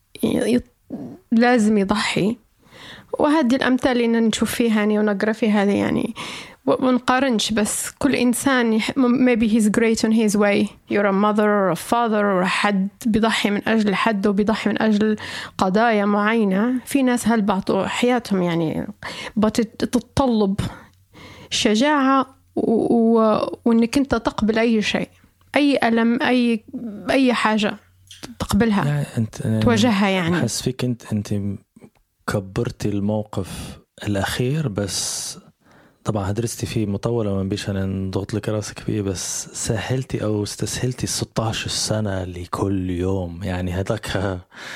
لازم يضحي. وهذه الأمثال اللي نشوف فيها يعني ونقرأ فيها هذه يعني، ونقارنش. بس كل إنسان maybe he's great on his way. you're a mother or a father or حد بيضحي من أجل حد وبيضحي من أجل قضايا معينة. في ناس هل بعطوا حياتهم يعني تتطلب شجاعة وإنك أنت تقبل أي شيء، أي ألم، أي حاجة تقبلها يعني أنت تواجهها يعني. أحس فيك أنت كبرتي الموقف الأخير، بس طبعا درستي فيه مطولة ما بيش أنا نضغط لك راسك فيه، بس سهلتي أو استسهلتي 16 سنة لكل يوم، يعني هذاك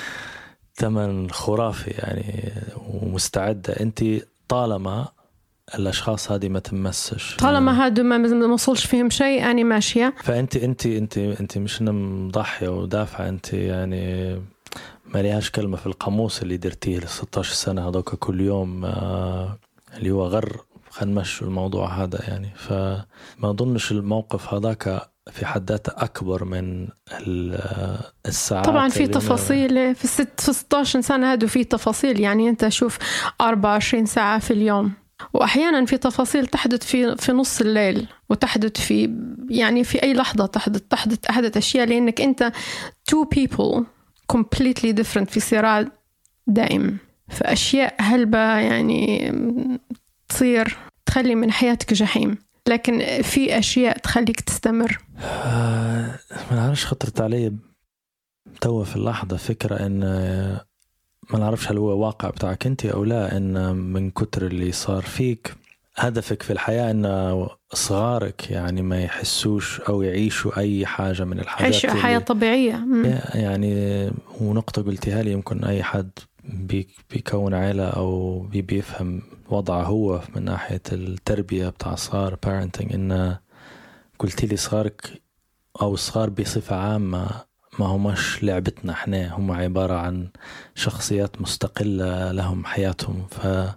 ثمن خرافي يعني. ومستعدة أنت طالما الأشخاص هذه ما تمسش، طالما هادو ما وصلش فيهم شيء أنا ماشية. فأنت مش مضحية ودافعة، أنت يعني ما ليهاش كلمة في القاموس اللي درتيه ل16 سنة هذاك كل يوم، اللي هو غر خلينا نمشوا الموضوع هذا يعني. فما أظنش الموقف هذاك في حد ذاته أكبر من الساعات. طبعا في تفاصيل في 16 سنة هادو في تفاصيل، يعني أنت شوف 24 ساعة في اليوم، وأحيانا في تفاصيل تحدث في نص الليل، وتحدث في يعني في أي لحظة تحدث أشياء، لأنك أنت two people completely different في صراع دائم. فأشياء هلبة يعني تصير تخلي من حياتك جحيم، لكن في أشياء تخليك تستمر. ما نعرفش خطرت علي توا في اللحظة فكرة إن ما نعرفش هل هو واقع بتاعك أنت أو لا، إن من كتر اللي صار فيك هدفك في الحياة إن صغارك يعني ما يحسوش أو يعيشوا أي حاجة من الحاجات، يعيشوا حياة طبيعية يعني. ونقطة قلتها لي يمكن أي حد بيكون عائلة أو بيفهم وضعه هو من ناحية التربية بتاع صغار parenting، إن قلت لي صغارك أو الصغار بصفة عامة ما هماش لعبتنا احنا، هم عبارة عن شخصيات مستقلة لهم حياتهم.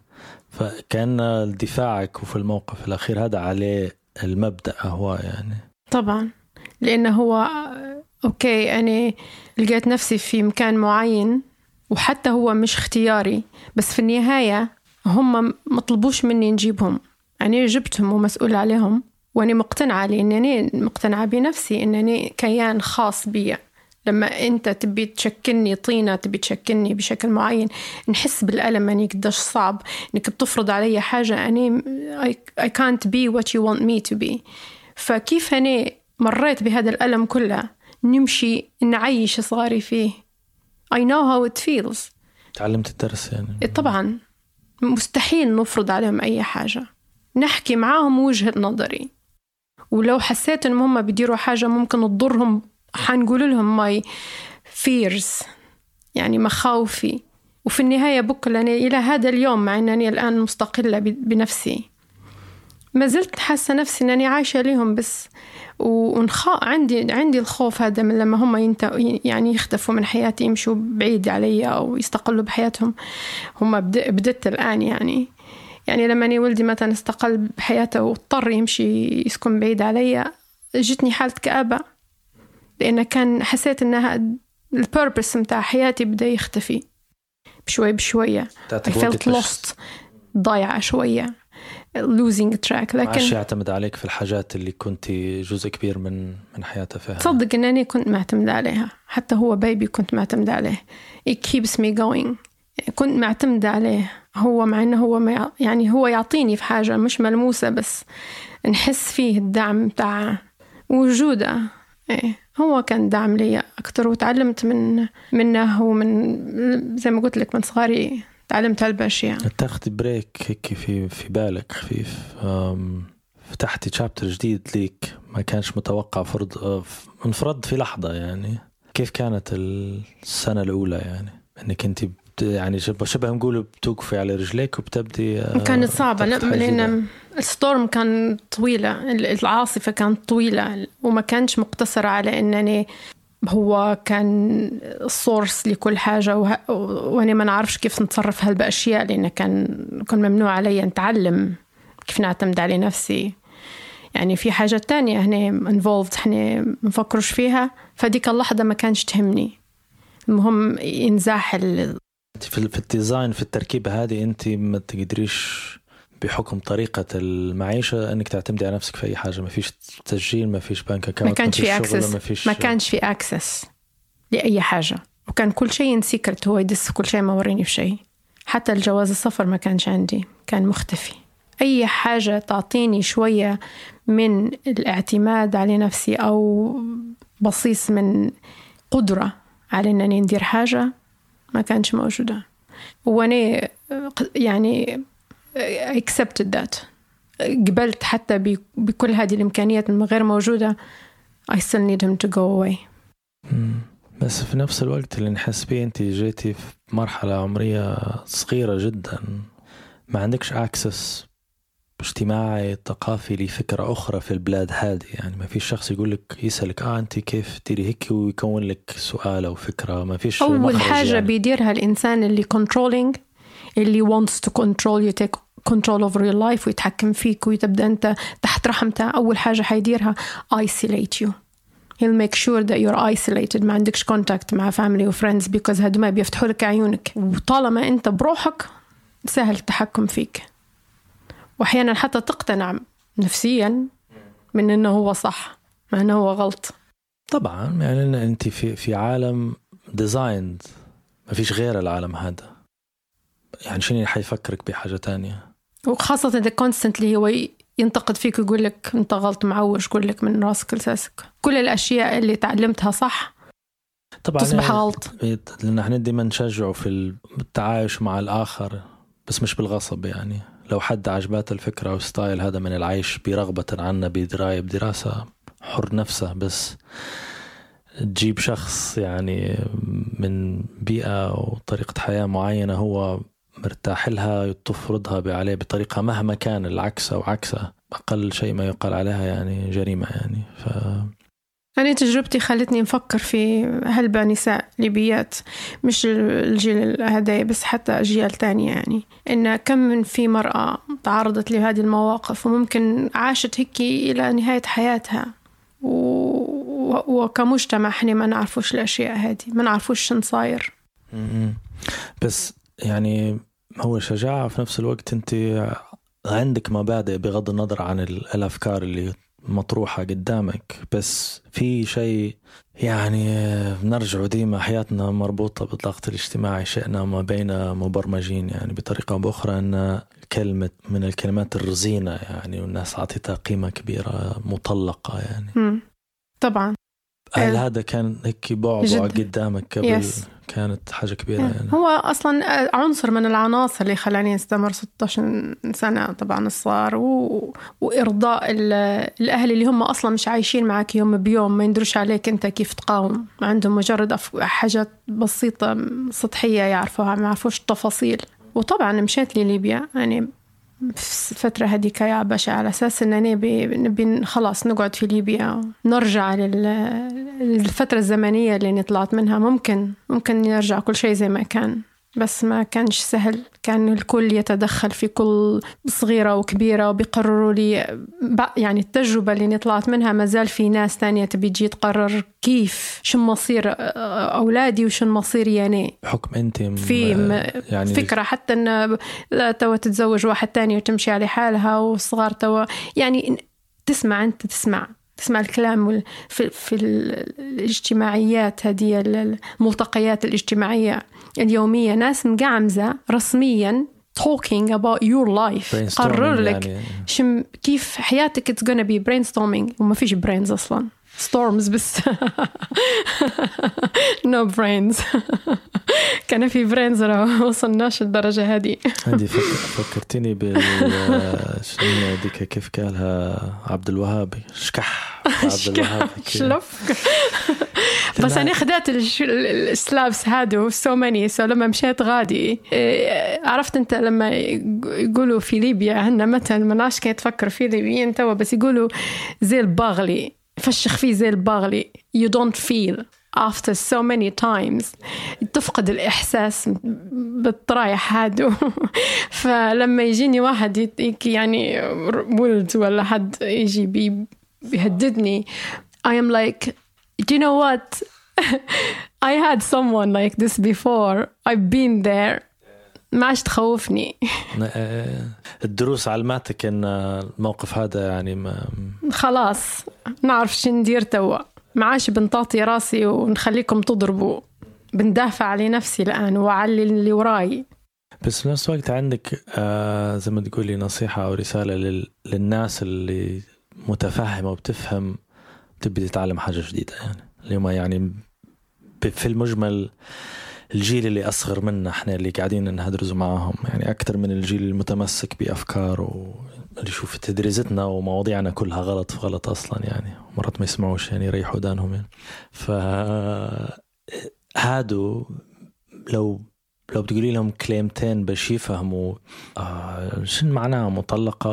فكان دفاعك وفي الموقف الأخير هذا عليه المبدأ هو يعني. طبعا لأنه هو أوكي أنا لقيت نفسي في مكان معين، وحتى هو مش اختياري، بس في النهاية هم مطلبوش مني نجيبهم، أنا جبتهم ومسؤول عليهم، وأنا مقتنعة لأنني مقتنعة بنفسي أنني كيان خاص بي. لما أنت تبي تشكلني طينة، تبي تشكلني بشكل معين، نحس بالألم أني قداش صعب أنك بتفرض علي حاجة أنا I can't be what you want me to be. فكيف أنا مريت بهذا الألم كله نمشي نعيش صغاري فيه. I know how it feels. تعلمت الدرس يعني. طبعا مستحيل نفرض عليهم أي حاجة، نحكي معاهم وجهة نظري، ولو حسيت إن هم بيديروا حاجة ممكن تضرهم حنقول لهم my fears، يعني مخاوفي. وفي النهاية بكل أنا إلى هذا اليوم مع أنني الآن مستقلة بنفسي ما زلت حاسة نفسي أنني عايشة لهم بس، عندي الخوف هذا من لما هم يعني يختفوا من حياتي، يمشوا بعيد علي أو يستقلوا بحياتهم. هم بدت الآن يعني لما أنا ولدي مثلا استقل بحياته واضطر يمشي يسكن بعيد علي، جتني حالة كآبة، لأن كان حسيت أنها البيربس متاع حياتي بدأ يختفي بشوية. I felt lost، ضايعة شوية، losing track. لكن عاش يعتمد عليك في الحاجات اللي كنت جزء كبير من حياته فيها. تصدق أنني كنت معتمد عليها، حتى هو بيبي كنت معتمد عليه. it keeps me going. كنت معتمد عليه هو، مع أنه هو يعني هو يعطيني في حاجة مش ملموسة، بس نحس فيه الدعم بتاع وجوده. هو كان دعم لي أكتر، وتعلمت منه، ومن زي ما قلت لك من صغاري تعلمت هالباشياء. تاخدي بريك هيك في بالك خفيف، فتحتي شابتر جديد ليك ما كانش متوقع انفرد في لحظة يعني. كيف كانت السنة الأولى يعني أنك أنت يعني شبه نقول بتوقفي على رجليك وبتبدي؟ كانت صعبة لأن الستورم كان طويلة، العاصفة كانت طويلة، وما كانش مقتصرة على أنني هو كان السورس لكل حاجة، وأنا ما نعرفش كيف نتصرف هالبأشياء، لأن كان ممنوع علي نتعلم كيف نعتمد على نفسي. يعني في حاجة تانية هنا involved احنا نفكرش فيها، فديك اللحظة ما كانش تهمني. المهم ينزاح في الديزاين، في التركيبة هذه أنت ما تقدريش بحكم طريقة المعيشة أنك تعتمدي على نفسك في أي حاجة. ما فيش تسجيل، ما فيش بنك أكاونت، ما كانش في أكسس لأي حاجة، وكان كل شيء سيكرت. هو يدس كل شيء، ما وريني في شيء. حتى الجواز السفر ما كانش عندي، كان مختفي. أي حاجة تعطيني شوية من الاعتماد على نفسي أو بصيص من قدرة على أنني ندير حاجة ما كانش موجودة. وأنا يعني accepted that. قبلت حتى بكل هذه الإمكانيات غير موجودة. I still need him to go away. بس في نفس الوقت اللي نحس بيه أنت جيتي في مرحلة عمرية صغيرة جدا، ما عندكش access اجتماعي ثقافي لفكرة أخرى في البلاد هذه. يعني ما فيش شخص يقول لك يسألك أنت كيف تديري هيك ويكون لك سؤال أو فكرة. ما فيش أول حاجة يعني بيديرها الإنسان اللي controlling، اللي wants to control you, take control over your life ويتحكم فيك وتبدأ أنت تحت رحمته. أول حاجة حيديرها isolate you. He'll make sure that you're isolated، ما عندكش contact مع family و friends because هادو ما بيفتحوا لك عيونك. وطالما أنت بروحك سهل التحكم فيك، وأحيانا حتى تقتنع نفسيا من أنه هو صح مع أنه هو غلط. طبعا يعني أنت في عالم ديزايند، ما فيش غير العالم هذا. يعني شنو حيفكرك بحاجة تانية؟ وخاصة إذا constantly هو ينتقد فيك ويقول لك أنت غلط معوش، يقول لك من راسك لساسك كل الأشياء اللي تعلمتها صح طبعا تصبح غلط. لأن احنا دايما نشجعه في التعايش مع الآخر بس مش بالغصب. يعني لو حد عجبات الفكرة وستايل هذا من العيش برغبة عنا بدراية بدراسة حر نفسه، بس تجيب شخص يعني من بيئة وطريقة حياة معينة هو مرتاح لها تفرضها عليه بطريقة مهما كان العكس أو عكسه، أقل شيء ما يقال عليها يعني جريمة. يعني أنا تجربتي خلتني نفكر في هلبة نساء ليبيات، مش الجيل هذا بس حتى أجيال تانية، يعني إن كم من في مرأة تعرضت لهذه المواقف وممكن عاشت هيك إلى نهاية حياتها، وكمجتمع إحنا ما نعرفوش الأشياء هذه، ما نعرفوش شن صاير. بس يعني هو شجاعة في نفس الوقت. أنت عندك مبادئ بغض النظر عن الأفكار اللي مطروحة قدامك، بس في شيء يعني نرجع ديما حياتنا مربوطة بالضغط الاجتماعي، شئنا ما بين مبرمجين يعني بطريقة أو بأخرى أن كلمة من الكلمات الرزينة يعني، والناس عطيتها قيمة كبيرة مطلقة يعني. طبعا هل هذا كان هيك بعبع قدامك قبل؟ كانت حاجة كبيرة يعني. هو أصلا عنصر من العناصر اللي خلاني استمر 16 سنة طبعا الصغار وإرضاء الأهل اللي هم أصلا مش عايشين معك يوم بيوم، ما يندروش عليك أنت كيف تقاوم، عندهم مجرد حاجات بسيطة سطحية يعرفوها، ما يعرفوش التفاصيل. وطبعا مشيت لليبيا يعني في الفترة هذيك يا باشا على أساس أن نبي خلاص نقعد في ليبيا، نرجع للفترة الزمنية اللي طلعت منها. ممكن يرجع كل شيء زي ما كان، بس ما كانش سهل. كان الكل يتدخل في كل صغيرة وكبيرة وبيقرروا لي يعني التجربة اللي طلعت منها. ما زال في ناس تانية تبي تجي تقرر كيف شو مصير أولادي وشو مصير يعني حكم أنت في يعني فكرة حتى أن توا تتزوج واحد تاني وتمشي على حالها، والصغار توا يعني تسمع الكلام في الاجتماعيات هذه، الملتقيات الاجتماعية اليومية، ناس مقعمزة رسميا talking about your life، قرر لك يعني كيف حياتك it's gonna be brainstorming. وما فيش brains أصلا، storms بس no brains. كان في brains لو وصلناش الدرجة هذه. عندي فكرتني شنو ديك كيف قالها عبد الوهاب، شكح عبد الوهاب شلف. بس أنا خدت السلابس هادو so many. لما مشيت غادي عرفت أنت لما يقولوا في ليبيا هنا مثلا مناش كي تفكر في ليبيين توا، بس يقولوا زي الباغلي، فشخ فيه زي الباغلي. you don't feel after so many times، تفقد الإحساس بالطرايح هادو. فلما يجيني واحد يعني ولد ولا حد يجي بيهددني I am like, do you know what? I had someone like this before. I've been there. ما عادش تخوفني. الدروس علمتك ان الموقف هذا يعني خلاص نعرف شو ندير توا، ما عادش بنطاطي راسي ونخليكم تضربوا، بندافع على نفسي الآن وعلى اللي وراي. بس في نفس الوقت عندك زي ما تقولي نصيحة أو رسالة للناس اللي متفهمة وبتفهم تبي تتعلم حاجة جديدة، يعني اليوم يعني في المجمل الجيل اللي أصغر منا احنا اللي قاعدين ندرس معهم يعني أكتر من الجيل المتمسك بأفكار اللي شوف تدريزتنا ومواضيعنا كلها غلط في غلط أصلا يعني، مرات ما يسمعوش يعني يريحوا دانهم يعني. فهادو لو بتقولي لهم كلمتين باش يفهموا شن معناها مطلقة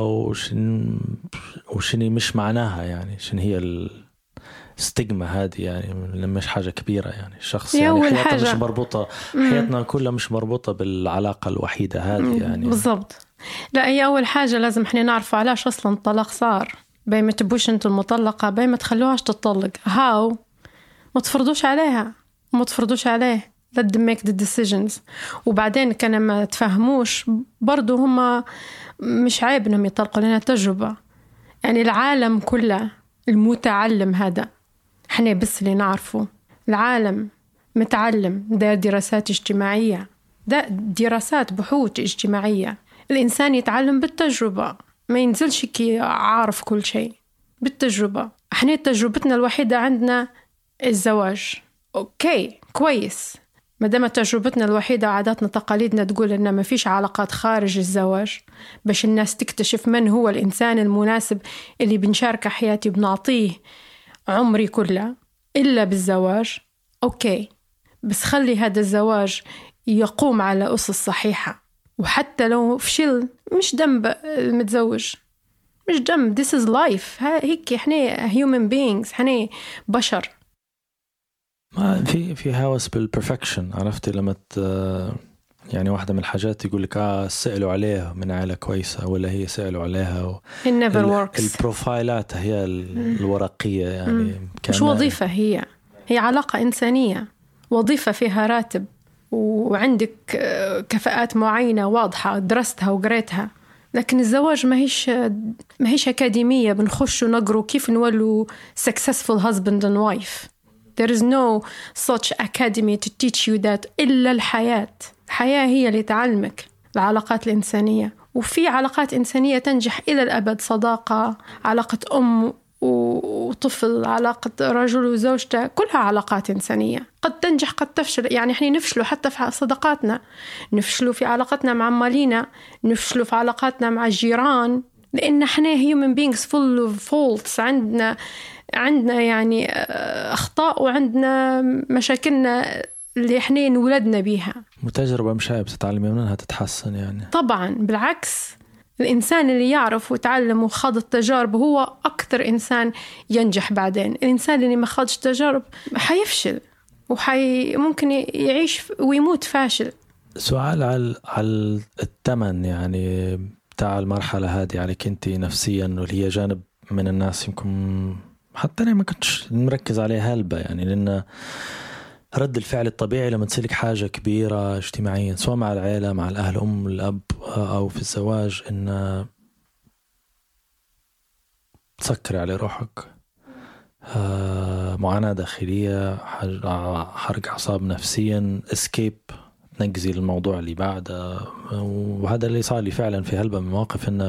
وشن مش معناها يعني، شن هي الستيغما هذه يعني، مش حاجة كبيرة يعني. الشخص يعني حياتنا مش مربوطة، حياتنا كلها مش مربوطة بالعلاقة الوحيدة هذه يعني. بالضبط. لا، هي أول حاجة لازم احنا نعرف علاش أصلا الطلاق صار. باي ما تبوش انتوا المطلقة، باي ما تخلوهاش تطلق، هاو ما تفرضوش عليها وما تفرضوش عليه. let them make the decisions. وبعدين كان ما تفهموش برضو هما مش عيب انهم يطلقوا، لنا تجربة يعني. العالم كله المتعلم هذا احنا بس اللي نعرفه. العالم متعلم، ده دراسات اجتماعية، ده دراسات بحوث اجتماعية. الإنسان يتعلم بالتجربة، ما ينزلش كي عارف كل شيء بالتجربة. احنا تجربتنا الوحيدة عندنا الزواج. اوكي كويس، ما دام تجربتنا الوحيدة وعاداتنا تقاليدنا تقول إن ما فيش علاقات خارج الزواج، باش الناس تكتشف من هو الإنسان المناسب اللي بنشارك حياتي بنعطيه عمري كله إلا بالزواج. أوكي، بس خلي هذا الزواج يقوم على أسس صحيحة، وحتى لو فشل مش ذنب المتزوج، مش ذنب. This is life. هيك إحنا human beings، إحنا بشر. ما في هوس بالبرفكشن، عرفتي لما يعني واحدة من الحاجات يقول لك سألوا عليها من عائلة كويسة ولا هي سألوا عليها It never works. البروفايلات هي الورقية يعني مش وظيفة، هي علاقة إنسانية، وظيفة فيها راتب وعندك كفاءات معينة واضحة درستها وقريتها. لكن الزواج ما هيش أكاديمية بنخش ونقروا كيف نولوا successful husband and wife. There is no such academy to teach you that. إلا الحياة هي اللي تعلمك العلاقات الإنسانية. وفي علاقات إنسانية تنجح إلى الأبد، صداقة، علاقة أم وطفل، علاقة رجل وزوجته، كلها علاقات إنسانية. قد تنجح قد تفشل يعني. إحنا نفشلوا حتى في صداقاتنا، نفشلوا في علاقتنا مع مالينا، نفشلوا في علاقاتنا مع الجيران، لأن إحنا human beings full of faults. عندنا يعني أخطاء، وعندنا مشاكلنا اللي إحنا انولدنا بيها. متجربة مش عيب تتعلمي منها تتحسن يعني. طبعا بالعكس، الإنسان اللي يعرف ويتعلم وخاض التجارب هو أكثر إنسان ينجح بعدين. الإنسان اللي ما خاضش تجارب حيفشل ممكن يعيش ويموت فاشل. سؤال على الثمن يعني بتاع المرحلة هذه عليك أنت نفسيا، واللي هي جانب من الناس يمكن حتى أنا ما كنتش مركز عليه هلبة يعني، لأن رد الفعل الطبيعي لما تسلك حاجة كبيرة اجتماعيا، سواء مع العائلة، مع الأهل، أم الأب، أو في الزواج، إن تسكري على روحك، معاناة داخلية، حرق أعصاب نفسيا، اسكيب، تنقزي الموضوع اللي بعده. وهذا اللي صار لي فعلا في هلبة من مواقف، إنه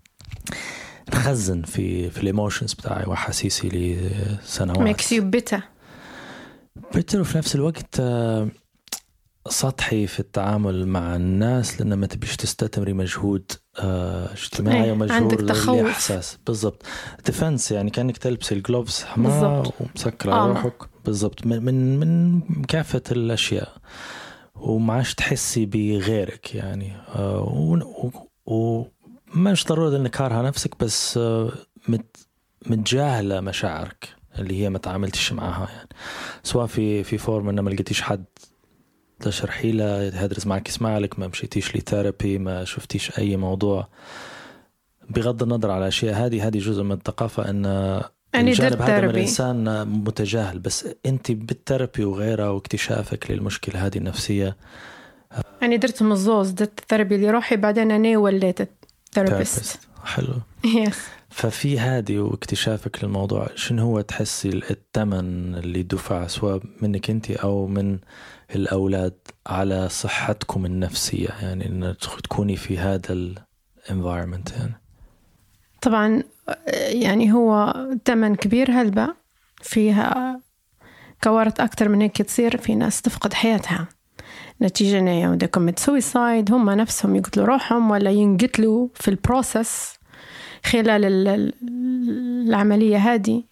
نخزن في الإيموشنز بتاعي وحسيسي لسنوات. makes you bitter. وفي نفس الوقت سطحي في التعامل مع الناس، لأن ما تبيش تستثمري مجهود اجتماعي ومجهود الإحساس. بالضبط، ديفنس يعني كأنك تلبسي الجلوفز حماة ومسكر على روحك. بالضبط، من كافة الأشياء، ومعاش تحسي بغيرك يعني. ومش ضروري انك كارهة نفسك، بس متجاهلة مشاعرك اللي هي ما تعاملتش معها يعني، سواء في فورم انه ما لقيتيش حد تشرحي له يدرس معك، يسمع لك، ما مشيتيش لثيرابي، ما شفتيش اي موضوع. بغض النظر على الاشياء هذه جزء من الثقافة، ان الجانب هذا من الانسان متجاهل. بس انت بالثيرابي وغيرها واكتشافك للمشكلة هذه النفسية، يعني درت مزوز، درت الثيرابي اللي روحي، بعدين أنا وليت ثيرابيست. حلو. yes. ففي هذه واكتشافك للموضوع، شنو هو تحسي الثمن اللي دفع سواء منك انت أو من الأولاد على صحتكم النفسية، يعني أن تكوني في هذا الانفايرمنت يعني؟ طبعا يعني هو ثمن كبير هلبة، فيها كوارث أكتر من هيك تصير. في ناس تفقد حياتها نتيجة إنه كوميت سويسايد، هم نفسهم يقتلوا روحهم ولا ينقتلوا في البروسس خلال العملية هذه.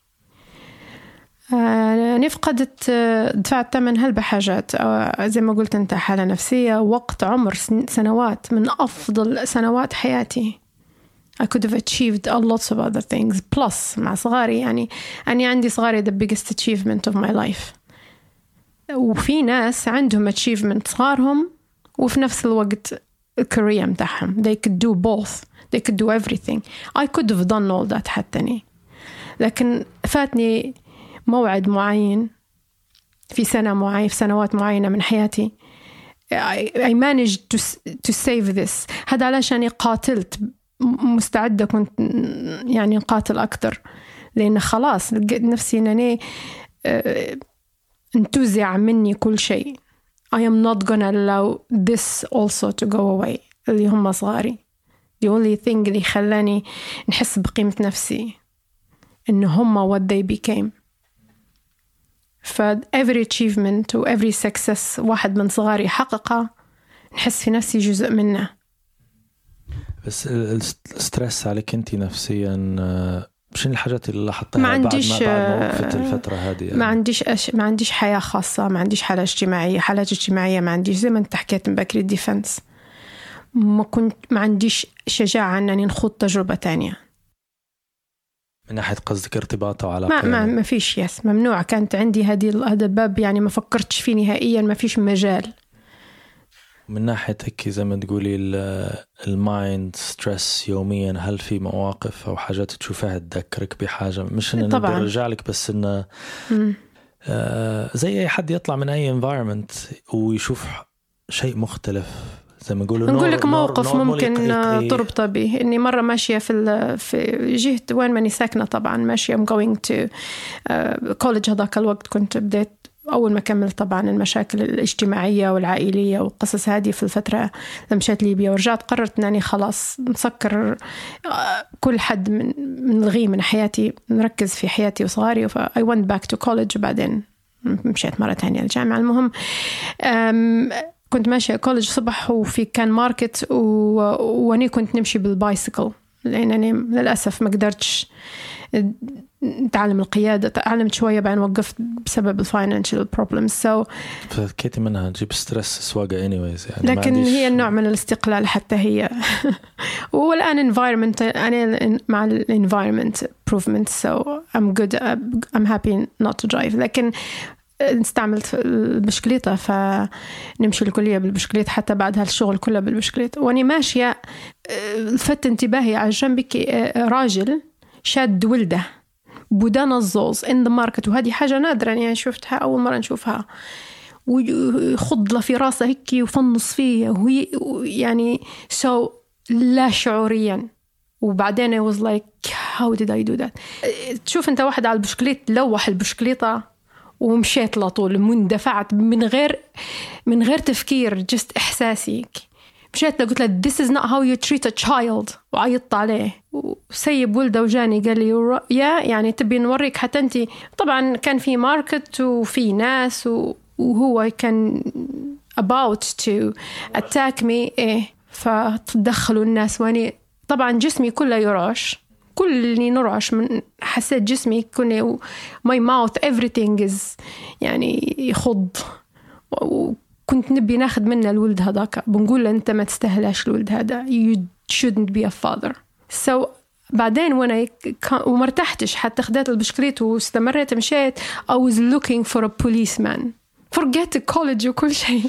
أنا فقدت دفعت ثمن هالبحاجات، زي ما قلت أنت، حالة نفسية، وقت، عمر، سنوات من أفضل سنوات حياتي. I could have achieved a lot of other things plus مع صغاري. يعني أنا عندي صغاري the biggest achievement of my life. وفي ناس عندهم achievement صغارهم وفي نفس الوقت الكارير متاعهم. They could do both. They could do everything. I could have done all that حتى. لكن فاتني موعد معين في سنة معين، في سنوات معينة من حياتي. I managed to save this. هذا علشان قاتلت، مستعدة كنت يعني نقاتل أكتر، لأن خلاص لقيت نفسي أنني انتزع مني كل شيء. I am not gonna allow this also to go away. اللي هم صغاري. The only thing اللي خلاني نحس بقيمة نفسي إن هم what they became. every achievement و every success واحد من صغاري حققها، نحس في نفسي جزء منه. بس الستريس عليك أنت نفسيا، شنو الحاجات اللي لاحظتها بعد ما وقفت الفترة هذه؟ يعني ما عنديش حياة خاصة، ما عنديش حالة اجتماعية. حالات اجتماعية ما عنديش، زي ما انت حكيت من بكري الديفنس. ما عنديش شجاعة أنني نخوض تجربة تانية. من ناحية قصدك ارتباط أو علاقة؟ ما فيش، يس، ممنوع. كانت عندي هذا الباب، يعني ما فكرتش فيه نهائيا، ما فيش مجال. من ناحية هيك زي ما تقولي المايند ستريس يوميا، هل في مواقف أو حاجات تشوفها تذكرك بحاجة؟ مش إن نقدر نرجع لك، بس إنه زي أي حد يطلع من أي environment ويشوف شيء مختلف، زي ما نقول لك موقف ممكن تربط به. إني مرة ماشية في جهة وين ماني ساكنة، طبعا ماشية I'm going to college. هذاك الوقت كنت بديت أول ما كملت طبعا المشاكل الاجتماعية والعائلية والقصص هذه في الفترة لما مشيت ليبيا ورجعت. قررت أنني خلاص نسكر كل حد من الغي من حياتي، نركز في حياتي وصغاري. I went back to college، وبعدين مشيت مرة تانية الجامعة. المهم كنت ماشية كوليج صبح، وفي كان ماركت، واني كنت نمشي بالبايسيكل، لأنني للأسف ما قدرتش تعلم القيادة. تعلمت شوية بعدين وقفت بسبب الفاينانشال بروبلمز. فكيتي منها تجيب ستريس سواقة anyways يعني. لكن هي النوع من الاستقلال حتى هي. والآن environment، أنا مع environment improvement so I'm good. I'm happy not to drive. لكن استعملت البشكليطة، فنمشي الكلية بالبشكليط، حتى بعد هالشغل كله بالبشكليط. واني ماشية لفت انتباهي على جنبك راجل شاد ولده بودان الزوز in the market، وهذه حاجة نادرة يعني شفتها أول مرة نشوفها. ويخض له في راسه هيك وفنص فيه، وهي يعني لا شعوريا. وبعدين I was like how did I do that. تشوف أنت واحد على البشكليط لوح البشكليطة ومشيت لطول، مندفعت من غير تفكير، just إحساسي. مشيت له قلت له this is not how you treat a child، وعيطت عليه وسيب ولده وجاني قال لي يعني تبي نوريك حتى أنت. طبعا كان في ماركت وفي ناس وهو كان about to attack me فتدخلوا الناس، واني طبعا جسمي كله يرعش، كلني نرعش، من حسيت جسمي كله my mouth everything is يعني يخض. وكنت نبي ناخد منه الولد هذاك، بنقول له أنت ما تستاهلاش الولد هذا، you shouldn't be a father. so بعدين وانا ومرتحتش، حتى خدت البشكليت واستمريت مشيت. I was looking for a policeman. forget college وكل شيء.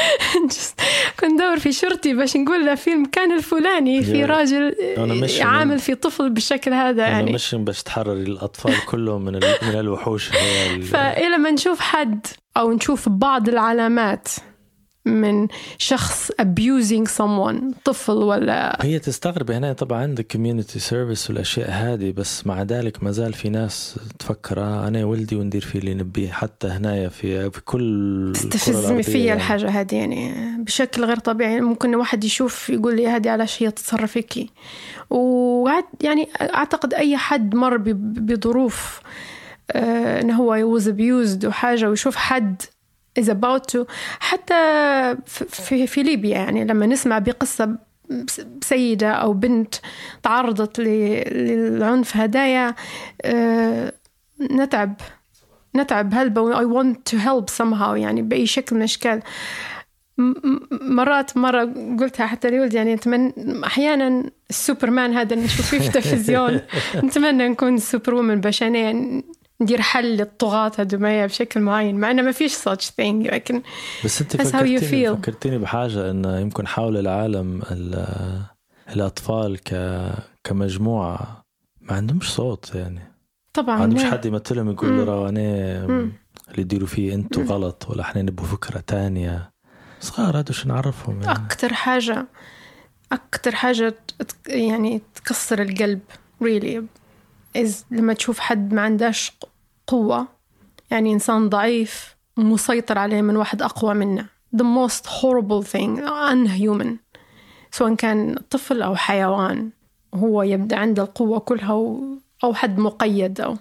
كنت دور في شرطي باش نقول له في المكان الفلاني في راجل عامل في طفل بالشكل هذا. يعني مش باش تحرري الأطفال كلهم من الوحوش. فإلى ما نشوف حد أو نشوف بعض العلامات من شخص abusing someone، طفل ولا هي تستغرب. هنا طبعا عندك community service والأشياء هذه، بس مع ذلك ما زال في ناس تفكر أنا ولدي وندير فيه اللي نبيه. حتى هنا في كل تستفزني فيا الحاجة هذه يعني بشكل غير طبيعي. ممكن واحد يشوف يقول لي هذه علاش هي تتصرفك. وعاد يعني أعتقد أي حد مر بظروف إنه هو was abused وحاجة، ويشوف حد is about to، حتى في ليبيا يعني لما نسمع بقصة سيدة أو بنت تعرضت للعنف هدايا نتعب هلبة. I want to help somehow يعني بأي شكل من الأشكال. مرة قلتها حتى لولدي يعني أحيانا السوبرمان هذا اللي نشوفه في التلفزيون نتمنى نكون سوبر وومن باش أنا ندير حل للطغاة هدومية بشكل معين، مع أنه ما فيش such thing. لكن بس أنت فكرتيني بحاجة أنه يمكن حول العالم الأطفال كمجموعة ما عندهمش صوت يعني. طبعا ما عندهمش حد يمثلهم يقول له رواني اللي يديروا فيه أنتوا غلط ولا إحنا نبوا فكرة تانية. صغار هادو شو نعرفهم يعني. أكتر حاجة يعني تكسر القلب really لما تشوف حد ما عندهش قوة، يعني إنسان ضعيف مسيطر عليه من واحد أقوى منه. the most horrible thing unhuman، سواء كان طفل أو حيوان، هو يبدأ عنده القوة كلها أو حد مقيد أو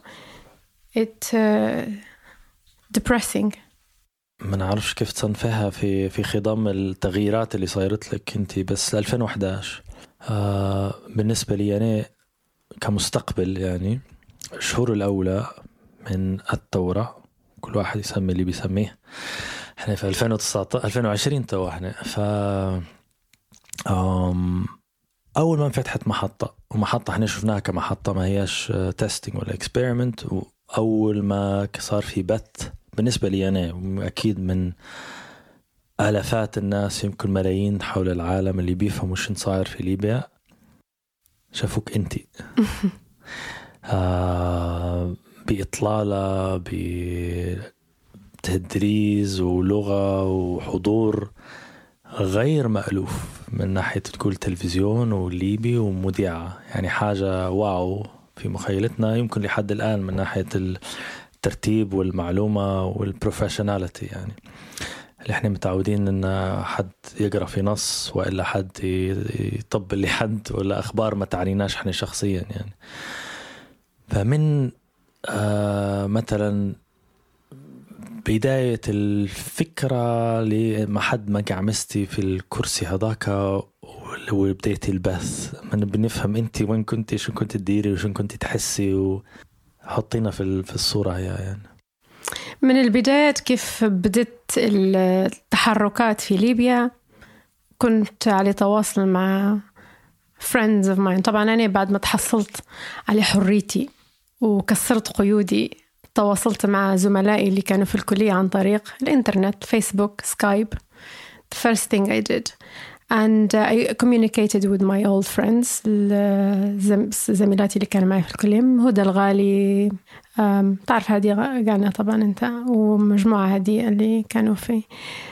depressing. ما نعرفش كيف تصنفها في خضم التغييرات اللي صايرت لك انت. بس 2011 بالنسبة لي يعني كمستقبل، يعني الشهور الأولى من الثورة، كل واحد يسمي اللي بيسميه، احنا في 2019 2020 تو احنا أول ما انفتحت محطة احنا شفناها كمحطة، ما هياش تيستينج ولا اكسبيرمنت. وأول ما صار في بث بالنسبة لي أنا، أكيد من آلافات الناس يمكن ملايين حول العالم اللي بيفهموا شو صاير في ليبيا، شافوك أنت بإطلالة بتدريس ولغة وحضور غير مألوف من ناحية تقول تلفزيون وليبي ومذيعة، يعني حاجة واو في مخيلتنا يمكن لحد الآن من ناحية الترتيب والمعلومة والبروفيشناليتي، يعني اللي احنا متعودين ان حد يقرأ في نص وإلا حد يطبل لحد ولا أخبار ما تعنيناش احنا شخصيا يعني. فمن مثلا بداية الفكرة لما حد ما قعمستي في الكرسي هذاك وبداية البث، من بنفهم انت وين كنتي، شو كنت تديري وشو كنت تحسي، وحطينا في الصورة هي يعني. من البداية كيف بدت التحركات في ليبيا، كنت على تواصل مع friends of mine. طبعا أنا بعد ما تحصلت على حريتي وكسرت قيودي تواصلت مع زملائي اللي كانوا في الكلية عن طريق الإنترنت، فيسبوك، سكايب. The first thing I did and I communicated with my old friends، زميلاتي اللي كانوا معي في الكلية، هدى الغالي، تعرف هذه قالنا طبعا أنت، ومجموعة هذه اللي كانوا فيه.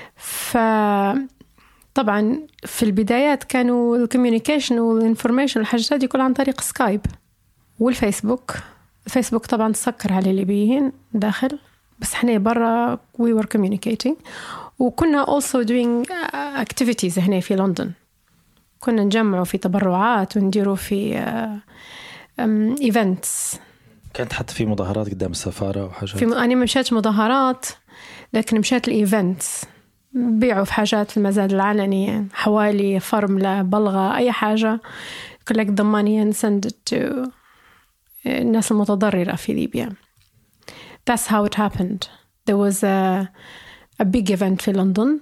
فطبعا في البدايات كانوا الكوميونيكيشن والإنفورميشن والحاجات هذه كلها عن طريق سكايب والفيسبوك. الفيسبوك طبعا تسكر على الليبيين داخل، بس احنا برا we were communicating. وكنا also doing activities هنا في لندن، كنا نجمعوا في تبرعات ونديروا في events. كانت حتى في مظاهرات قدام السفارة وحاجات. أنا مشيت مظاهرات، لكن مشيت الإيفنتس، بيعوا في حاجات في المزاد العلني، حوالي فرملة، بلغة، أي حاجة، collect the money and send it to الناس المتضررة في ليبيا. That's how it happened. There was a big event في لندن،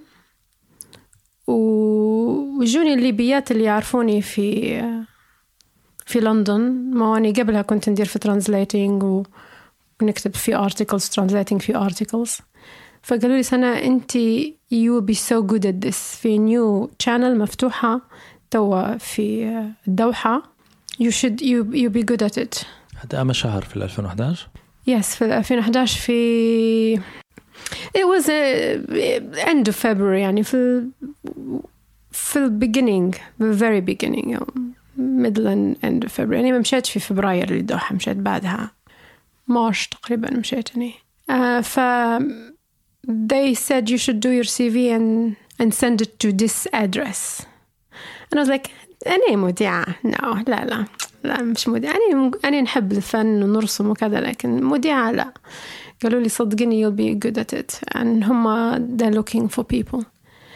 وجوني الليبيات اللي يعرفوني في لندن. ما أنا قبلها كنت ندير في translating ونكتب في articles، translating في articles. فقالوا لي سنة أنت you will be so good at this، في new channel مفتوحة توا في الدوحة، you be good at it. هذا أما شهر في 2011؟ Yes، في 2011 في it was end of February، يعني في beginning، the very beginning، middle and end of February. يعني ما مشيت في فبراير للدوحة، مشيت بعدها مارش تقريبا مشيت هنا. ف they said you should do your CV and send it to this address. And I was like أنا مذيعة، لا مش مذيعة، أنا نحب الفن ونرسم وكذا، لكن مذيعة لا. قالوا لي صدقني you'll be good at it and هم they're looking for people.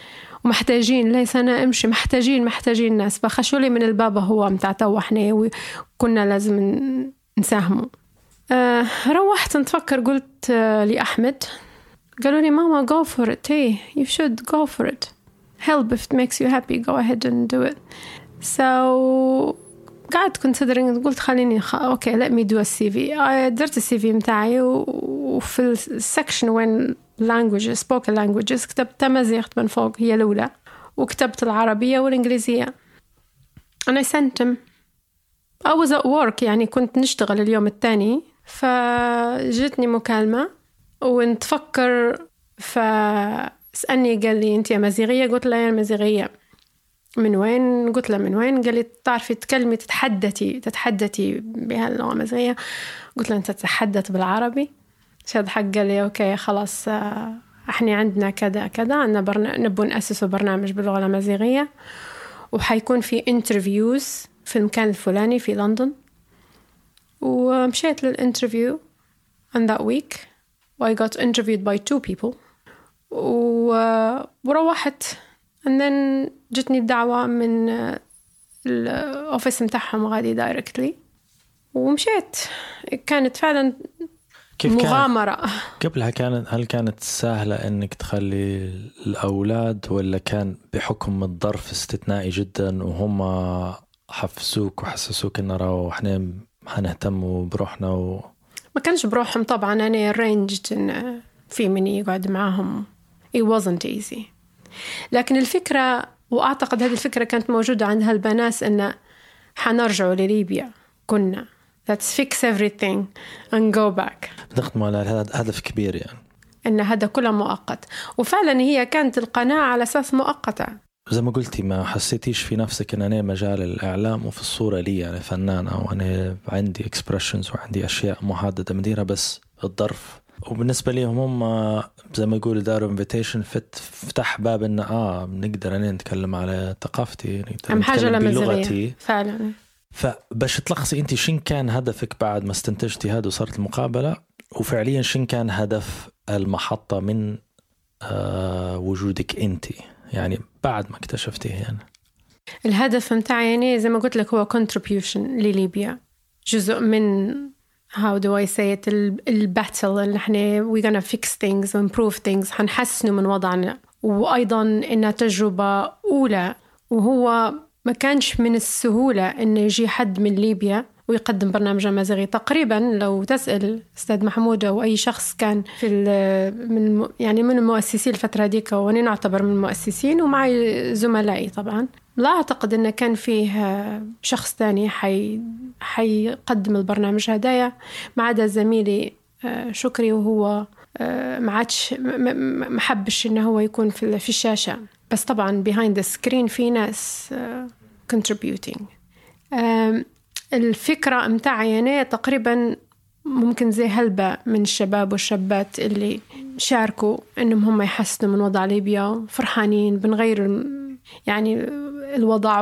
ومحتاجين، ليس أنا أمشي، محتاجين ناس. فخشوا لي من الباب هو متعتوحنا وكنا لازم نساهموا. روحت نتفكر، قلت لأحمد، قالوا لي ماما go for it, hey you should go for it, help if it makes you happy, go ahead and do it. So قعدت considering، قلت خليني okay let me do a CV. درت الCV متاعي وفي السكشن وين languages spoken languages كتبت تمازيغ من فوق هي الأولى، وكتبت العربية والإنجليزية. and I sent them. I was at work يعني كنت نشتغل اليوم الثاني، فجتني مكالمة ونتفكر، فسألني قال لي أنت مزيغية؟ قلت له أنا مزيغية. من وين؟ قلت له من وين؟ قال لي تعرفي تتكلمي تتحدثي بهاللغة المزيغية؟ قلت له أنت تتحدث بالعربي؟ شاد حق قال لي أوكي خلاص، احنا عندنا كذا نبون نأسس برنامج باللغة الأمازيغية، وحيكون في interviews في المكان الفلاني في لندن. ومشيت للانترفيو on that week I got interviewed by 2 people وروحت and then جتني الدعوة من الأوفيس متاعهم غادي دايركتلي ومشيت. كانت فعلا مغامرة. قبلها هل كانت سهلة انك تخلي الأولاد، ولا كان بحكم الظرف استثنائي جدا وهم حفزوك وحسسوك ان احنا هنهتم بروحنا ما كانش بروحهم طبعا. أنا arranged إن في مني يقعد معاهم. It wasn't easy. لكن الفكرة، وأعتقد هذه الفكرة كانت موجودة عند هالبنات، إن حنرجعوا لليبيا كنا. Let's fix everything and go back. نخدم على هدف كبير يعني. إن هذا كله مؤقت، وفعلا هي كانت القناعة على أساس مؤقتة. زي ما قلتي ما حسيتيش في نفسك إن أنا مجال الإعلام وفي الصورة لي أنا فنان أو أنا عندي expressions وعندي أشياء محددة مديرها، بس الظرف. وبالنسبة ليهم هم زي ما يقولوا داروا invitation فتح باب إن نقدر أن نتكلم على ثقافتي، نقدر نتكلم بلغتي فعلا. فباش تلخصي أنت شين كان هدفك بعد ما استنتجتي هذا وصارت المقابلة، وفعليا شين كان هدف المحطة من وجودك أنت يعني بعد ما اكتشفتيه يعني؟ الهدف متاعي يعني زي ما قلت لك هو contribution لليبيا، جزء من how do I say it الباتل اللي احنا we gonna fix things and improve things، حنحسنوا من وضعنا. وأيضا إنها تجربة أولى، وهو ما كانش من السهولة إنه يجي حد من ليبيا ويقدم برنامج أمازيغي. تقريبا لو تسأل أستاذ محمود أو أي شخص كان في من المؤسسين الفترة ديك، وأنا نعتبر من المؤسسين ومعي زملائي طبعا، لا أعتقد إنه كان فيه شخص تاني حيقدم البرنامج هدايا ما عدا زميلي شكري، وهو ما عادش محبش إنه هو يكون في الشاشة، بس طبعا behind the screen في ناس contributing. الفكرة متاعي أنا تقريبا ممكن زي هلبة من الشباب والشابات اللي شاركوا إنهم هم يحسنوا من وضع ليبيا، فرحانين بنغير يعني الوضع،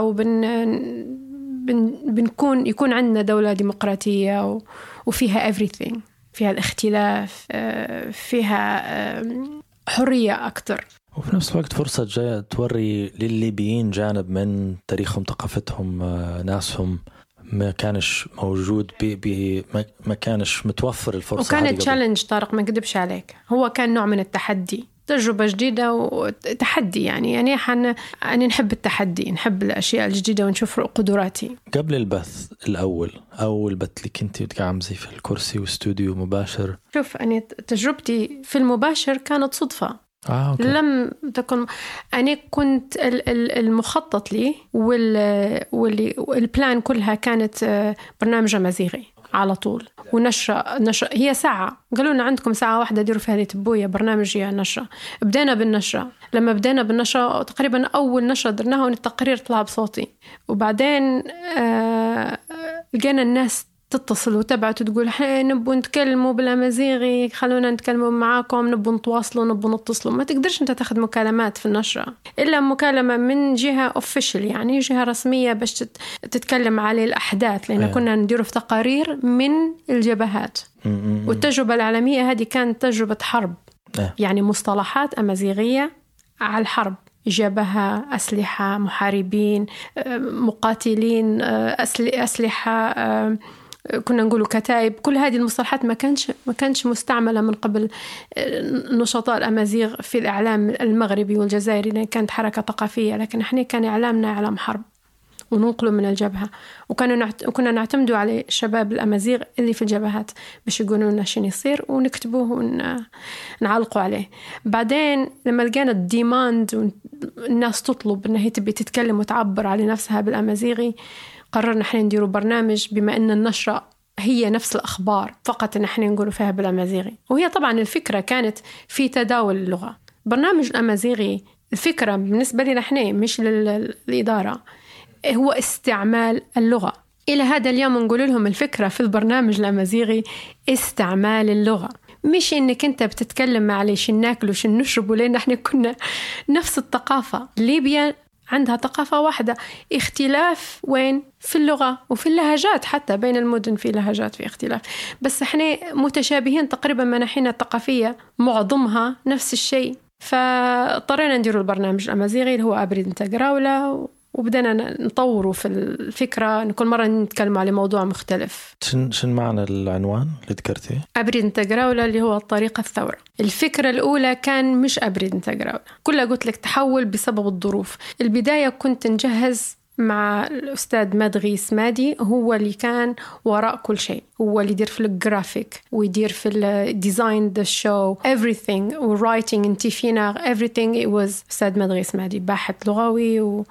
يكون عندنا دولة ديمقراطية وفيها everything، فيها الاختلاف، فيها حرية أكتر، وفي نفس الوقت فرصة جاية توري للليبيين جانب من تاريخهم، ثقافتهم، ناسهم ما كانش موجود ما كانش متوفر الفرصة. وكانت تشالنج طارق، ما كدبش عليك، هو كان نوع من التحدي، تجربة جديدة وتحدي يعني أنا نحب التحدي، نحب الأشياء الجديدة ونشوف قدراتي. قبل البث أول بث اللي كنتي بتقعمزي في الكرسي واستوديو مباشر، شوف أنا تجربتي في المباشر كانت صدفة. أوكي. لم تكن أنا كنت المخطط لي والبلان كلها كانت برنامج أمازيغي على طول، ونشرة هي ساعة، قالوا لنا عندكم ساعة واحدة ديروا فيها تبوية برنامج هي نشرة. بدينا بالنشرة، لما بدينا بالنشرة تقريبا أول نشرة درناها والتقرير طلع بصوتي، وبعدين لقينا الناس تتصل وتبعت وتقول نبوا نتكلموا بالأمازيغي، خلونا نتكلموا معاكم، نبوا نتواصلوا، نبوا نتصلوا. ما تقدرش أنت تاخذ مكالمات في النشرة إلا مكالمة من جهة official، يعني جهة رسمية باش تتكلم على الأحداث، لأن كنا نديروا في تقارير من الجبهات. والتجربة العالمية هذه كانت تجربة حرب، يعني مصطلحات أمازيغية على الحرب، جبهة، أسلحة، محاربين، مقاتلين، أسلحة، كنا نقولوا كتائب. كل هذه المصطلحات ما كانش مستعملة من قبل نشطاء الأمازيغ في الإعلام المغربي والجزائري. كانت حركة ثقافية، لكن احنا كان إعلامنا إعلام حرب وننقله من الجبهة. وكنا نعتمدوا على الشباب الأمازيغ اللي في الجبهات باش يقولوا لنا شنو يصير ونكتبوه ونعلقوا عليه. بعدين لما لقينا الديماند والناس تطلب أنها تبي تتكلم وتعبر على نفسها بالأمازيغي، قررنا احنا نديروا برنامج بما أن النشرة هي نفس الأخبار فقط أن احنا نقولوا فيها بالأمازيغي. وهي طبعا الفكرة كانت في تداول اللغة. برنامج الأمازيغي الفكرة بالنسبة لنا احنا مش للإدارة، هو استعمال اللغة. إلى هذا اليوم نقول لهم الفكرة في البرنامج الأمازيغي استعمال اللغة، مش إنك أنت بتتكلم مع ليش ناكل وش نشرب، لأن احنا كنا نفس الثقافة. ليبيا عندها ثقافة واحدة، اختلاف وين؟ في اللغة وفي اللهجات، حتى بين المدن في لهجات في اختلاف، بس احنا متشابهين تقريبا مناحينا الثقافية معظمها نفس الشيء. فاضطرينا نديروا البرنامج الأمازيغي اللي هو أبريد نتقراوله، وبدأنا نطوروا في الفكرة. كل مرة نتكلم على موضوع مختلف. شن معنى العنوان اللي ذكرتيه؟ أبريد نتقراوله اللي هو الطريقة الثورة. الفكرة الأولى كان مش أبريد نتقراوله، كلها قلت لك تحول بسبب الظروف. البداية كنت نجهز مع الأستاذ مدغي سمادي، هو اللي كان وراء كل شيء، هو اللي يدير في الجرافيك ويدير في الديزاين ذا شو everything ورايتنج انتي فينا everything it was أستاذ مدغي سمادي، باحث لغوي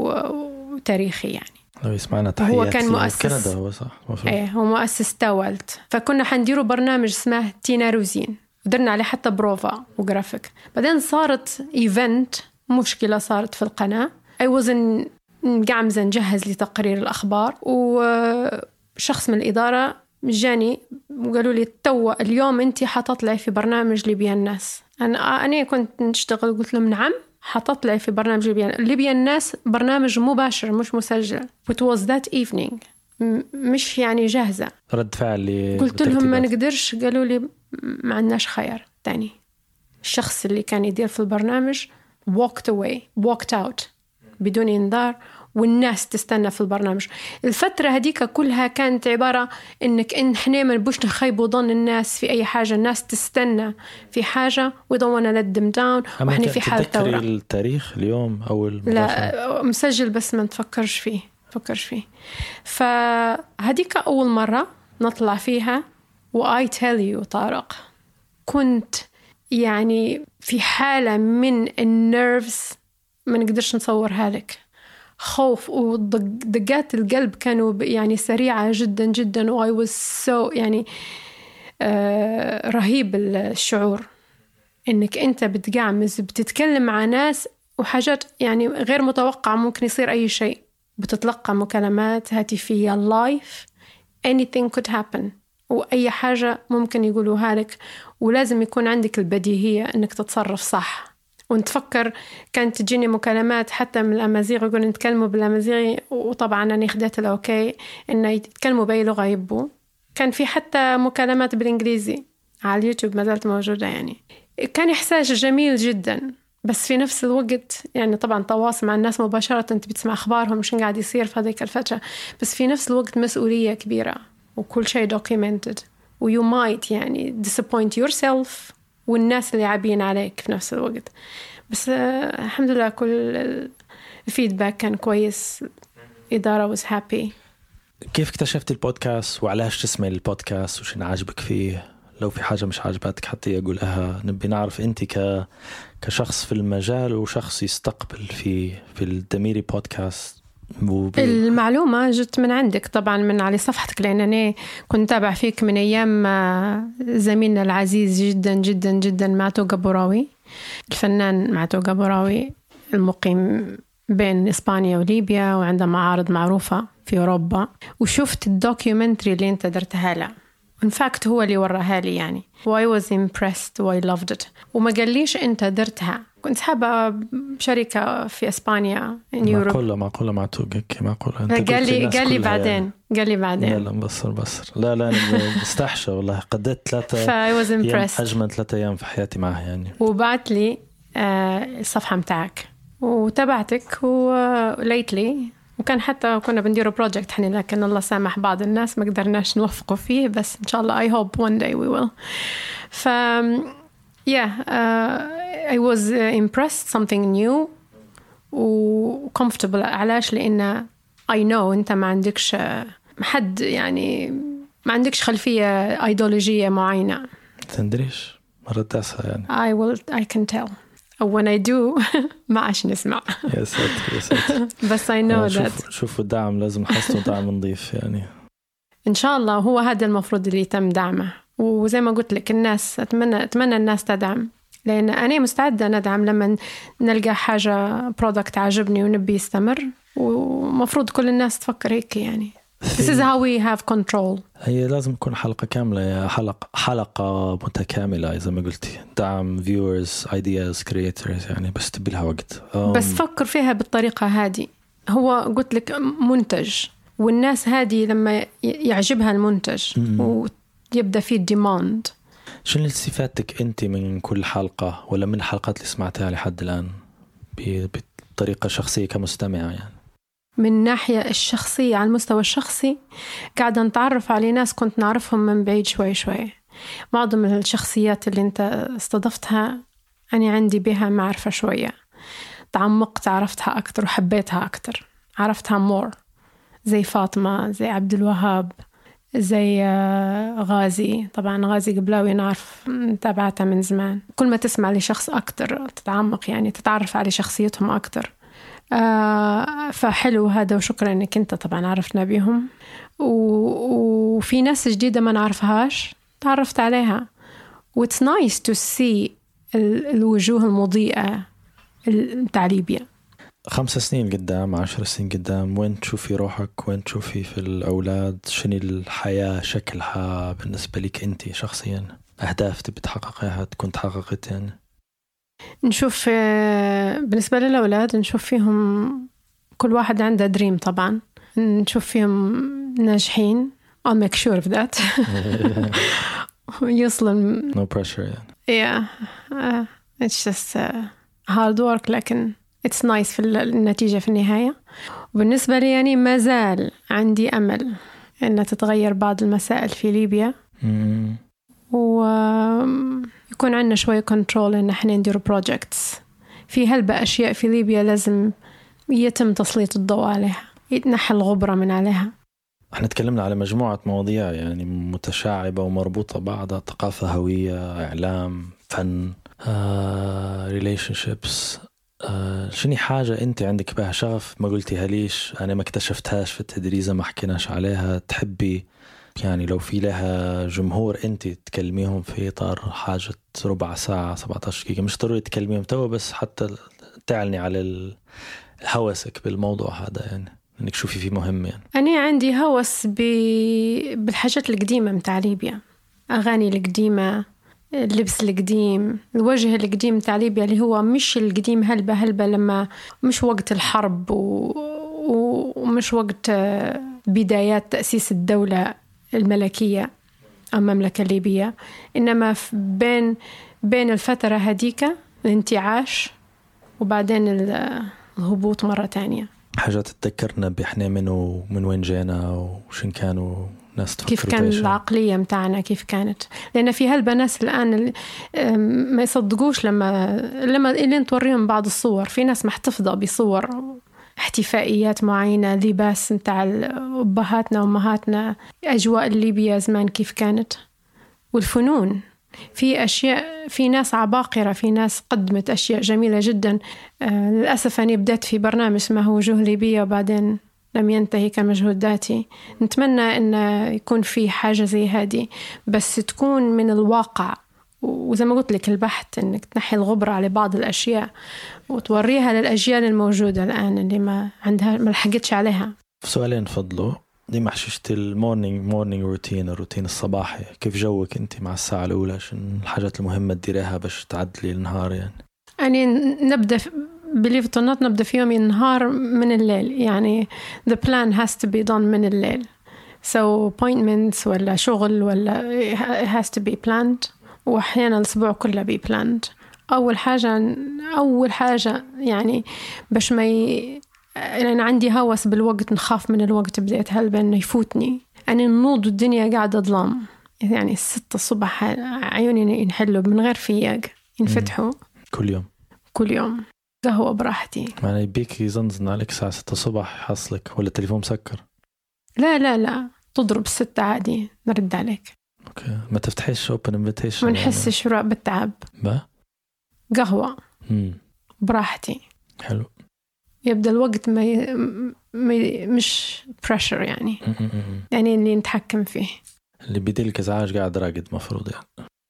وتاريخي يعني. لو يسمعنا تحياتي. هو كان مؤسس كندا، هو صح مفروض. ايه هو مؤسس تاولت. فكنا حنديروا برنامج اسمه تينا روزين، ودرنا عليه حتى بروفا وجرافيك. بعدين صارت ايفنت، مشكلة صارت في القناة. I wasn't قاعد نجهز لتقرير الأخبار، وشخص من الإدارة جاني وقالوا لي اليوم أنت حتطلعي في برنامج ليبيا الناس. أنا كنت نشتغل، قلت لهم نعم حتطلعي في برنامج ليبيا الناس، برنامج مباشر مش مسجل. It was that evening، مش يعني جاهزة. رد فعل قلت لهم ما نقدرش. قالوا لي ما عندناش خيار تاني. الشخص اللي كان يدير في البرنامج walked out بدون إنذار، والناس تستنى في البرنامج. الفترة هديك كلها كانت عبارة إنك إحنا ما نبوش نخيبوا ظن الناس في أي حاجة. الناس تستنى في حاجة we don't wanna let them down، وإحنا في حالة ثورة. التاريخ اليوم أو لا مسجل بس ما نفكرش فيه. فهديك أول مرة نطلع فيها، وآي tell you طارق كنت يعني في حالة من النيرفز ما نقدرش نصورها لك. خوف ودقات القلب كانوا يعني سريعة جدا جدا، و I was so يعني رهيب الشعور إنك أنت بتقعمز بتتكلم مع ناس وحاجات يعني غير متوقعة، ممكن يصير أي شيء. بتتلقى مكالمات هاتفية لايف، anything could happen، وأي حاجة ممكن يقولوها لك، ولازم يكون عندك البديهية إنك تتصرف صح. ونتفكر كانت تجيني مكالمات حتى من الأمازيغ يقولوا نتكلموا بالأمازيغي، وطبعا أنا خديت الأوكي إنه يتكلموا بأي لغة يبوا. كان في حتى مكالمات بالإنجليزي على اليوتيوب ما زالت موجودة. يعني كان إحساس جميل جدا، بس في نفس الوقت يعني طبعا تواصل مع الناس مباشرة، أنت بتسمع أخبارهم شو قاعد يصير في هذيك الفترة، بس في نفس الوقت مسؤولية كبيرة وكل شيء documented، و you might يعني disappoint yourself والناس اللي عابين عليك في نفس الوقت. بس الحمد لله كل الفيدباك كان كويس، إدارة was happy. كيف اكتشفت البودكاست وعلاش تسمعي البودكاست وشن عاجبك فيه؟ لو في حاجة مش عاجبتك حتى أقولها. نبي نعرف أنت كشخص في المجال وشخص يستقبل في الدميري بودكاست. المعلومة جت من عندك طبعا، من على صفحتك، لأن أنا كنت تابع فيك من أيام زميلنا العزيز جدا جدا جدا معتوق قبراوي، الفنان معتوق قبراوي المقيم بين إسبانيا وليبيا وعنده معارض معروفة في أوروبا. وشفت الدوكيومنتري اللي أنت درتها له، in fact هو اللي وراها لي يعني، و I was impressed و I loved it. وما قاليش أنت درتها، كنت حابة شركة في إسبانيا معقولة معتوقك معقولة. قال لي بعدين لا بصر لا بستحشى والله. قدت 3 أيام، أجمل 3 أيام في حياتي معه يعني. وبعت لي الصفحة متاعك، وتابعتك وليتلي، وكان حتى كنا بنديروا بروجكت حني، لكن الله سامح بعض الناس ما قدرناش نوفقوا فيه، بس إن شاء الله I hope one day we will. I was impressed, something new و comfortable. علاش؟ لأن I know أنت ما عندكش حد، يعني ما عندكش خلفية أيديولوجية معينة. تندريش مرة تاسها يعني. I can tell. when I do ما عاش نسمع. يا ساتر. بس I know that. شوفوا الدعم لازم نحسنوا دعم نضيف يعني. إن شاء الله هو هذا المفروض اللي يتم دعمه، وزي ما قلت لك الناس أتمنى الناس تدعم، لأن أنا مستعدة ندعم لما نلقى حاجة برودكت عجبني ونبي يستمر، ومفروض كل الناس تفكر هيك يعني. This is how we have control. هي لازم تكون حلقة كاملة، حلقة متكاملة إذا ما قلتي، دعم viewers, ideas, creators يعني، بس تبي لها وقت. بس فكر فيها بالطريقة هذه. هو قلت لك منتج، والناس هذه لما يعجبها المنتج ويبدأ فيه demand. شنو اللي استفادتك أنت من كل حلقة ولا من الحلقات اللي سمعتها لحد الآن بطريقة شخصية كمستمعة يعني؟ من ناحية الشخصية، على المستوى الشخصي قاعدة نتعرف على ناس كنت نعرفهم من بعيد شوي. معظم الشخصيات اللي انت استضفتها أنا عندي بها معرفة شوية، تعمقت، عرفتها أكتر وحبيتها أكتر، عرفتها مور، زي فاطمة، زي عبد الوهاب، زي غازي. طبعا غازي قبلاوي نعرف، تابعتها من زمان. كل ما تسمع لشخص أكتر تتعمق، يعني تتعرف على شخصيتهم أكتر. فحلو هذا، وشكرا انك انت طبعا عرفنا بيهم. وفي ناس جديدة ما نعرفهاش تعرفت عليها، وit's nice to see الوجوه المضيئة متاع ليبيا. 5 سنين قدام، 10 سنين قدام، وين تشوفي روحك؟ وين تشوفي في الأولاد؟ شنو الحياة شكلها بالنسبة لك انت شخصيا؟ أهداف تبي تحققها تكون تحققت يعني؟ نشوف بالنسبة للأولاد نشوف فيهم كل واحد عنده دريم طبعا، نشوف فيهم ناجحين. I'll make sure of that. يوصل no pressure يعني. It's just hard work، لكن it's nice في النتيجة في النهاية. وبالنسبة لي يعني ما زال عندي أمل أن تتغير بعض المسائل في ليبيا، ويكون عندنا شوية كنترول إن احنا ندير بروجكتس في هلبة أشياء في ليبيا لازم يتم تسليط الضوء عليها، يتنحى الغبرة من عليها. احنا تكلمنا على مجموعة مواضيع يعني متشعبة ومربوطة بعضها، ثقافة، هوية، إعلام، فن، relationships. شني حاجة أنت عندك بها شغف ما قلتيها ليش، أنا ما اكتشفتهاش في التدريس، ما حكيناش عليها، تحبي يعني لو في لها جمهور أنت تكلميهم في إطار حاجة ربع ساعة 17 دقيقة، مش ضروري تكلميهم توا، بس حتى تعلني على هوسك بالموضوع هذا يعني، إنك شوفي فيه مهم يعني. أنا عندي هوس بالحاجات القديمة متاع ليبيا، أغاني القديمة، اللبس القديم، الوجه القديم متاع ليبيا، اللي هو مش القديم هلبة لما مش وقت الحرب ومش وقت بدايات تأسيس الدولة الملكية أو المملكة الليبية، إنما بين الفترة هديك الانتعاش وبعدين الهبوط مرة تانية. حاجات تذكرنا بإحنا من وين جينا وشن كانوا ناس تفكر كيف كان العقلية متاعنا كيف كانت، لأن في هالبناس الآن ما يصدقوش لما نتوريهم بعض الصور، في ناس محتفظة بصور احتفائيات معينة، لباس متاع أبهاتنا وأمهاتنا، أجواء الليبية زمان كيف كانت، والفنون، في أشياء، في ناس عباقرة، في ناس قدمت أشياء جميلة جدا. للأسف أنا بدأت في برنامج اسمه وجوه ليبية وبعدين لم ينتهي كمجهوداتي. نتمنى أن يكون في حاجة زي هذه، بس تكون من الواقع، وزي ما قلت لك البحث أنك تنحي الغبرة على بعض الأشياء وتوريها للأجيال الموجودة الآن اللي ما لحقتش عليها. سؤالين فضلوا دي محششة المورنينج روتين، الروتين الصباحي، كيف جوك أنت مع الساعة الأولى؟ شن الحاجات المهمة تديريها باش تعدلي النهار يعني؟ يعني نبدأ believe it or not نبدأ في يومي النهار من الليل، يعني the plan has to be done من الليل، so appointments ولا شغل ولا it has to be planned، وأحيانا الأسبوع كله be planned. أول حاجة يعني باش ما أنا عندي هوس بالوقت، نخاف من الوقت، بدأت هلبة إنه يفوتني. أنا النوض والدنيا قاعدة ظلام، يعني 6 الصبح عيوني ينحلوا من غير فياق ينفتحوا كل يوم قهوة براحتي. معنى يبيك يزنزن عليك الساعة 6 الصبح حصلك ولا التليفون مسكر؟ لا تضرب 6 عادي نرد عليك. اوكي، ما تفتحيش open invitation؟ ما نحسش يعني بالتعب. قهوة براحتي. حلو. يبدأ الوقت مش pressure يعني. يعني اللي نتحكم فيه. اللي بيديلك ازعاج قاعد راقد مفروض يعني.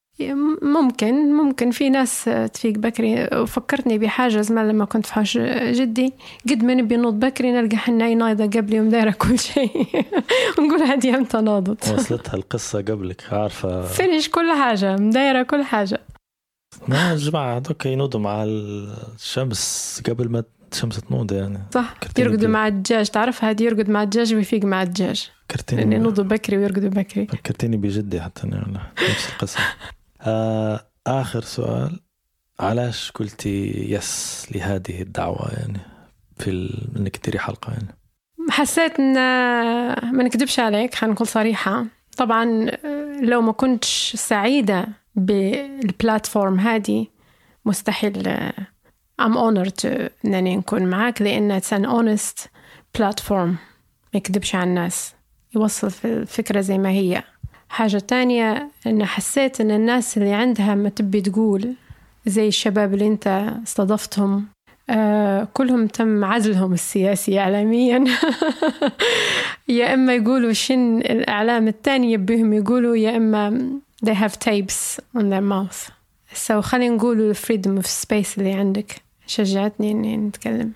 ممكن في ناس تفيق بكري. وفكرتني بحاجة زمان لما كنت في حوش جدي، قد ما نبي نوض بكري نلقى حناي نايضة قبلي ومدايرة كل شيء ونقول هذه أمتى ناضت. وصلتها القصة قبلك، عارفة فينيش كل حاجة، مدايرة كل حاجة. ما الجماعة هذوك ينوضوا مع الشمس قبل ما الشمس تنوض يعني. صح، يرقدوا مع الدجاج. تعرف هذه يرقد مع الدجاج ويفيق مع الدجاج، لأن ينوضوا بكري ويرقدوا بكري. فكرتيني بجدي حتى نفس القصة. آخر سؤال، علاش قلتي يس لهذه الدعوة يعني في إنك تديري حلقة؟ يعني حسيت إن ما نكذبش عليك، حنقول صريحة. طبعا لو ما كنتش سعيدة بالبلاتفورم هذه مستحيل. I'm honored إنني نكون معاك، لأن it's an honest platform، ما يكذبش على الناس، يوصل في الفكرة زي ما هي. حاجة تانية، إن حسيت إن الناس اللي عندها ما تبي تقول، زي الشباب اللي أنت استضفتهم، كلهم تم عزلهم السياسي إعلاميا. يا إما يقولوا شن الإعلام التاني يبيهم يقولوا، يا إما they have tapes on their mouth. خلينا نقولوا freedom of space اللي عندك شجعتني إني نتكلم.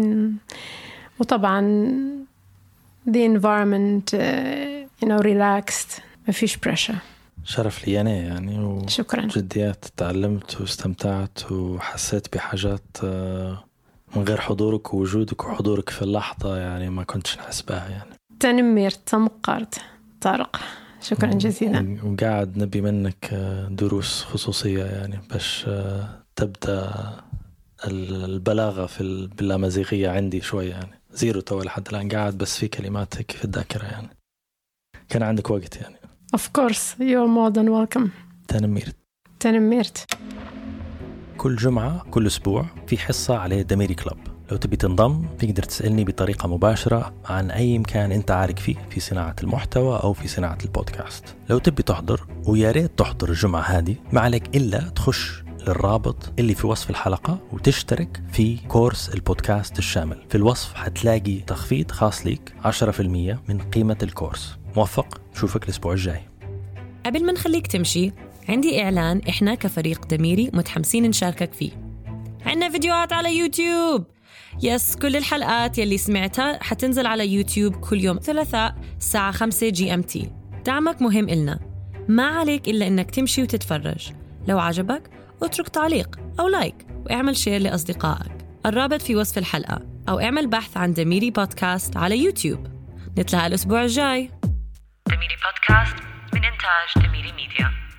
وطبعا the environment relaxed، ما فيش pressure. شرف لي أنا يعني. شكرا. جديات تعلمت واستمتعت وحسيت بحاجات من غير حضورك ووجودك وحضورك في اللحظة يعني ما كنتش نحس بها يعني. تنمير تمقرت طارق، شكرا جزيلا. وقاعد نبي منك دروس خصوصية يعني باش تبدأ البلاغة باللامازيغية عندي شوية يعني. زيرو تو لحد الآن قاعد بس في كلمات هيك في الذاكرة يعني. كان عندك وقت يعني. Of course, you're more than welcome. تنميرت. كل جمعة كل أسبوع في حصة على دميري كلاب. لو تبي تنضم تقدر تسألني بطريقة مباشرة عن أي مكان أنت عارف فيه في صناعة المحتوى أو في صناعة البودكاست. لو تبي تحضر، ويا ريت تحضر الجمعة هذه، ما عليك إلا تخش للرابط اللي في وصف الحلقة وتشترك في كورس البودكاست الشامل. في الوصف حتلاقي تخفيض خاص ليك 10% من قيمة الكورس. موفق، شوفك الأسبوع الجاي. قبل ما نخليك تمشي، عندي إعلان إحنا كفريق دميري متحمسين نشاركك فيه. عندنا فيديوهات على يوتيوب. يس، كل الحلقات يلي سمعتها حتنزل على يوتيوب كل يوم ثلاثاء الساعة 5 GMT. دعمك مهم إلنا، ما عليك إلا إنك تمشي وتتفرج. لو عجبك اترك تعليق أو لايك واعمل شير لأصدقائك. الرابط في وصف الحلقة، أو اعمل بحث عن دميري بودكاست على يوتيوب. نتلاقى الأسبوع الجاي. دميري بودكاست من إنتاج دميري ميديا.